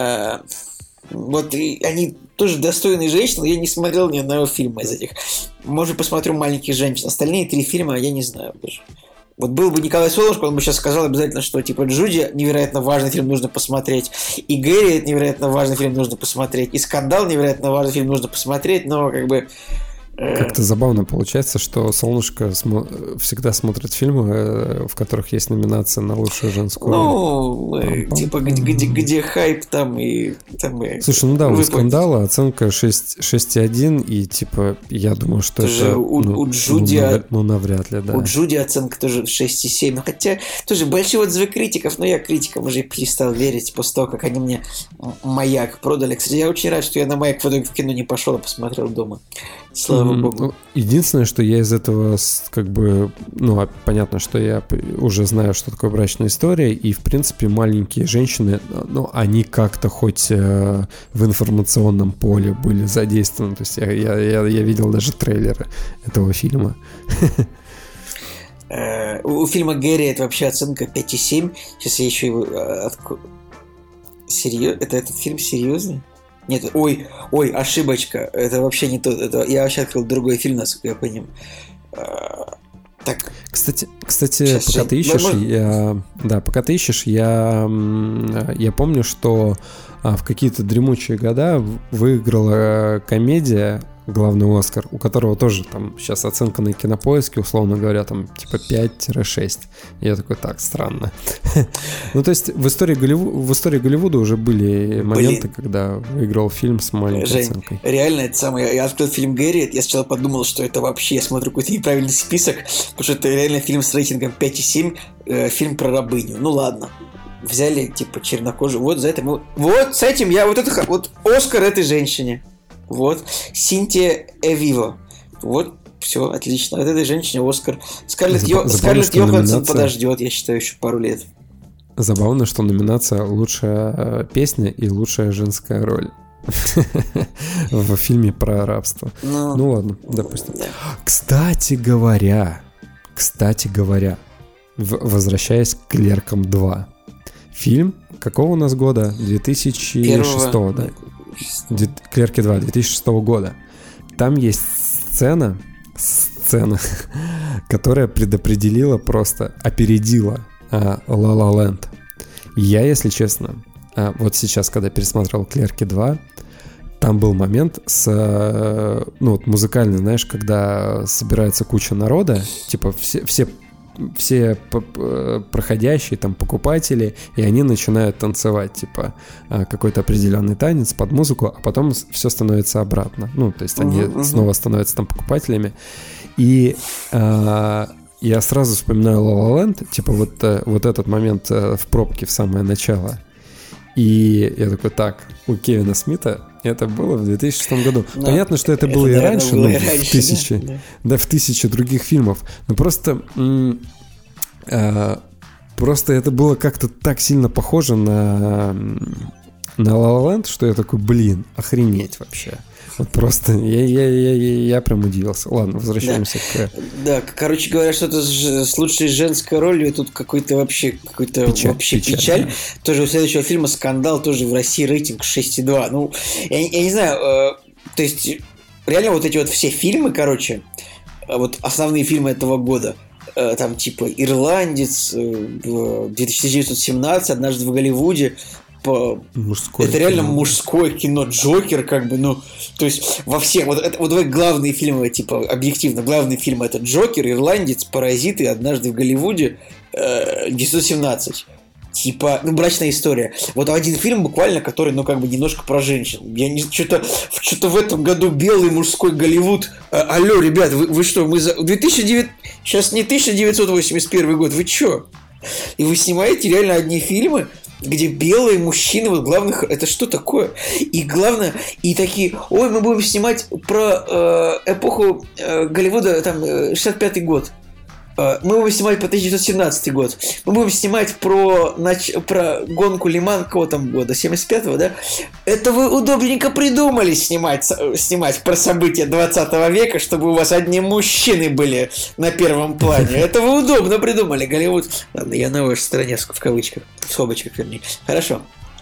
Вот и они тоже достойные женщины, я не смотрел ни одного фильма из этих. Может, посмотрю «Маленьких женщин». Остальные 3 фильма я не знаю даже. Вот был бы Николай Солнышко, он бы сейчас сказал обязательно, что типа Джуди невероятно важный фильм, нужно посмотреть, и Гэри невероятно важный фильм, нужно посмотреть, и Скандал невероятно важный фильм, нужно посмотреть, но как бы... Как-то забавно получается, что Солнышко всегда смотрит фильмы, в которых есть номинация на лучшую женскую. Ну, типа, где хайп, там и... Слушай, ну да, у «Скандала» оценка 6,1, и типа, я думаю, что это... У Джуди... Ну, навряд ли, да. У Джуди оценка тоже 6,7, хотя тоже большие отзывы критиков, но я критикам уже перестал верить после того, как они мне «Маяк» продали. Кстати, я очень рад, что я на «Маяк» в кино не пошел, а посмотрел дома. Слава богу. Единственное, что я из этого как бы... Ну, понятно, что я уже знаю, что такое «Брачная история», и, в принципе, «Маленькие женщины», ну, они как-то хоть в информационном поле были задействованы. То есть я видел даже трейлеры этого фильма. У фильма «Гэри» это вообще оценка 5,7. Сейчас я еще его... Серьезно? Этот фильм серьезный? Нет, ой, ошибочка. Это вообще не тот. Это я вообще открыл другой фильм, насколько я понимаю. Так. Кстати, пока ты ищешь, я помню, что в какие-то дремучие года выиграла комедия главный Оскар, у которого тоже там сейчас оценка на Кинопоиске, условно говоря, там типа 5-6. Я такой, так, странно. Ну, то есть в истории Голливуда уже были моменты, когда выиграл фильм с маленькой оценкой. Реально, это самое. Я открыл фильм «Гэри», я сначала подумал, что это вообще, я смотрю какой-то неправильный список, потому что это реально фильм с рейтингом 5,7, фильм про рабыню. Ну ладно. Взяли, типа, чернокожую. Вот за это мы... Вот с этим я... Вот Оскар этой женщине. Вот. Синтия Эвиво. Вот, все, отлично. От этой женщине Оскар. Скарлетт Йоханссон подождет, я считаю, еще пару лет. Забавно, что номинация «Лучшая песня» и «Лучшая женская роль» в фильме про рабство. Ну ладно, допустим. Кстати говоря, возвращаясь к «Клеркам 2». Фильм какого у нас года? 2006, да? «Клерки 2» 2006 года. Там есть сцена, которая опередила «Ла Ла Ленд». Я, если честно, вот сейчас, когда пересматривал «Клерки 2», там был момент музыкальный, знаешь, когда собирается куча народа, типа все проходящие там покупатели, и они начинают танцевать, типа, какой-то определенный танец под музыку, а потом все становится обратно. Ну, то есть они снова становятся там покупателями. И я сразу вспоминаю «Ла Ла Ленд», типа вот этот момент в пробке в самое начало. И я такой, так, у Кевина Смита это было в 2006 году. Но понятно, что это было и раньше, в тысячи других фильмов. Но просто это было как-то так сильно похоже на «Ла Ла Ленд», что я такой, блин, охренеть вообще. Вот просто я прям удивился. Ладно, возвращаемся к... Да, короче говоря, что-то с лучшей женской ролью, тут какой-то печаль. Тоже у следующего фильма «Скандал», тоже в России рейтинг 6,2. Ну, я не знаю, то есть реально вот эти вот все фильмы, короче, вот основные фильмы этого года, там типа «Ирландец», 1917, «Однажды в Голливуде», мужское это реально мужское кино, Джокер, как бы, ну, то есть во всех, вот давай главные фильмы, типа, объективно, главные фильмы это Джокер, Ирландец, Паразиты, Однажды в Голливуде, 1917. Типа, «Брачная история». Вот один фильм буквально, который, как бы немножко про женщин. Что-то в этом году белый мужской Голливуд. Алло, ребят, вы что, мы за 2009... Сейчас не 1981 год, вы чё? И вы снимаете реально одни фильмы, где белые мужчины, вот главных, это что такое? И главное, и такие, ой, мы будем снимать про эпоху Голливуда, там, 65-й год. Мы будем снимать про 1917 год. Мы будем снимать про гонку Лиман какого там года, 75-го, да? Это вы удобненько придумали снимать про события 20 века, чтобы у вас одни мужчины были на первом плане. Это вы удобно придумали, Голливуд. Ладно, я на вашей стороне, в кавычках, в скобочках, вернее. Хорошо.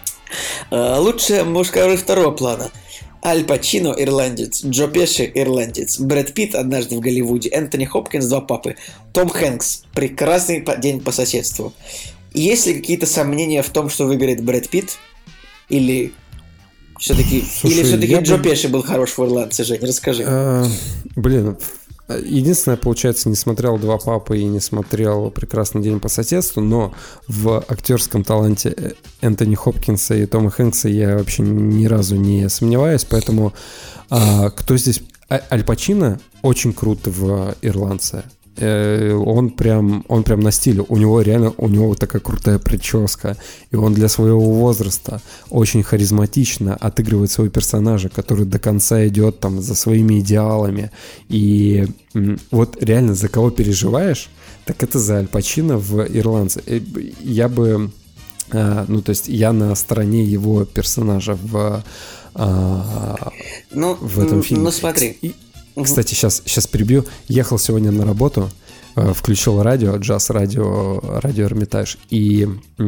Лучшая мужская роль второго плана. Аль Пачино, «Ирландец», Джо Пеши, «Ирландец», Брэд Питт, «Однажды в Голливуде», Энтони Хопкинс, «Два папы», Том Хэнкс, «Прекрасный день по соседству». Есть ли какие-то сомнения в том, что выиграет Брэд Питт? Или все-таки Джо Пеши был хорош в «Ирландце», Жень, расскажи. Блин, единственное, получается, не смотрел «Два папы» и не смотрел «Прекрасный день по соседству», но в актерском таланте Энтони Хопкинса и Тома Хэнкса я вообще ни разу не сомневаюсь, поэтому кто здесь... Аль Пачино очень круто в «Ирландце». Он прям на стиле. У него такая крутая прическа, и он для своего возраста очень харизматично отыгрывает своего персонажа, который до конца идет там за своими идеалами. И вот реально за кого переживаешь, так это за Аль Пачино в «Ирландце». Я бы... то есть я на стороне его персонажа в этом фильме. Ну смотри. Кстати, сейчас перебью. Ехал сегодня на работу, включил радио, джаз-радио, радио «Эрмитаж», и,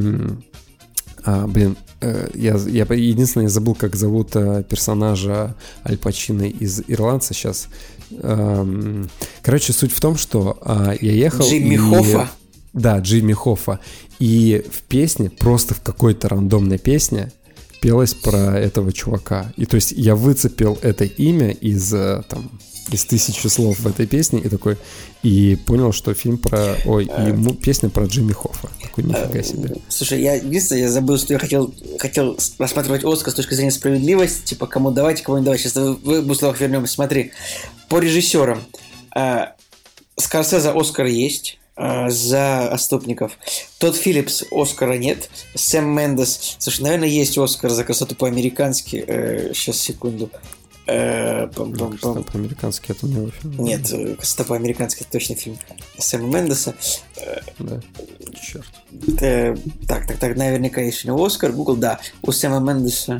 я единственное, забыл, как зовут персонажа Аль Пачино из «Ирландца» сейчас. Короче, суть в том, что я ехал... Джимми Хоффа? Да, Джимми Хоффа. И в песне, просто в какой-то рандомной песне, спелось про этого чувака. И то есть я выцепил это имя из тысячи слов в этой песне и понял, что фильм песня про Джимми Хоффа. Такой, нифига себе. Слушай, я забыл, что я хотел рассматривать Оскар с точки зрения справедливости, типа кому давать, кому не давать. Сейчас в двух словах вернемся. Смотри, по режиссерам Скорсезе Оскар есть за «Отступников». Тодд Филлипс Оскара нет. Сэм Мендес, слушай, наверное, есть Оскар за «Красоту по-американски». Сейчас, секунду. «Красота по-американски» — это не его фильм. Нет, «Красота по-американски» — это точно фильм Сэма Мендеса. Да, черт. Так, наверняка есть у него Оскар. Google, да, у Сэма Мендеса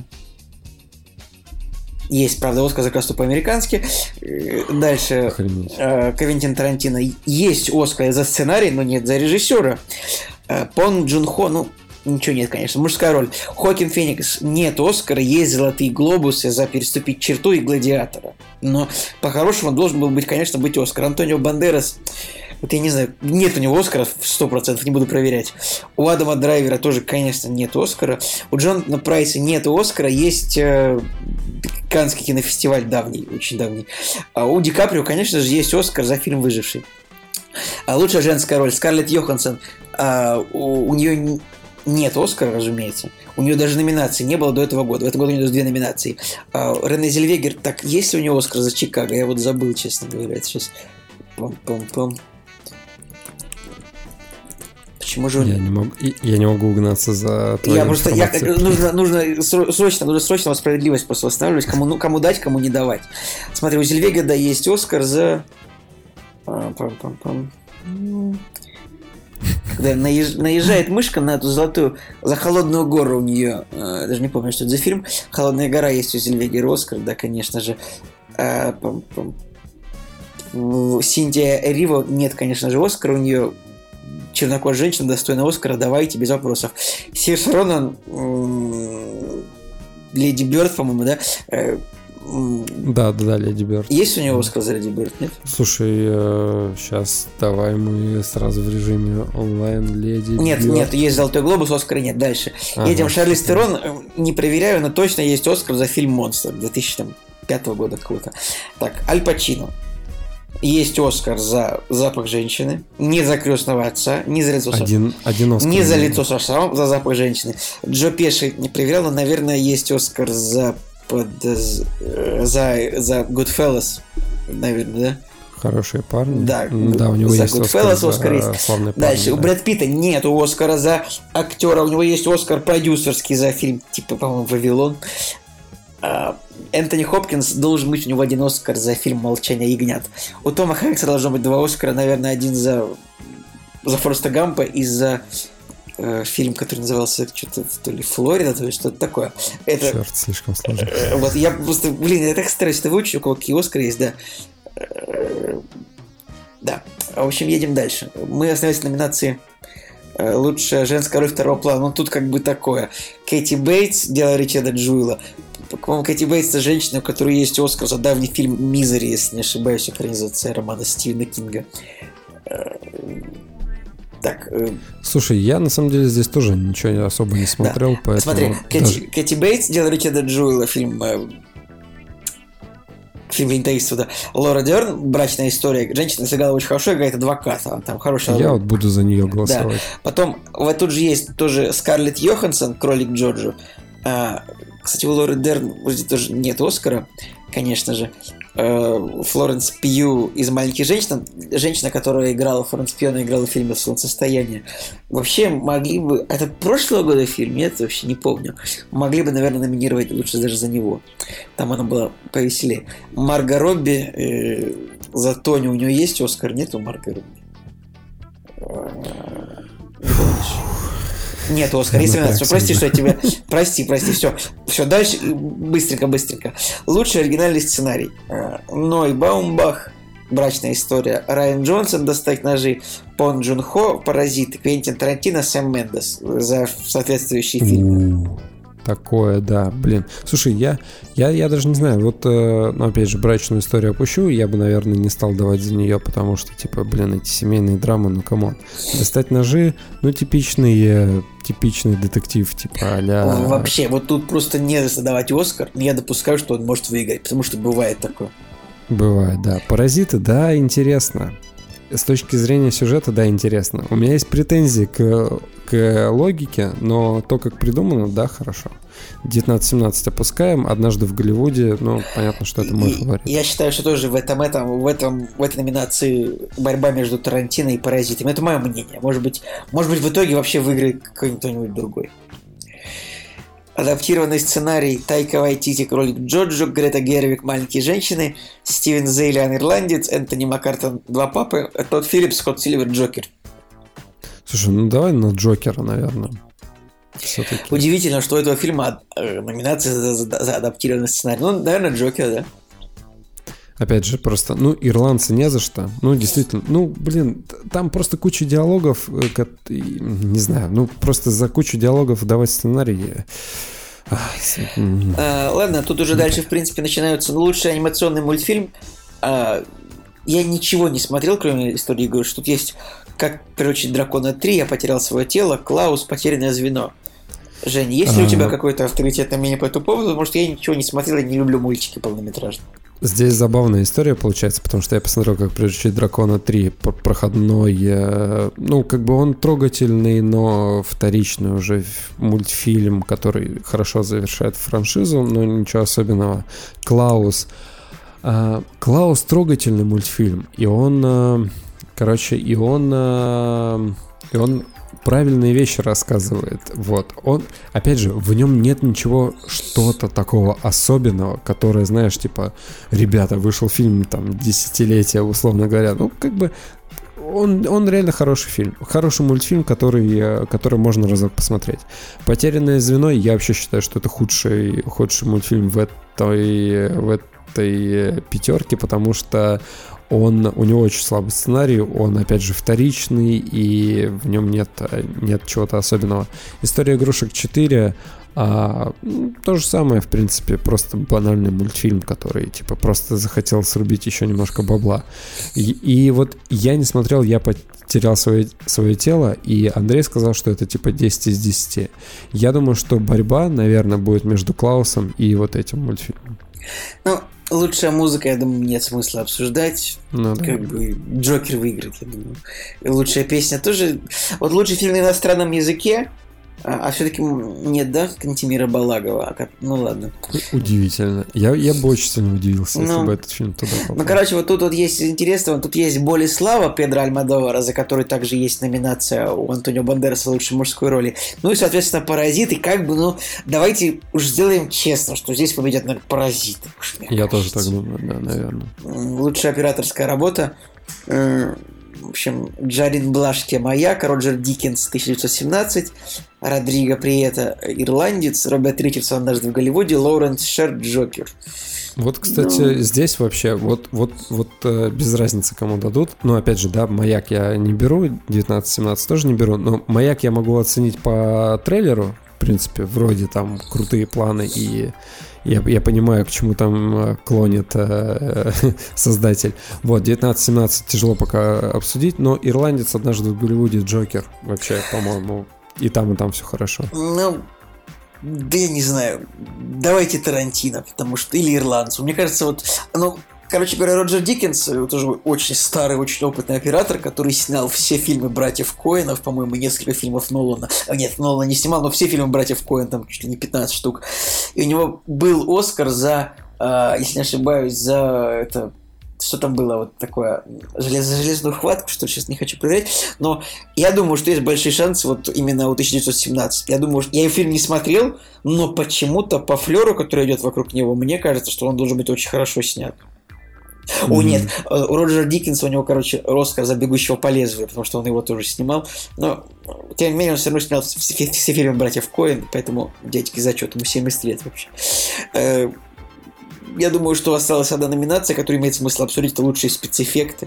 есть, правда, Оскар за «Красоту по-американски». Дальше Квентин Тарантино есть Оскар за сценарий, но нет за режиссера. Пон Джун Хо, ничего нет, конечно. Мужская роль. Хоакин Феникс нет Оскара, есть «Золотые глобусы» за «Переступить черту» и «Гладиатора». Но по-хорошему должен был быть, конечно, быть Оскар. Антонио Бандерас, я не знаю, нет у него Оскара 100%, не буду проверять. У Адама Драйвера тоже, конечно, нет Оскара. У Джонатана Прайса нет Оскара, есть Каннский кинофестиваль давний, очень давний. А у Ди Каприо, конечно же, есть Оскар за фильм «Выживший». А лучшая женская роль Скарлетт Йоханссон, у нее нет Оскара, разумеется. У нее даже номинации не было до этого года. В этом году у нее даже 2 номинации. Рене Зельвегер, так, есть ли у нее Оскар за «Чикаго»? Я вот забыл, честно говоря. Сейчас. Пом-пом-пом. Почему же... Я не могу угнаться за твою информацию. Нужно срочно справедливость просто восстанавливать. Кому дать, кому не давать. Смотри, у Зельвегера есть Оскар за... Когда наезжает мышка на эту золотую... За «Холодную гору» у нее... Даже не помню, что это за фильм. «Холодная гора» есть у Зельвегера Оскар, да, конечно же. Синтия Эриво нет, конечно же, Оскара. У нее чернокожая женщина, достойна Оскара. Давайте, без вопросов. Сирс Ронан, Леди Бёрд, по-моему, да? Да, Леди Бёрд. Есть у него Оскар за Леди Бёрд, нет? Слушай, сейчас давай мы сразу в режиме онлайн Леди Бёрд. Нет, есть «Золотой глобус», Оскара нет. Дальше. Едем. Шарлиз Терон, не проверяю, но точно есть Оскар за фильм «Монстр» 2005 года какого-то. Так, Аль Пачино. Есть Оскар за «Запах женщины», не за «Крестного отца», не за «Лицо один Оскар. Не за «Лицо со шрамом», за «Запах женщины». Джо Пеши не проверял, но, наверное, есть Оскар за Goodfellas, наверное, да? Хорошие парни. Да, у него за есть Оскар есть. Славные парни. Дальше, у Брэда Питта нет Оскара за актера, у него есть Оскар продюсерский за фильм, типа, по-моему, «Вавилон». Энтони Хопкинс должен быть у него 1 Оскар за фильм «Молчание ягнят». У Тома Хэнкса должно быть 2 Оскара, наверное, 1 за Фореста Гампа и за фильм, который назывался что-то то ли «Флорида», то ли что-то такое. Черт, слишком сложно. Вот я просто, я так стараюсь это выучить, у кого какие Оскары есть, да. Да. В общем, едем дальше. Мы остановились на номинации «Лучшая женская роль второго плана». Тут как бы такое. Кэти Бейтс, дело Ричарда Джуэла. По-моему, Кэти Бейтс — это женщина, у которой есть Оскар за давний фильм «Мизери», если не ошибаюсь, экранизация романа Стивена Кинга. Так. Слушай, я на самом деле здесь тоже ничего особо не смотрел, да. Поэтому... Смотри, Кэти Бейтс, дело Ричарда Джуэла, фильм Клинта Иствуда. Лора Дерн, «Брачная история». Женщина сыграла очень хорошо, играет адвоката. Там хорошая... Я вот буду за нее голосовать. Да. Потом, вот тут же есть тоже Скарлетт Йоханссон, «Кролик Джорджо». Кстати, у Лоры Дерн вроде тоже нет Оскара, конечно же. Флоренс Пью из «Маленьких женщин», женщина, которая играла, Флоренс Пью, она играла в фильме «Солнцестояние». Вообще могли бы... Это прошлого года фильм? Нет, вообще не помню. Могли бы, наверное, номинировать лучше даже за него. Там она была повеселее. Марго Робби за Тони. У нее есть Оскар? Нет у Марго Робби? Не помнишь? Нет, Оскар, если прости, что я тебя... Прости, все, дальше, быстренько. Лучший оригинальный сценарий. Ной Баумбах, «Брачная история», Райан Джонсон, «Достать ножи», Пон Джун Хо, «Паразиты», Квентин Тарантино, Сэм Мендес за соответствующие фильмы. такое, да, блин. Слушай, я даже не знаю, вот, ну, опять же, брачную историю опущу, я бы, наверное, не стал давать за нее, потому что, типа, блин, эти семейные драмы, ну, камон. Достать ножи, ну, типичный детектив, типа, а-ля... Вообще, вот тут просто не задавать Оскар, но я допускаю, что он может выиграть, потому что бывает такое. Бывает, да. «Паразиты», да, интересно. С точки зрения сюжета, да, интересно. У меня есть претензии к логике, но то, как придумано, да, хорошо. 1917 опускаем, «Однажды в Голливуде», ну, понятно, что это мой фаворит. Я считаю, что тоже в этой номинации борьба между Тарантино и «Паразитами». Это мое мнение. Может быть, в итоге вообще выиграет кто-нибудь другой. Адаптированный сценарий: Тайка Вайтити «Кролик Джоджо», Грета Гервиг «Маленькие женщины», Стивен Зейлиан «Ирландец», Энтони Маккартон «Два папы», Тодд Филлипс, Скотт Сильвер «Джокер». Слушай, ну давай на «Джокера», наверное. Все-таки. Удивительно, что у этого фильма номинация за адаптированный сценарий. Ну, наверное, «Джокер», да. Опять же, просто, ну, ирландцы не за что. Ну, действительно, ну, блин, там просто куча диалогов, не знаю, ну, просто за кучу диалогов давать сценарий. Ладно, тут уже дальше, в принципе, начинается лучший анимационный мультфильм. Я ничего не смотрел, кроме истории игры. Что тут есть «Как приручить дракона 3», «Я потерял свое тело», «Клаус», «Потерянное звено». Жень, есть ли у тебя какое-то авторитетное мнение по этому поводу? Потому что я ничего не смотрел, я не люблю мультики полнометражные. Здесь забавная история получается, потому что я посмотрел, как приручить дракона 3, проходной, ну, как бы он трогательный, но вторичный уже мультфильм, который хорошо завершает франшизу, но ничего особенного. Клаус трогательный мультфильм, и он правильные вещи рассказывает. Вот. Он, опять же, в нем нет ничего что-то такого особенного, которое, знаешь, типа, ребята, вышел фильм там десятилетия, условно говоря. Ну, как бы он реально хороший фильм. Хороший мультфильм, который можно разок посмотреть. «Потерянное звено», я вообще считаю, что это худший мультфильм в этой пятерке, потому что у него очень слабый сценарий, он, опять же, вторичный, и в нем нет чего-то особенного. «История игрушек 4», то же самое, в принципе, просто банальный мультфильм, который, типа, просто захотел срубить еще немножко бабла. И вот я не смотрел, я потерял свое тело, и Андрей сказал, что это, типа, 10 из 10. Я думаю, что борьба, наверное, будет между «Клаусом» и вот этим мультфильмом. Ну, лучшая музыка, я думаю, нет смысла обсуждать. Ну, да. Как бы Джокер выиграет, я думаю. И лучшая песня тоже. Вот лучший фильм на иностранном языке, а все-таки нет, да, Кантемира Балагова. Ну ладно. Удивительно. Я бы очень сильно удивился, если бы этот фильм туда попал. Ну, короче, вот тут вот есть интересно, тут есть «Боль и слава» Педро Альмодовара, за который также есть номинация у Антонио Бандераса лучшей мужской роли. Ну и, соответственно, «Паразиты». Как бы, ну, давайте уж сделаем честно, что здесь победят, наверное, «Паразиты». Я тоже так думаю, да, наверное. Лучшая операторская работа. В общем, Джаред Блашки «Маяк», Роджер Диккенс 1917, Родриго Приета «Ирландец», Роберт Ричардсон «Однажды в Голливуде», Лоуренс Шер «Джокер». Вот, кстати, здесь вообще вот без разницы, кому дадут. Ну, опять же, да, «Маяк» я не беру, 1917 тоже не беру, но «Маяк» я могу оценить по трейлеру, в принципе, вроде там крутые планы, и я понимаю, к чему там клонит создатель. Вот, 1917 тяжело пока обсудить, но «Ирландец», «Однажды в Голливуде», «Джокер» вообще, по-моему, и там все хорошо. Ну, да я не знаю. Давайте Тарантино, потому что... Или ирландцу. Мне кажется, вот... Ну, короче говоря, Роджер Диккенс, тоже очень старый, очень опытный оператор, который снял все фильмы братьев Коэнов, по-моему, несколько фильмов Нолана. Нет, Нолана не снимал, но все фильмы братьев Коэн, там чуть ли не 15 штук. И у него был Оскар за, если не ошибаюсь, за это... Что там было вот такое? Железную хватку, что сейчас не хочу проверять. Но я думаю, что есть большие шансы вот именно у 1917. Я думаю, что я фильм не смотрел, но почему-то по флеру, который идет вокруг него, мне кажется, что он должен быть очень хорошо снят. О, нет, у Роджера Диккенса у него, короче, Оскар за «Бегущего по лезвию», потому что он его тоже снимал. Но, тем не менее, он все равно снял все фильмы братьев Коэн, поэтому дядьки зачет, ему 70 лет вообще. Я думаю, что осталась одна номинация, которую имеет смысл обсудить, это лучшие спецэффекты.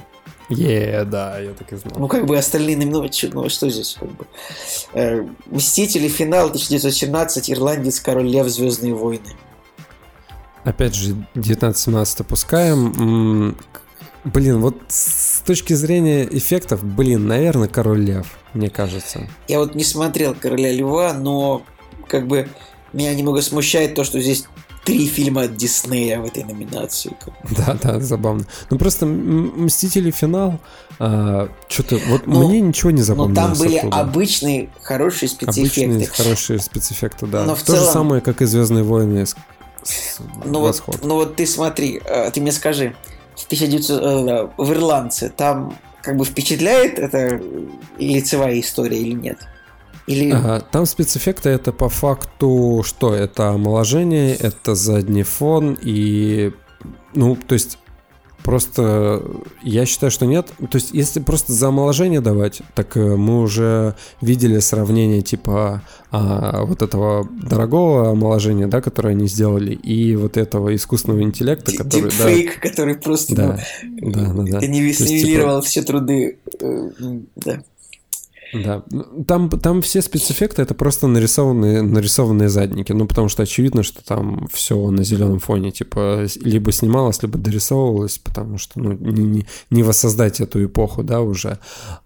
Да, я так и знал. Ну, как бы остальные наименования, ну, что здесь, как бы. Мстители, финал, 1917, Ирландец, Король Лев, Звездные войны. Опять же, 19-17 опускаем. Блин, вот с точки зрения эффектов, наверное, Король Лев, мне кажется. Я вот не смотрел Короля Льва, но как бы меня немного смущает то, что здесь 3 фильма от Диснея в этой номинации. Да, забавно. Ну просто Мстители финал, что-то вот мне ничего не запомнилось. Но там были оттуда. обычные хорошие спецэффекты. Хорошие спецэффекты, да. Но в То целом... же самое, как и Звездные войны. Вот ты смотри, ты мне скажи, в Ирландце там как бы впечатляет эта лицевая история или нет? Или... Там спецэффекты это по факту что? Это омоложение, это задний фон и... Ну, то есть просто я считаю, что нет. То есть если просто за омоложение давать, так мы уже видели сравнение типа вот этого дорогого омоложения, да, которое они сделали, и вот этого искусственного интеллекта, который... Дипфейк, который просто да. нивелировал все труды. Да. Да, там все спецэффекты это просто нарисованные задники, ну потому что очевидно, что там все на зеленом фоне, типа либо снималось, либо дорисовывалось, потому что не воссоздать эту эпоху, да, уже.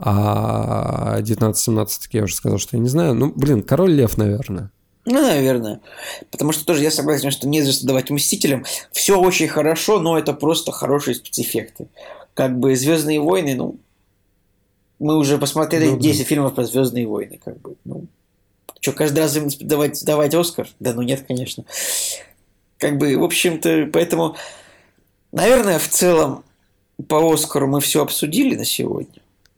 А 19-17, так я уже сказал, что я не знаю. Ну, Король Лев, наверное. Ну, наверное. Потому что тоже я согласен, что не за что давать Мстителям. Все очень хорошо, но это просто хорошие спецэффекты. Как бы Звездные войны, мы уже посмотрели 10 фильмов про Звездные войны, как бы. Что, каждый раз им давать Оскар? Да, нет, конечно. Как бы, в общем-то, поэтому, наверное, в целом по Оскару мы все обсудили на сегодня.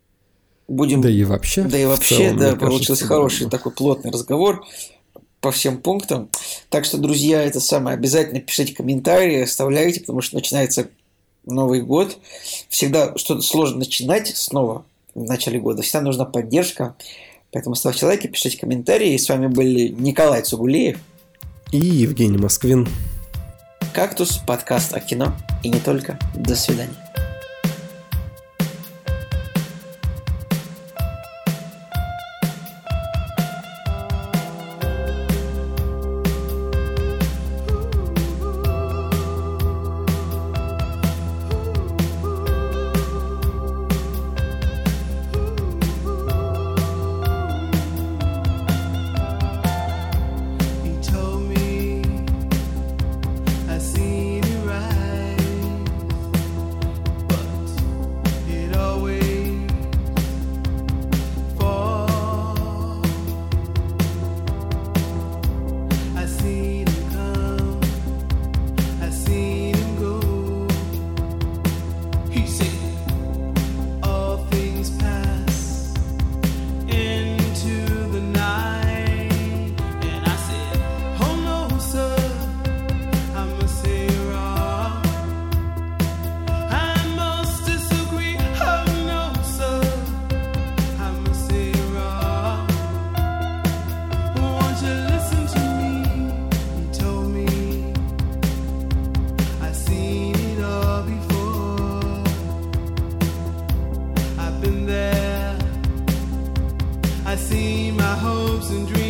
Да и вообще, целом, получился хороший такой плотный разговор по всем пунктам. Так что, друзья, это самое, обязательно пишите комментарии, оставляйте, потому что начинается Новый год. Всегда что-то сложно начинать снова в начале года. Всегда нужна поддержка. Поэтому ставьте лайки, пишите комментарии. С вами были Николай Цугулиев и Евгений Москвин. «Кактус», подкаст о кино и не только. До свидания. I see my hopes and dreams.